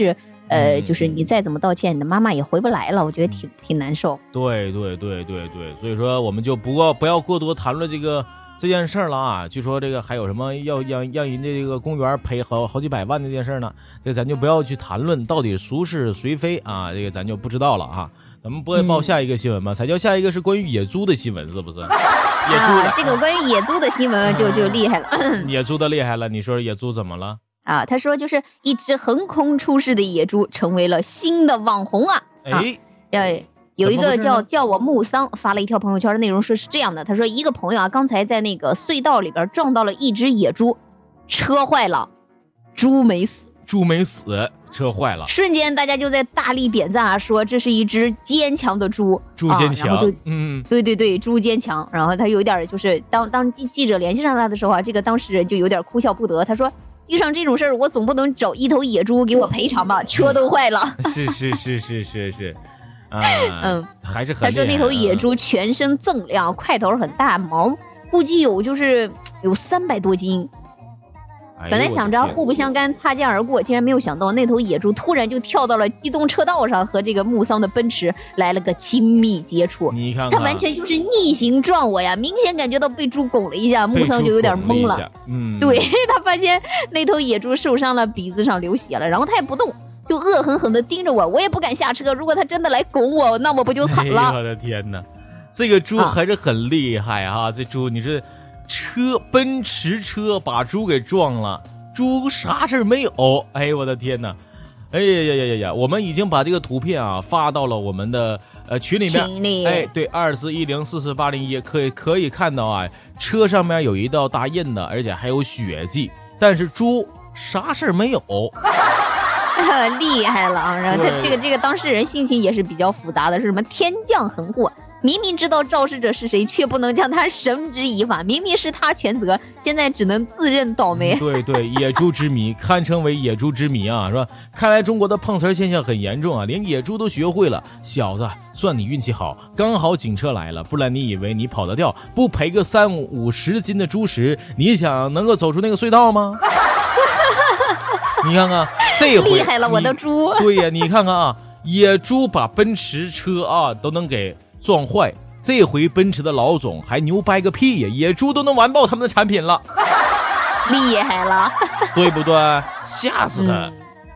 [SPEAKER 8] 呃，就是你再怎么道歉，你的妈妈也回不来了，我觉得挺挺难受。
[SPEAKER 7] 对对对对对，所以说我们就不过不要过多谈论这个这件事了啊。据说这个还有什么要让让人家这个公园赔好好几百万的这件事呢，这咱就不要去谈论到底孰是谁非啊，这个咱就不知道了哈。咱们不会报下一个新闻吗？彩椒，下一个是关于野猪的新闻，是不是？野猪的、
[SPEAKER 8] 啊、这个关于野猪的新闻就就厉害了。
[SPEAKER 7] 野猪的厉害了，你说野猪怎么了？啊，
[SPEAKER 8] 他说就是一只横空出世的野猪成为了新的网红啊！哎，呃、啊，有一个叫叫我木桑发了一条朋友圈的内容，说是这样的，他说一个朋友啊，刚才在那个隧道里边撞到了一只野猪，车坏了，猪没死，
[SPEAKER 7] 猪没死，车坏了，
[SPEAKER 8] 瞬间大家就在大力点赞啊，说这是一只坚强的猪，
[SPEAKER 7] 猪坚强，
[SPEAKER 8] 啊、然后就
[SPEAKER 7] 嗯，
[SPEAKER 8] 对对对，猪坚强。然后他有点就是当当记者联系上他的时候啊，这个当事人就有点哭笑不得，他说。遇上这种事儿，我总不能找一头野猪给我赔偿吧？车都坏了。
[SPEAKER 7] 是是是是是是，啊，
[SPEAKER 8] 嗯，
[SPEAKER 7] 还是很厉害。
[SPEAKER 8] 他说那头野猪全身锃亮，块头很大，毛估计有就是有三百多斤。本来想着互不相干，擦肩而过，竟然没有想到那头野猪突然就跳到了机动车道上，和这个木桑的奔驰来了个亲密接触。
[SPEAKER 7] 你看看，
[SPEAKER 8] 他完全就是逆行撞我呀，明显感觉到被猪拱了一下，木桑就有点懵了。
[SPEAKER 7] 嗯，
[SPEAKER 8] 对，他发现那头野猪受伤了，鼻子上流血了，然后他也不动，就恶狠狠地盯着我，我也不敢下车。如果他真的来拱我，那我不就惨了？
[SPEAKER 7] 哎、我的天哪，这个猪还是很厉害啊！啊这猪你是。车奔驰车把猪给撞了，猪啥事没有。哎我的天哪，哎呀呀呀呀呀！我们已经把这个图片啊发到了我们的呃群里面。
[SPEAKER 8] 群里
[SPEAKER 7] 哎，对，二四一零四四八零一，可以可以看到啊，车上面有一道大印的，而且还有血迹，但是猪啥事没有。
[SPEAKER 8] 厉害了啊！然后他这个这个当事人心情也是比较复杂的，是什么天降横祸。明明知道肇事者是谁，却不能将他绳之以法，明明是他全责，现在只能自认倒霉。
[SPEAKER 7] 嗯、对对，野猪之谜堪称为野猪之谜啊，是吧？看来中国的碰瓷现象很严重啊，连野猪都学会了。小子，算你运气好，刚好警车来了，不然你以为你跑得掉，不赔个三五十斤的猪食，你想能够走出那个隧道吗？你看看，这回
[SPEAKER 8] 厉害了，我的猪。
[SPEAKER 7] 对呀，你看看啊，野猪把奔驰车啊都能给撞坏，这回奔驰的老总还牛掰个屁呀！野猪都能完爆他们的产品了，
[SPEAKER 8] 厉害了，
[SPEAKER 7] 对不对？吓死他！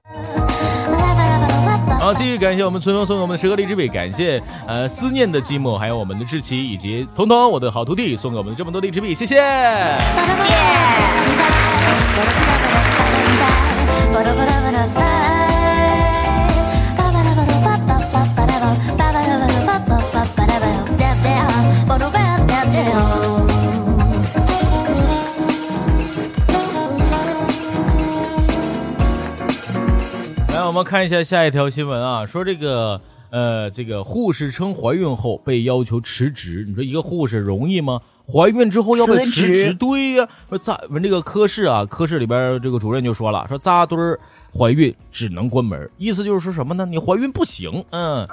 [SPEAKER 7] 好、嗯，继续感谢我们春风送给我们的十个荔枝币，感谢呃思念的寂寞，还有我们的志奇以及彤彤我的好徒弟送给我们的这么多荔枝币，谢谢，
[SPEAKER 8] 谢谢。
[SPEAKER 7] 来，我们看一下下一条新闻啊，说这个呃，这个护士称怀孕后被要求辞职，你说一个护士容易吗？怀孕之后要被辞职？对呀、啊，说扎这个科室啊，科室里边这个主任就说了，说扎堆儿怀孕只能关门，意思就是说什么呢？你怀孕不行，嗯。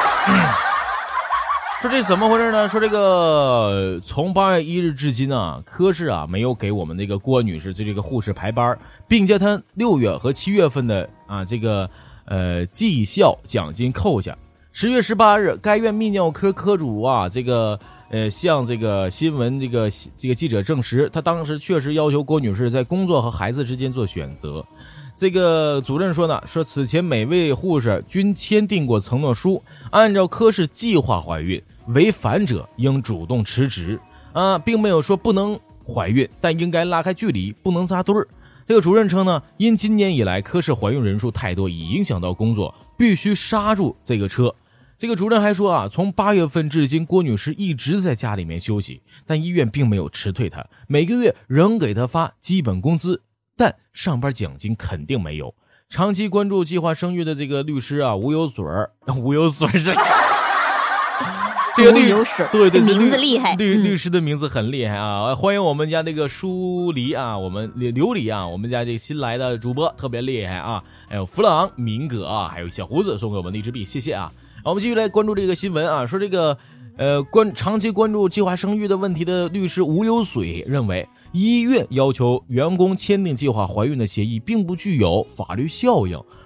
[SPEAKER 7] 说这怎么回事呢？说这个从八月一日至今啊，科室啊没有给我们这个郭女士这个护士排班，并将她六月和七月份的啊这个呃绩效奖金扣下。十月十八日，该院泌尿科科主啊这个呃向这个新闻这个这个记者证实，他当时确实要求郭女士在工作和孩子之间做选择。这个主任说呢，说此前每位护士均签订过承诺书，按照科室计划怀孕，违反者应主动辞职啊，并没有说不能怀孕，但应该拉开距离，不能扎堆儿。这个主任称呢，因今年以来科室怀孕人数太多，已影响到工作，必须刹住这个车。这个主任还说啊，从八月份至今，郭女士一直在家里面休息，但医院并没有辞退她，每个月仍给她发基本工资，但上班奖金肯定没有。长期关注计划生育的这个律师啊，吴有水儿，吴有水是这个律对对，
[SPEAKER 8] 名字厉害，
[SPEAKER 7] 律律师的名字很厉害啊！嗯、欢迎我们家那个舒黎啊，我们琉璃啊，我们家这个新来的主播特别厉害啊！还有弗朗明哥啊，还有小胡子送给我们的一支币，谢谢啊！我们继续来关注这个新闻啊，说这个呃关长期关注计划生育的问题的律师吴有水认为，医院要求员工签订计划怀孕的协议并不具有法律效应。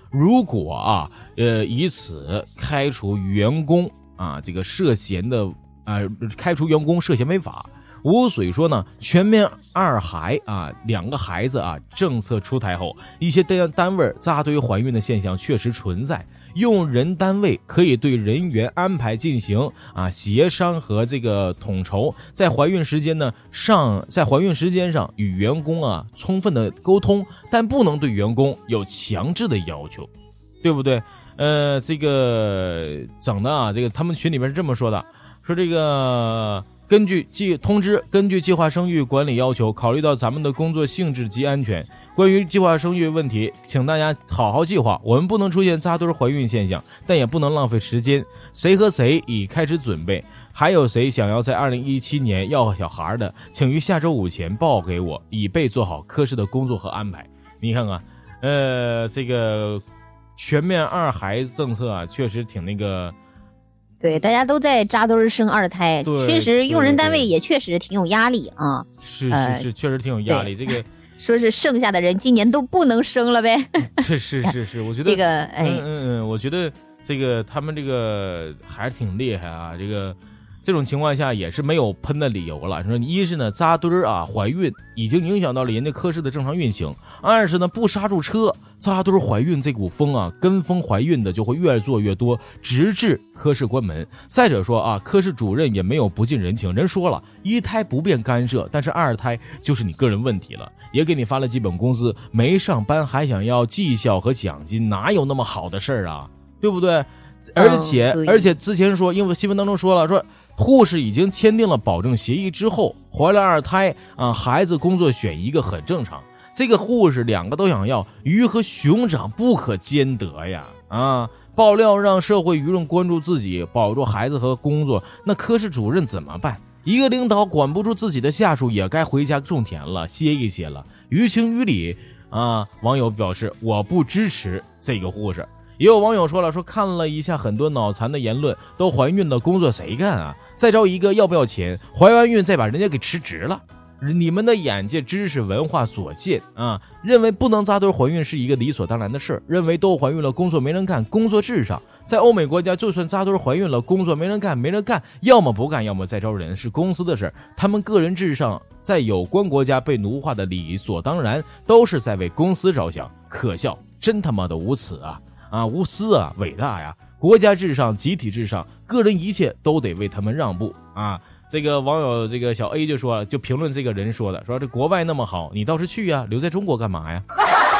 [SPEAKER 7] 如果啊，呃，以此开除员工啊，这个涉嫌的啊、呃，开除员工涉嫌违法。无所以说呢，全面二孩啊，两个孩子啊，政策出台后，一些单单位扎堆怀孕的现象确实存在。用人单位可以对人员安排进行啊协商和这个统筹，在怀孕时间呢上，在怀孕时间上与员工啊充分的沟通，但不能对员工有强制的要求，对不对？呃，这个整的啊，这个他们群里面是这么说的，说这个。根据计通知，根据计划生育管理要求，考虑到咱们的工作性质及安全，关于计划生育问题，请大家好好计划。我们不能出现扎堆怀孕现象，但也不能浪费时间。谁和谁已开始准备，还有谁想要在二零一七年要小孩的，请于下周五前报给我，以备做好科室的工作和安排。你看看，呃，这个全面二孩政策啊，确实挺那个。
[SPEAKER 8] 对，大家都在扎堆生二胎，确实用人单位也确实挺有压力啊。
[SPEAKER 7] 是是是、呃，确实挺有压力。这个
[SPEAKER 8] 说是剩下的人今年都不能生了呗。
[SPEAKER 7] 这是是是，我觉得
[SPEAKER 8] 这个哎，
[SPEAKER 7] 嗯嗯嗯，我觉得这个他们这个还是挺厉害啊。这个这种情况下也是没有喷的理由了。说一是呢扎堆啊怀孕已经影响到了人家科室的正常运行，二是呢不刹住车。扎堆怀孕这股风啊，跟风怀孕的就会越做越多，直至科室关门。再者说啊，科室主任也没有不近人情，人说了，一胎不便干涉，但是二胎就是你个人问题了，也给你发了基本工资，没上班还想要绩效和奖金，哪有那么好的事儿啊？对不对？而且、哦、而且之前说，因为新闻当中说了，说护士已经签订了保证协议之后，怀了二胎啊，孩子工作选一个很正常。这个护士两个都想要，鱼和熊掌不可兼得呀！啊，爆料让社会舆论关注自己，保住孩子和工作，那科室主任怎么办？一个领导管不住自己的下属，也该回家种田了，歇一歇了，于情于理啊！网友表示我不支持这个护士。也有网友说了，说看了一下很多脑残的言论，都怀孕的工作谁干啊？再招一个要不要钱？怀完孕再把人家给辞职了。你们的眼界、知识、文化所限啊，认为不能扎堆怀孕是一个理所当然的事，认为都怀孕了，工作没人干，工作至上。在欧美国家，就算扎堆怀孕了，工作没人干，没人干，要么不干，要么再招人，是公司的事。他们个人至上，在有关国家被奴化的理所当然，都是在为公司着想，可笑，真他妈的无耻啊！啊，无私啊，伟大呀！国家至上，集体至上，个人一切都得为他们让步啊！这个网友这个小 A 就说，就评论这个人说的，说这国外那么好，你倒是去呀，留在中国干嘛呀？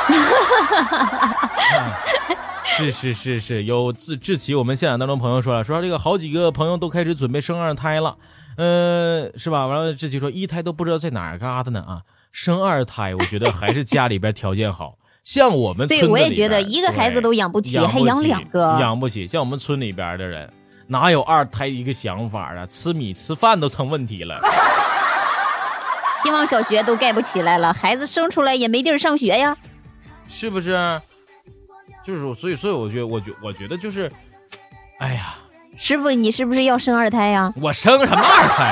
[SPEAKER 7] 啊、是是是是，有志志奇我们现场当中朋友说了，说这个好几个朋友都开始准备生二胎了，呃，是吧？完了志奇说一胎都不知道在哪儿嘎的呢啊，生二胎我觉得还是家里边条件好。像我们村子里边，对，
[SPEAKER 8] 我也觉得一个孩子都养不起，
[SPEAKER 7] 养不起
[SPEAKER 8] 还养两个，
[SPEAKER 7] 养不起。像我们村里边的人，哪有二胎一个想法啊？吃米吃饭都成问题了。
[SPEAKER 8] 希望小学都盖不起来了，孩子生出来也没地儿上学呀，
[SPEAKER 7] 是不是？就是所以，所以我觉得，我觉我觉得就是，哎呀，
[SPEAKER 8] 师傅，你是不是要生二胎呀？
[SPEAKER 7] 我生什么二胎？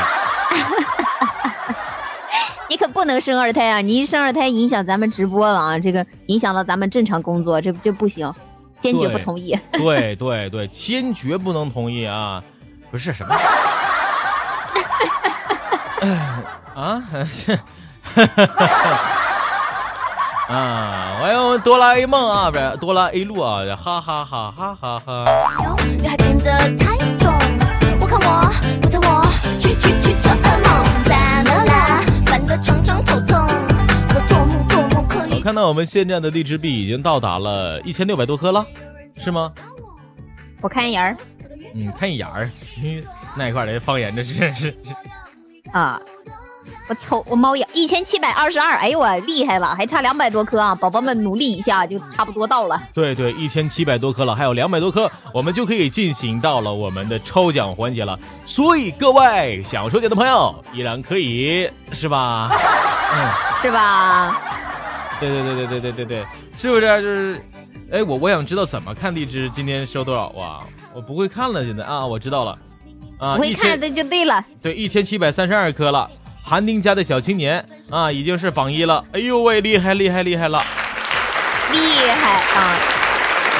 [SPEAKER 8] 你可不能生二胎啊！你一生二胎影响咱们直播了啊，这个影响了咱们正常工作，这这不行，坚决不同意。
[SPEAKER 7] 对对对，坚决不能同意啊！不是什么啊？啊！欢迎我们哆啦 A 梦啊，不是哆啦 A 路啊，哈哈哈哈哈哈！女孩变得太重，我看我，不在我，去去去做噩梦，怎么啦？烦得常常头痛，我做梦做梦可以。我看到我们现在的荔枝币已经到达了一千六百多颗了，是吗？
[SPEAKER 8] 我看一眼儿。
[SPEAKER 7] 嗯，看一眼儿，那一块的方言这是是是
[SPEAKER 8] 啊。我凑我猫眼一千七百二十二，哎呦我厉害了，还差两百多颗啊！宝宝们努力一下就差不多到了。
[SPEAKER 7] 对对，一千七百多颗了，还有两百多颗，我们就可以进行到了我们的抽奖环节了。所以各位想抽奖的朋友依然可以，是吧？
[SPEAKER 8] 嗯，是吧？
[SPEAKER 7] 对对对对对对对对，是不是？就是，哎，我我想知道怎么看荔枝今天收多少啊？我不会看了，现在啊，我知道了，啊，
[SPEAKER 8] 不会看的就对了。
[SPEAKER 7] 对，一千七百三十二颗了。韩丁家的小青年啊，已经是榜一了。哎呦喂，厉害厉害厉害了，
[SPEAKER 8] 厉害啊！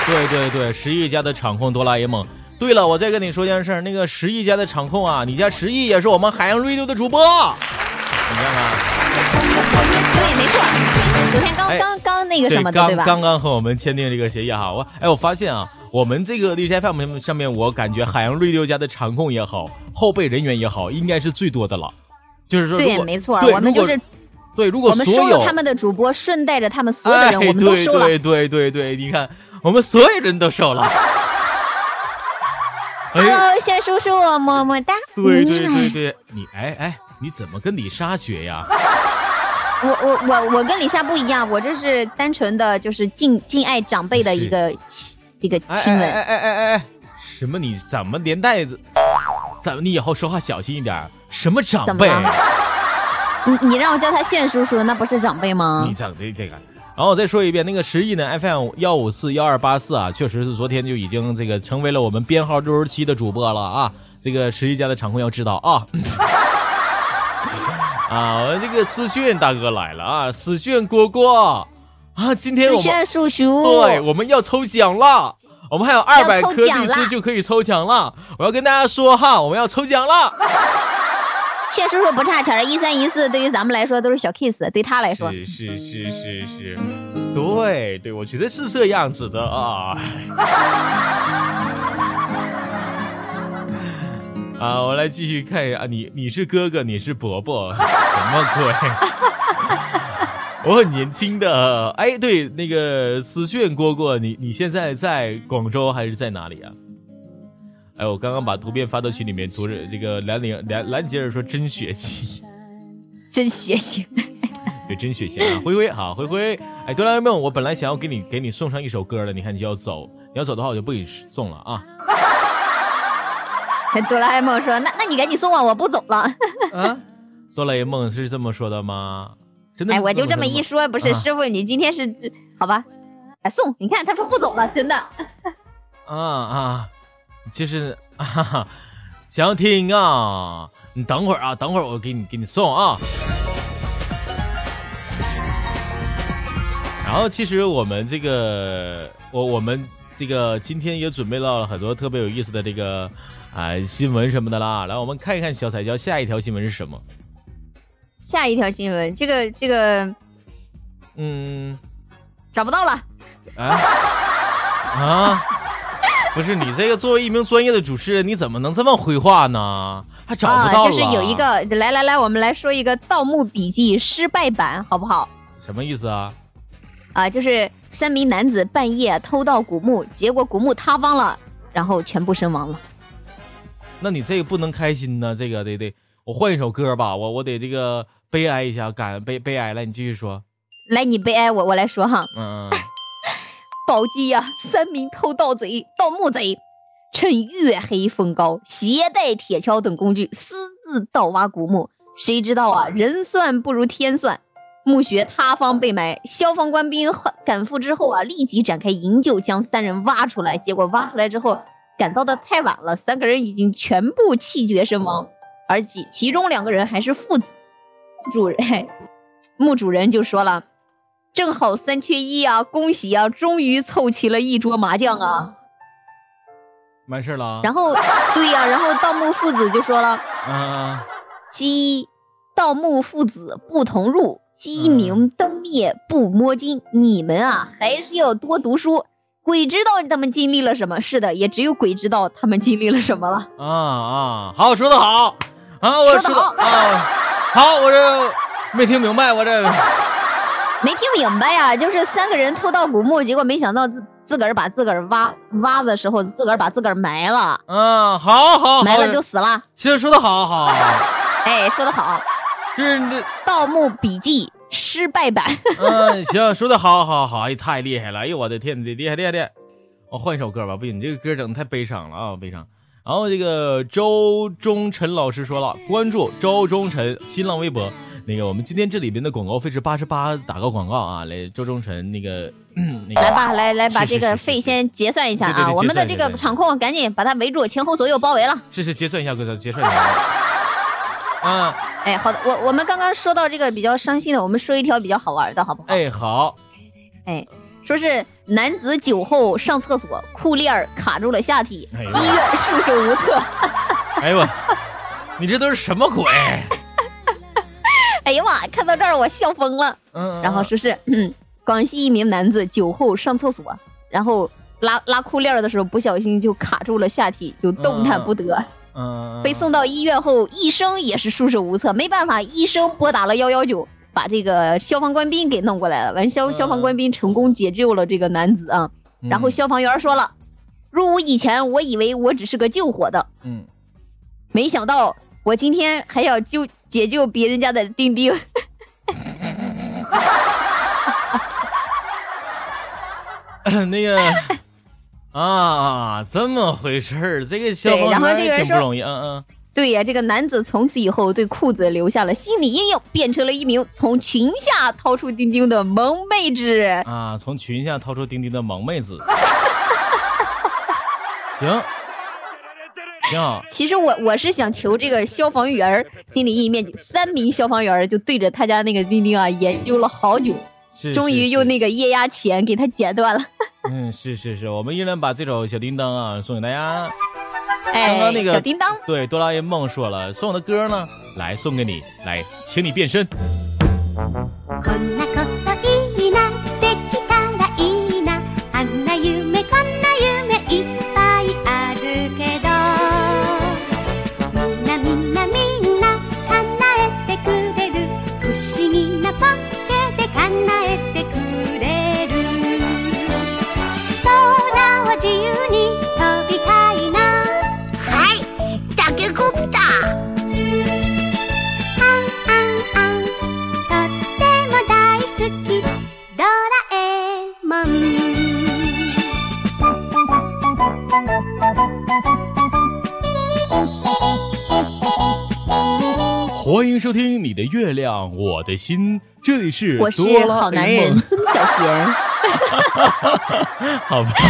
[SPEAKER 7] 对对对，十亿家的场控哆啦 A 梦。对了，我再跟你说件事，那个十亿家的场控啊，你家十亿也是我们海洋 radio 的主播，你看看。
[SPEAKER 8] 对，没错，昨天刚、哎、刚刚那个什么的， 对, 对吧？
[SPEAKER 7] 刚刚和我们签订这个协议哈，我哎，我发现啊，我们这个荔枝 F M 上面，我感觉海洋 radio 家的场控也好，后备人员也好，应该是最多的了。就是说，
[SPEAKER 8] 对，没错，我们就是
[SPEAKER 7] 对，如果
[SPEAKER 8] 我们收了他们的主播，顺带着他们所有的人，
[SPEAKER 7] 哎、
[SPEAKER 8] 我们都收了。
[SPEAKER 7] 对对对对对，你看，我们所有人都收了。
[SPEAKER 8] Hello， 谢叔叔，么么哒。
[SPEAKER 7] 对对对对，你哎哎，你怎么跟李莎学呀？
[SPEAKER 8] 我我我我跟李莎不一样，我这是单纯的就是敬敬爱长辈的一个这个亲吻。
[SPEAKER 7] 哎哎哎哎哎，什么？你怎么连带子？怎么？你以后说话小心一点。什么长辈？
[SPEAKER 8] 你你让我叫他炫叔叔，那不是长辈吗？
[SPEAKER 7] 你长辈这个。然后我再说一遍，那个十亿呢 F M 一五四一二八四啊，确实是昨天就已经这个成为了我们编号六十七的主播了啊。这个十亿家的场控要知道啊。啊，我这个思炫大哥来了啊，思炫蝈蝈啊，今天我们
[SPEAKER 8] 思炫叔叔，
[SPEAKER 7] 对，我们要抽奖了，我们还有二百颗律师就可以抽奖了。我要跟大家说哈，我们要抽奖了。
[SPEAKER 8] 炫叔叔不差钱，一三一四对于咱们来说都是小 case， 对他来说
[SPEAKER 7] 是是是是是，对对，我觉得是这样子的啊。啊，我来继续看一下，你你是哥哥，你是伯伯，什么鬼？我很年轻的，哎，对，那个思炫蝈蝈，你你现在在广州还是在哪里啊？哎，我刚刚把图片发到群里面，图着这个兰陵兰兰杰尔说真血气，
[SPEAKER 8] 真血性，
[SPEAKER 7] 对，真血性啊！灰灰好，灰灰，哎，哆啦 A 梦，我本来想要给你给你送上一首歌的，你看你就要走，你要走的话我就不给你送了啊。
[SPEAKER 8] 哆啦 A 梦说：“那那你赶紧送我，我不走了。”
[SPEAKER 7] 啊，哆啦 A 梦是这么说的吗？真的？
[SPEAKER 8] 哎，我就这么一说，不是、啊、师傅，你今天是好吧？哎，送，你看他说不走了，真的。
[SPEAKER 7] 啊啊。其实啊，想要听啊，你等会儿啊，等会儿我给你给你送啊。然后其实我们这个，我我们这个今天也准备了很多特别有意思的这个啊、呃、新闻什么的啦。来，我们看一看小彩椒下一条新闻是什么？
[SPEAKER 8] 下一条新闻，这个这个，
[SPEAKER 7] 嗯，
[SPEAKER 8] 找不到了。
[SPEAKER 7] 啊啊！不是你这个作为一名专业的主持人，你怎么能这么回话呢？还找不到了、啊、
[SPEAKER 8] 就是有一个，来来来，我们来说一个《盗墓笔记》失败版，好不好？
[SPEAKER 7] 什么意思啊？
[SPEAKER 8] 啊，就是三名男子半夜偷盗古墓，结果古墓塌方了，然后全部身亡了。
[SPEAKER 7] 那你这个不能开心呢，这个得得，我换一首歌吧，我我得这个悲哀一下，感悲悲哀。来，你继续说。
[SPEAKER 8] 来，你悲哀，我我来说哈。
[SPEAKER 7] 嗯。
[SPEAKER 8] 宝鸡呀、啊，三名偷盗贼、盗墓贼，趁月黑风高，携带铁锹等工具，私自盗挖古墓。谁知道啊，人算不如天算，墓穴塌方被埋。消防官兵赶赴之后啊，立即展开营救，将三人挖出来。结果挖出来之后，赶到的太晚了，三个人已经全部气绝身亡，而且其中两个人还是父子。主人，墓主人就说了。正好三缺一啊！恭喜啊，终于凑齐了一桌麻将啊！
[SPEAKER 7] 完事了、啊。
[SPEAKER 8] 然后，对呀、啊，然后盗墓父子就说了：“
[SPEAKER 7] 啊，
[SPEAKER 8] 鸡盗墓父子不同入，鸡鸣灯灭不摸金。嗯、你们啊，还是要多读书。鬼知道他们经历了什么？是的，也只有鬼知道他们经历了什么了。
[SPEAKER 7] 啊啊，好，说得好啊，我
[SPEAKER 8] 说得好
[SPEAKER 7] 啊，好，我这没听明白，我这。”
[SPEAKER 8] 没听明白呀、啊，就是三个人偷盗古墓，结果没想到自自个儿把自个儿挖挖的时候，自个儿把自个儿埋了。
[SPEAKER 7] 嗯，好好，
[SPEAKER 8] 埋了就死了。
[SPEAKER 7] 其实说的好好，
[SPEAKER 8] 哎，说的好，
[SPEAKER 7] 就是《
[SPEAKER 8] 盗墓笔记》失败版。
[SPEAKER 7] 嗯，行，说的好好好，哎，太厉害了！哎呦，我的天，厉害厉害厉害！我换一首歌吧，不行，你这个歌整的太悲伤了啊，悲伤。然后这个周忠臣老师说了，关注周忠臣新浪微博。那个，我们今天这里边的广告费是八十八，打个广告啊！来，周忠臣那个，嗯，那个、
[SPEAKER 8] 来吧，来来把这个费先结算一下啊！
[SPEAKER 7] 对对对
[SPEAKER 8] 我们的这个场控赶紧把它围住，前后左右包围了。
[SPEAKER 7] 是是，结算一下，哥，结算一下。啊，
[SPEAKER 8] 哎，好的，我我们刚刚说到这个比较伤心的，我们说一条比较好玩的，好不好？
[SPEAKER 7] 哎，好。
[SPEAKER 8] 哎， 说是男子酒后上厕所，裤链卡住了下体，哎、医院束手无策。
[SPEAKER 7] 哎呦，你这都是什么鬼？
[SPEAKER 8] 哎呀妈！看到这儿我笑疯了。
[SPEAKER 7] 嗯，
[SPEAKER 8] 然后说是，嗯，广西一名男子酒后上厕所，然后拉拉裤链的时候不小心就卡住了下体，就动弹不得。
[SPEAKER 7] 嗯，
[SPEAKER 8] 被送到医院后，医生也是束手无策，没办法，医生拨打了一一九。把这个消防官兵给弄过来了，完消消防官兵成功解救了这个男子啊。嗯、然后消防员说了，入伍以前我以为我只是个救火的，
[SPEAKER 7] 嗯，
[SPEAKER 8] 没想到我今天还要救解救别人家的丁丁。
[SPEAKER 7] 那个啊，这么回事儿，这个消防员也挺不容易，嗯嗯。
[SPEAKER 8] 对呀、啊，这个男子从此以后对裤子留下了心理阴影，变成了一名从裙下掏出丁丁的萌妹子
[SPEAKER 7] 啊！从裙下掏出丁丁的萌妹子，行，挺好。
[SPEAKER 8] 其实我我是想求这个消防员心理阴影面积，三名消防员就对着他家那个丁丁啊研究了好久，终于用那个液压钳给他剪断了。
[SPEAKER 7] 嗯，是是是，我们依然把这首小叮当啊送给大家。
[SPEAKER 8] 哎，
[SPEAKER 7] 刚刚那个
[SPEAKER 8] 小叮当，
[SPEAKER 7] 对，哆啦 A 梦说了，送我的歌呢，来送给你，来，请你变身。欢迎收听你的月亮我的心，这里是
[SPEAKER 8] 我是好男人曾小贤。
[SPEAKER 7] 好吧。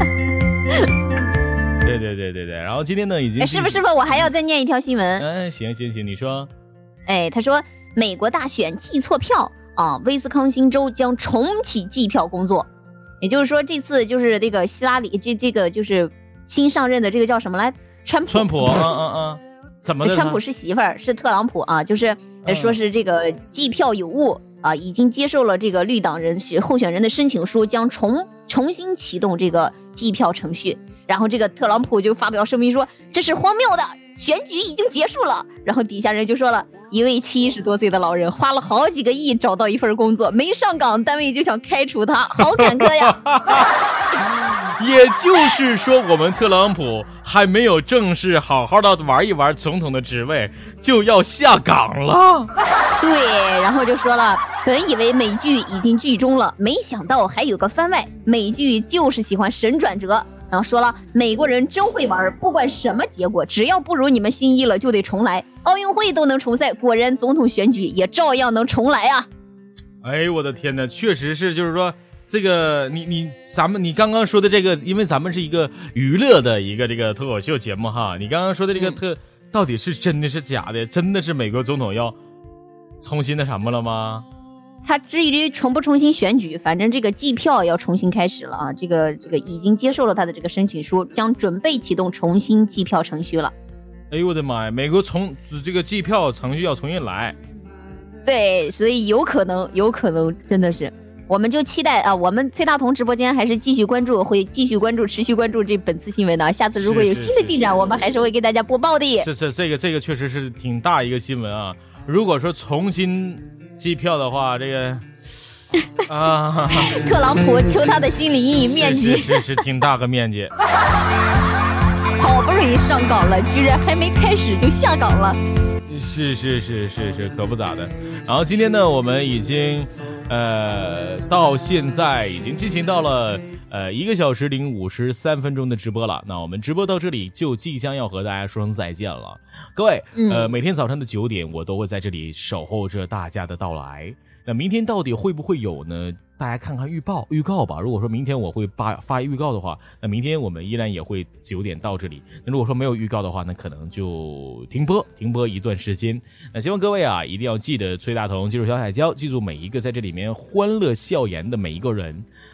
[SPEAKER 7] 对对对对对，然后今天呢已经、
[SPEAKER 8] 哎、师傅师傅，我还要再念一条新闻。
[SPEAKER 7] 哎，行行行，你说。
[SPEAKER 8] 哎，他说美国大选计错票啊，威斯康星州将重启计票工作，也就是说这次就是这个希拉里这这个就是新上任的这个叫什么来？川普。
[SPEAKER 7] 川普啊啊啊！怎么的？
[SPEAKER 8] 川普是媳妇儿，是特朗普啊，就是说是这个计票有误啊，已经接受了这个绿党人候选人的申请书，将重重新启动这个计票程序。然后这个特朗普就发表声明说，这是荒谬的，选举已经结束了。然后底下人就说了，一位七十多岁的老人花了好几个亿找到一份工作，没上岗，单位就想开除他，好坎坷呀。
[SPEAKER 7] 也就是说，我们特朗普还没有正式好好的玩一玩总统的职位，就要下岗了。
[SPEAKER 8] 对，然后就说了，本以为美剧已经剧终了，没想到还有个番外，美剧就是喜欢神转折。然后说了，美国人真会玩，不管什么结果，只要不如你们心意了，就得重来。奥运会都能重赛，果然总统选举也照样能重来啊！
[SPEAKER 7] 哎，我的天哪，确实是，就是说。这个你你咱们你刚刚说的这个，因为咱们是一个娱乐的一个这个脱口秀节目哈，你刚刚说的这个特、嗯、到底是真的是假的？真的是美国总统要重新的什么了吗？
[SPEAKER 8] 他至于重不重新选举，反正这个计票要重新开始了啊！这个这个已经接受了他的这个申请书，将准备启动重新计票程序了。
[SPEAKER 7] 哎呦我的妈呀！美国从这个计票程序要重新来。
[SPEAKER 8] 对，所以有可能，有可能真的是。我们就期待啊，我们崔大同直播间还是继续关注，会继续关注，持续关注这本次新闻的。下次如果有新的进展，我们还是会给大家播报的。
[SPEAKER 7] 是是，这个这个确实是挺大一个新闻啊。如果说重新计票的话，这个啊，
[SPEAKER 8] 特朗普求他的心理阴影面积
[SPEAKER 7] 是是 是, 是挺大个面积。
[SPEAKER 8] 好不容易上岗了，居然还没开始就下岗了。
[SPEAKER 7] 是是是是是，可不咋的。然后今天呢，我们已经。呃，到现在已经进行到了呃一个小时零五十三分钟的直播了。那我们直播到这里就即将要和大家说声再见了。各位，呃，每天早上的九点，我都会在这里守候着大家的到来。那明天到底会不会有呢？大家看看预报预告吧。如果说明天我会发发预告的话，那明天我们依然也会九点到这里。那如果说没有预告的话，那可能就停播停播一段时间。那希望各位啊，一定要记得崔大同，记住小海椒，记住每一个在这里面欢乐笑颜的每一个人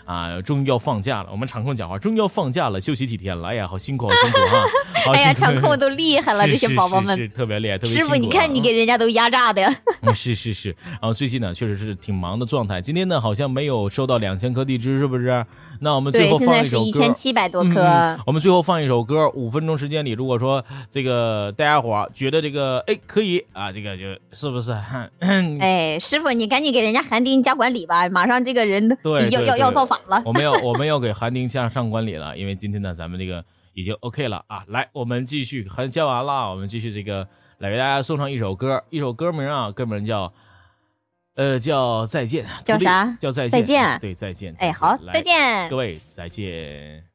[SPEAKER 7] 啊，终于要放假了。我们场控讲话，终于要放假了，休息几天了。哎呀，好辛苦，好辛苦哈！
[SPEAKER 8] 哎呀，场控都厉害了，这些宝宝们
[SPEAKER 7] 是特别厉害，特别辛苦。
[SPEAKER 8] 师傅，你看你给人家都压榨的呀。
[SPEAKER 7] 是是是，然后最近呢，确实是挺忙的状态。今天呢，好像没有收到两千颗荔枝，是不是？那我们最后放一首歌，
[SPEAKER 8] 对，现在是一千七百多颗、
[SPEAKER 7] 嗯。我们最后放一首歌，五分钟时间里，如果说这个大家伙觉得这个哎可以啊，这个就是不是？
[SPEAKER 8] 哎，师傅，你赶紧给人家韩丁加管理吧，马上这个人
[SPEAKER 7] 对
[SPEAKER 8] 要要要造反了。
[SPEAKER 7] 我们要我们要给韩丁加上管理了，因为今天呢，咱们这个已经 OK 了啊。来，我们继续，韩加完了，我们继续这个来给大家送上一首歌，一首歌名啊，歌名叫。呃，叫再见，
[SPEAKER 8] 叫啥？
[SPEAKER 7] 叫再见，
[SPEAKER 8] 再见，
[SPEAKER 7] 对，再见。
[SPEAKER 8] 哎，好，再见，
[SPEAKER 7] 各位，再见。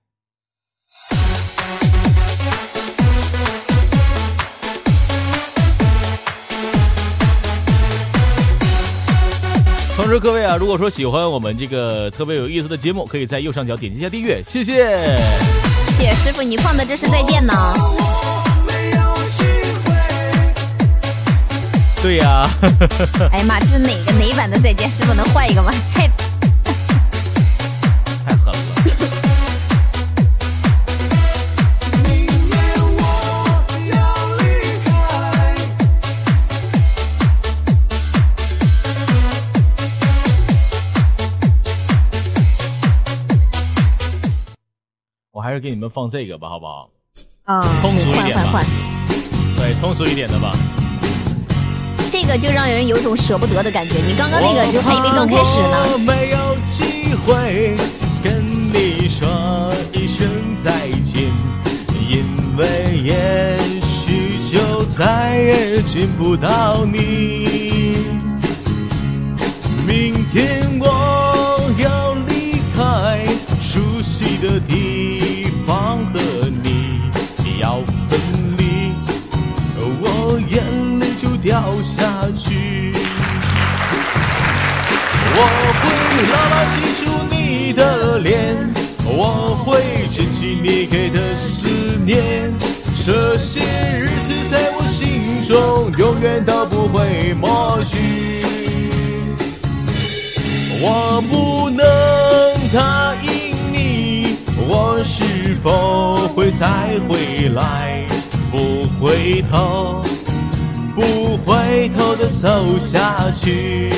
[SPEAKER 7] 同时，各位啊，如果说喜欢我们这个特别有意思的节目，可以在右上角点击一下订阅，谢谢。
[SPEAKER 8] 谢谢师傅，你放的这是再见呢。
[SPEAKER 7] 对呀、啊，
[SPEAKER 8] 哎呀妈，这是哪个哪版的再见？师傅能换一个吗？太
[SPEAKER 7] 太狠了！我还是给你们放这个吧，好不好？
[SPEAKER 8] 啊、
[SPEAKER 7] 嗯，通俗一点吧。
[SPEAKER 8] 换换换。
[SPEAKER 7] 对，通俗一点的吧。
[SPEAKER 8] 这个就让人有种舍不得的感觉，你刚刚那个就还以为刚开始呢。
[SPEAKER 7] 我没有机会跟你说一声再见，因为也许就再也见不到你。明天我要离开熟悉的地方，和你要分离，我眼泪就掉下去。我会牢牢记住你的脸，我会珍惜你给的思念，这些日子在我心中永远都不会抹去。我不能答应你，我是否会再回来，不回头不回头的走下去。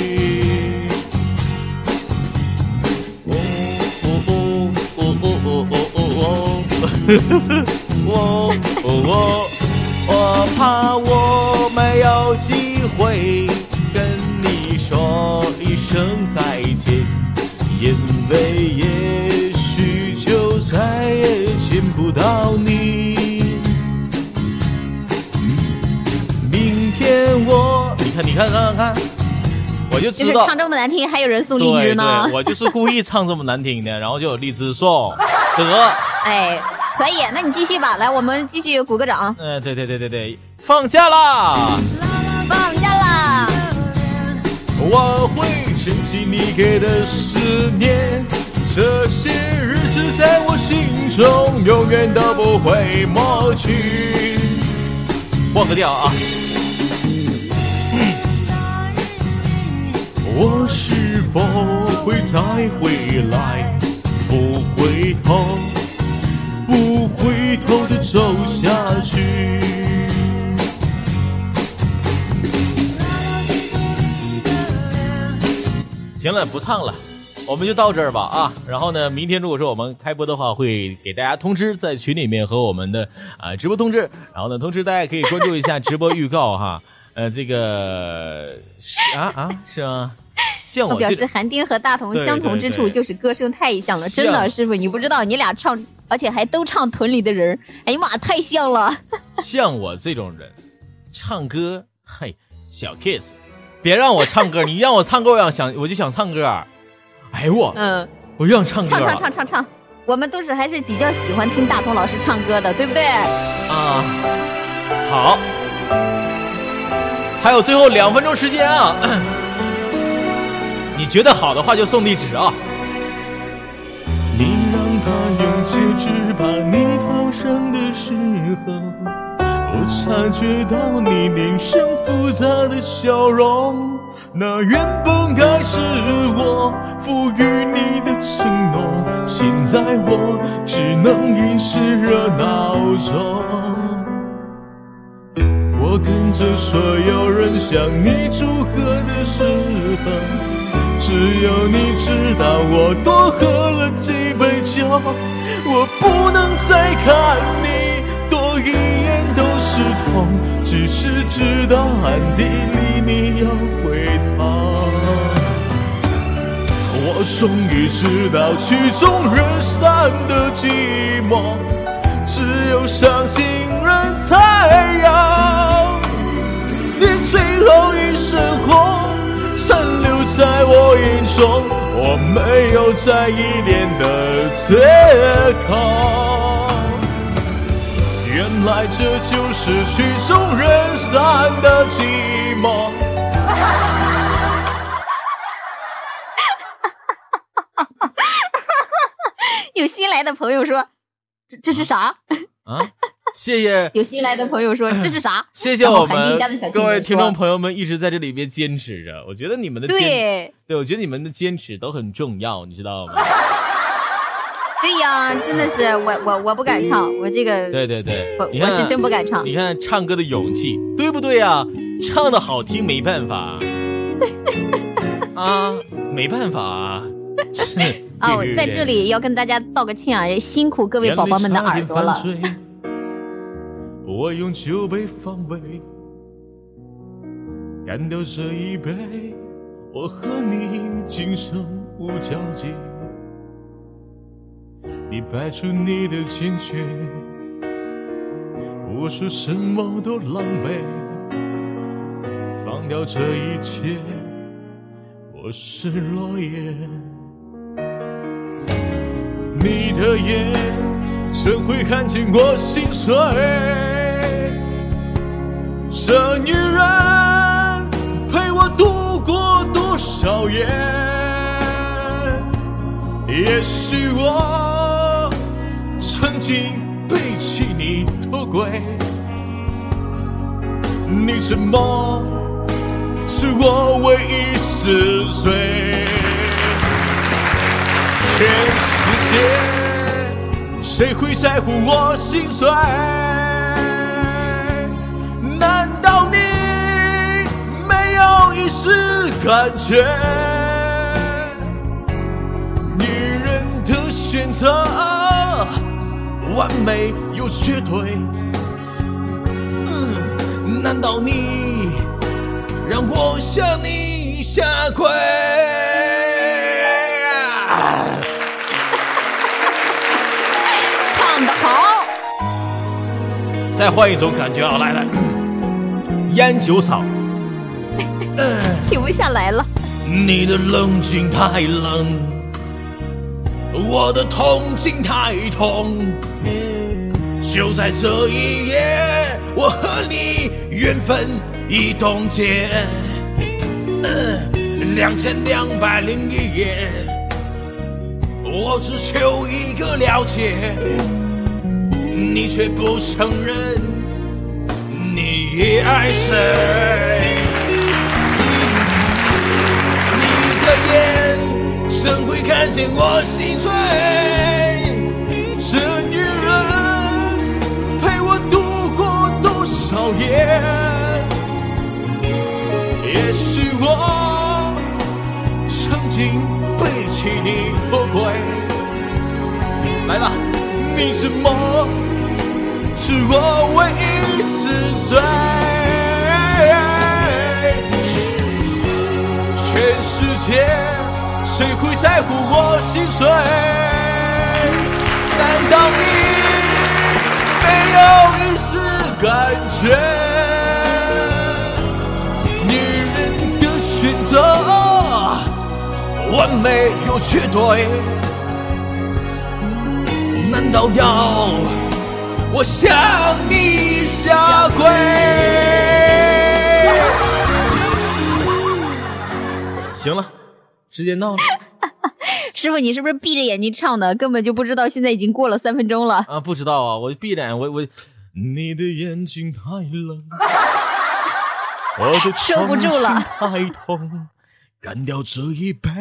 [SPEAKER 7] 哦哦哦哦哦哦哦哦哦，我怕我没有机会跟你说一声再见，因为也许就再也见不到你。明天我，你看，你看，看看看，我就知道，
[SPEAKER 8] 就是唱这么难听，还有人送荔枝呢。
[SPEAKER 7] 对对，我就是故意唱这么难听的，然后就有荔枝送，得。
[SPEAKER 8] 哎，可以，那你继续吧，来，我们继续鼓个掌。
[SPEAKER 7] 嗯、呃，对对对对对，放假啦！
[SPEAKER 8] 放假啦！
[SPEAKER 7] 我会珍惜你给的思念，这些日子在我心中永远都不会抹去。换个调啊！我是否会再回来？不回头，不回头的走下去。行了，不唱了，我们就到这儿吧啊！然后呢，明天如果说我们开播的话，会给大家通知，在群里面和我们的啊、呃、直播通知。然后呢，同时大家可以关注一下直播预告哈。呃，这个是啊啊是吗？像我
[SPEAKER 8] 表示韩丁和大同相同之处就是歌声太像了，真的师傅你不知道，你俩唱，而且还都唱屯里的人，哎呀妈，太像了。
[SPEAKER 7] 像我这种人，唱歌，嘿，小 kiss。别让我唱歌，你让我唱歌，我要想我就想唱歌。哎我，
[SPEAKER 8] 嗯，
[SPEAKER 7] 我就想唱歌、啊，
[SPEAKER 8] 唱唱唱唱唱。我们都是还是比较喜欢听大同老师唱歌的，对不对？
[SPEAKER 7] 啊，好，还有最后两分钟时间啊，你觉得好的话就送地址啊。
[SPEAKER 9] 你让他用戒指把你套上的时候，我察觉到你脸上复杂的笑容，
[SPEAKER 4] 那原本该是我赋予你的承诺，现在我只能饮食热闹中。我跟着所有人向你祝贺的时候，只有你知道我多喝了几杯酒。我不能再看你多一眼都是痛，只是知道暗地里你要回头。我终于知道曲终人散的寂寞，只有伤心人才有。你最后一身红残留在我眼中，我没有再依恋的借口。原来这就是曲终人散的寂寞。
[SPEAKER 8] 有新来的朋友说这, 这是啥
[SPEAKER 7] 啊？谢谢。
[SPEAKER 8] 有新来的朋友说这是啥？
[SPEAKER 7] 谢谢我们各位听众朋友们一直在这里边坚持着。我觉得你们的坚
[SPEAKER 8] 对
[SPEAKER 7] 对，我觉得你们的坚持都很重要，你知道吗？
[SPEAKER 8] 对呀，真的是我我我不敢唱，我这个
[SPEAKER 7] 对对对，
[SPEAKER 8] 我我是真不敢唱。
[SPEAKER 7] 你看唱歌的勇气，对不对呀？唱的好听没办法啊，没办法啊。
[SPEAKER 8] 啊，我在这里要跟大家道个歉啊，也辛苦各位宝宝们的耳朵了。
[SPEAKER 4] 我用酒杯防卫，干掉这一杯，我和你今生无交集。你摆出你的坚决，我说什么都狼狈，放掉这一切，我是落叶。你的眼怎会看见我心碎？这女人陪我度过多少夜？也许我曾经背弃你脱轨，你怎么是我唯一死罪？全世界谁会在乎我心碎？难道你没有一丝感觉？女人的选择完美又绝对，嗯，难道你让我向你下跪？
[SPEAKER 8] 唱得好，
[SPEAKER 7] 再换一种感觉啊！来来，烟酒草，
[SPEAKER 8] 停不下来了。
[SPEAKER 4] 你的冷静太冷，我的痛经太痛。就在这一夜，我和你缘分已冻结。两千两百零一夜，我只求一个了解，你却不承认你也爱谁。你的眼怎会看见我心碎？这女人陪我度过多少夜？也许我曾经背弃你脱轨，来了，你怎么是我唯一死罪？全世界谁会在乎我心碎？难道你没有一丝感觉？女人的选择完美又绝对，难道要我向你下跪？
[SPEAKER 7] 行了，时间到了。
[SPEAKER 8] 师傅，你是不是闭着眼睛唱的？根本就不知道现在已经过了三分钟了
[SPEAKER 7] 啊！不知道啊，我闭着眼，我我
[SPEAKER 4] 你的眼睛太冷。
[SPEAKER 7] 我的
[SPEAKER 8] 受不住了，
[SPEAKER 7] 太痛，干掉这一杯。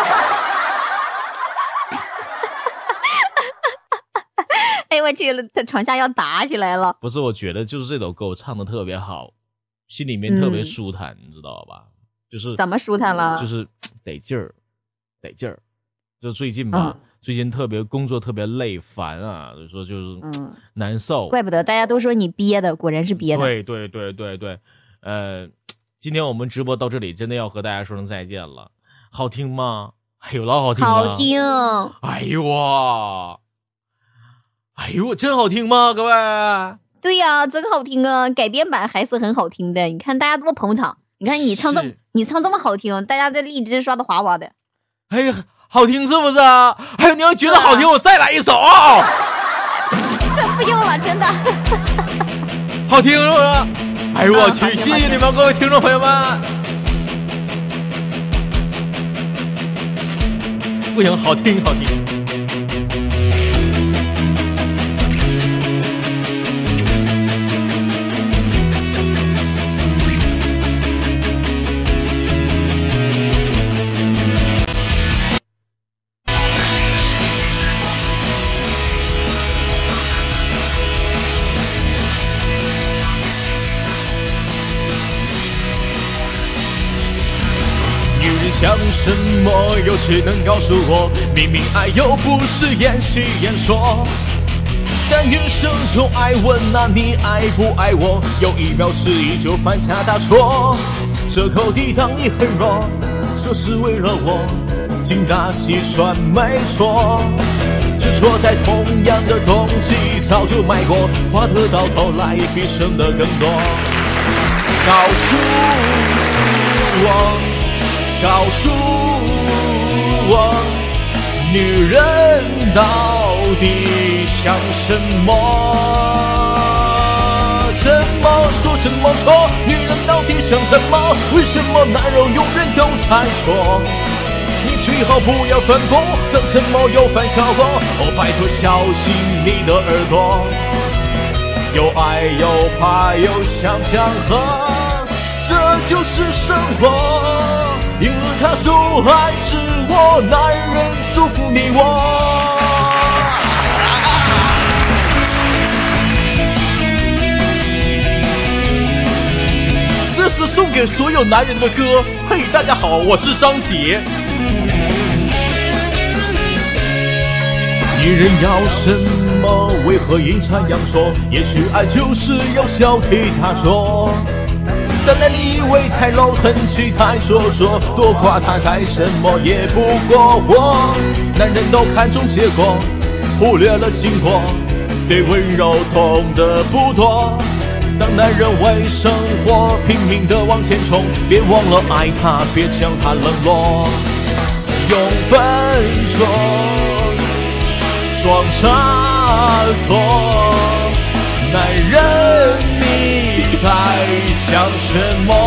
[SPEAKER 8] 哎，我去了，他床下要打起来了。
[SPEAKER 7] 不是，我觉得就是这首歌我唱的特别好，心里面特别舒坦，嗯、你知道吧？就是
[SPEAKER 8] 怎么舒坦了？
[SPEAKER 7] 就是得劲儿，得劲儿。就最近吧、嗯，最近特别工作特别累烦啊，所以说就是嗯难受。
[SPEAKER 8] 怪不得大家都说你憋的，果然是憋的。
[SPEAKER 7] 对对对对对，呃，今天我们直播到这里，真的要和大家说声再见了。好听吗？哎呦，老好听了。
[SPEAKER 8] 好听。
[SPEAKER 7] 哎呦哇！哎呦，真好听吗？各位？
[SPEAKER 8] 对呀、啊，真好听啊！改编版还是很好听的。你看大家多捧场，你看你唱这你唱这么好听，大家在荔枝刷的哗哗的。
[SPEAKER 7] 哎呀，好听是不是啊？哎，你要觉得好听，我再来一首啊！
[SPEAKER 8] 不用了，真的。
[SPEAKER 7] 好听是不是？哎呦我去！谢谢你们各位听众朋友们。不行，好听好听。像什么？有谁能告诉我？明明爱又不是演戏演说，但女生总爱问那你爱不爱我？有一秒迟疑就犯下大错，这口抵挡你很弱，说是为了我，精打细算没错。执着在同样的东西早就买过，花的到头来比剩的更多。告诉我。告诉我，女人到底想什么？怎么说怎么错？女人到底想什么？为什么男人永远都猜错？你最好不要反驳，等沉默又反效果。哦，拜托小心你的耳朵，有爱有怕有想象和，这就是生活。因为他说还是我，男人祝福你我。这是送给所有男人的歌。嘿，大家好，我是张杰。女人要什么？为何阴差阳错？也许爱就是有笑替他说。但那你以为太老狠气太做作，多夸他再什么也不过火。男人都看重结果，忽略了经过，对温柔痛的不多。当男人为生活拼命地往前冲，别忘了爱他，别将他冷落。用笨拙装洒脱，男人你在想什么？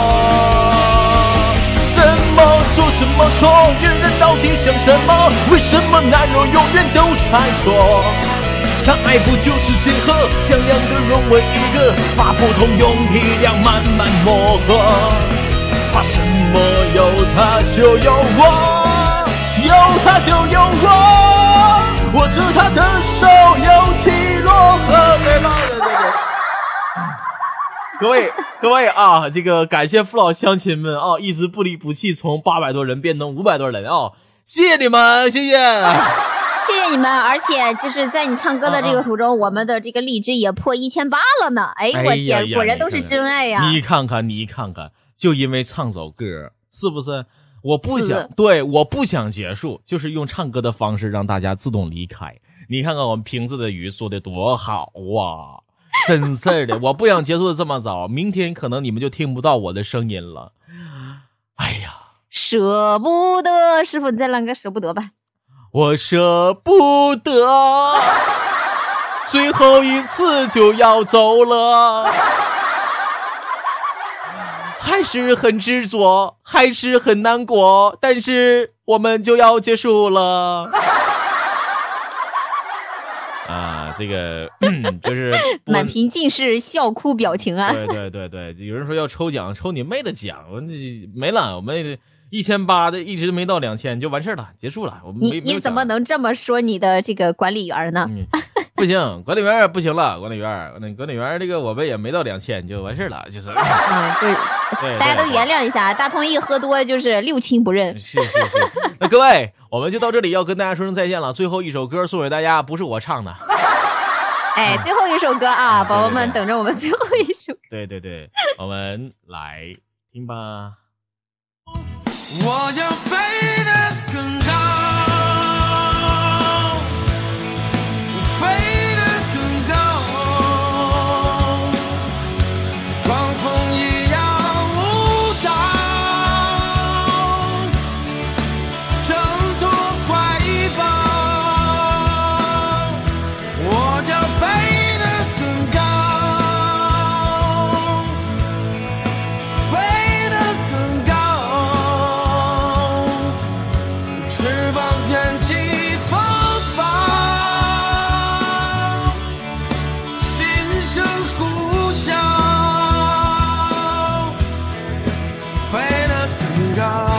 [SPEAKER 7] 怎么做怎么错？女人到底想什么？为什么男人永远都猜错？他爱不就是结合，将两个融为一个，把不同用体谅慢慢磨合。怕什么？有他就有我，有他就有我，握着他的手有起落和对了对对对。各位各位啊，这个感谢父老乡亲们啊，一直不离不弃，从八百多人变成五百多人啊，谢谢你们，谢谢，
[SPEAKER 8] 谢谢你们。而且就是在你唱歌的这个途中，啊、我们的这个荔枝也破一千八了呢。哎，我天，哎、果然都是真爱呀！
[SPEAKER 7] 你看看，你看看，就因为唱首歌，是不是？我不想，对，我不想结束，就是用唱歌的方式让大家自动离开。你看看我们瓶子的鱼说的多好啊！真事的，我不想结束的这么早，明天可能你们就听不到我的声音了。哎呀，
[SPEAKER 8] 舍不得，师傅你再来个舍不得吧。
[SPEAKER 7] 我舍不得，最后一次就要走了，还是很执着，还是很难过，但是我们就要结束了。啊， 这个就是
[SPEAKER 8] 满屏尽是笑哭表情啊！
[SPEAKER 7] 对对对对，有人说要抽奖，抽你妹的奖，我没了，我们一千八的一直没到两千就完事儿了，结束了。我们
[SPEAKER 8] 你你怎么能这么说你的这个管理员呢？
[SPEAKER 7] 嗯、不行，管理员不行了，管理员，那管理员这个我们也没到两千就完事儿了，就是。
[SPEAKER 8] 嗯，对。对，大家都原谅一下，大同一喝多就是六亲不认。
[SPEAKER 7] 是是是，那各位，我们就到这里要跟大家说声再见了。最后一首歌送给大家，不是我唱的。
[SPEAKER 8] 哎，最后一首歌啊，宝宝们等着我们最后一首歌。
[SPEAKER 7] 对对对，我们来听吧。
[SPEAKER 13] 我要飞得更高，飞得更高，狂风一样舞蹈，挣脱怀抱。我要飞得更高，飞得更高。翅膀卷起风暴，心声呼啸，飞得更高。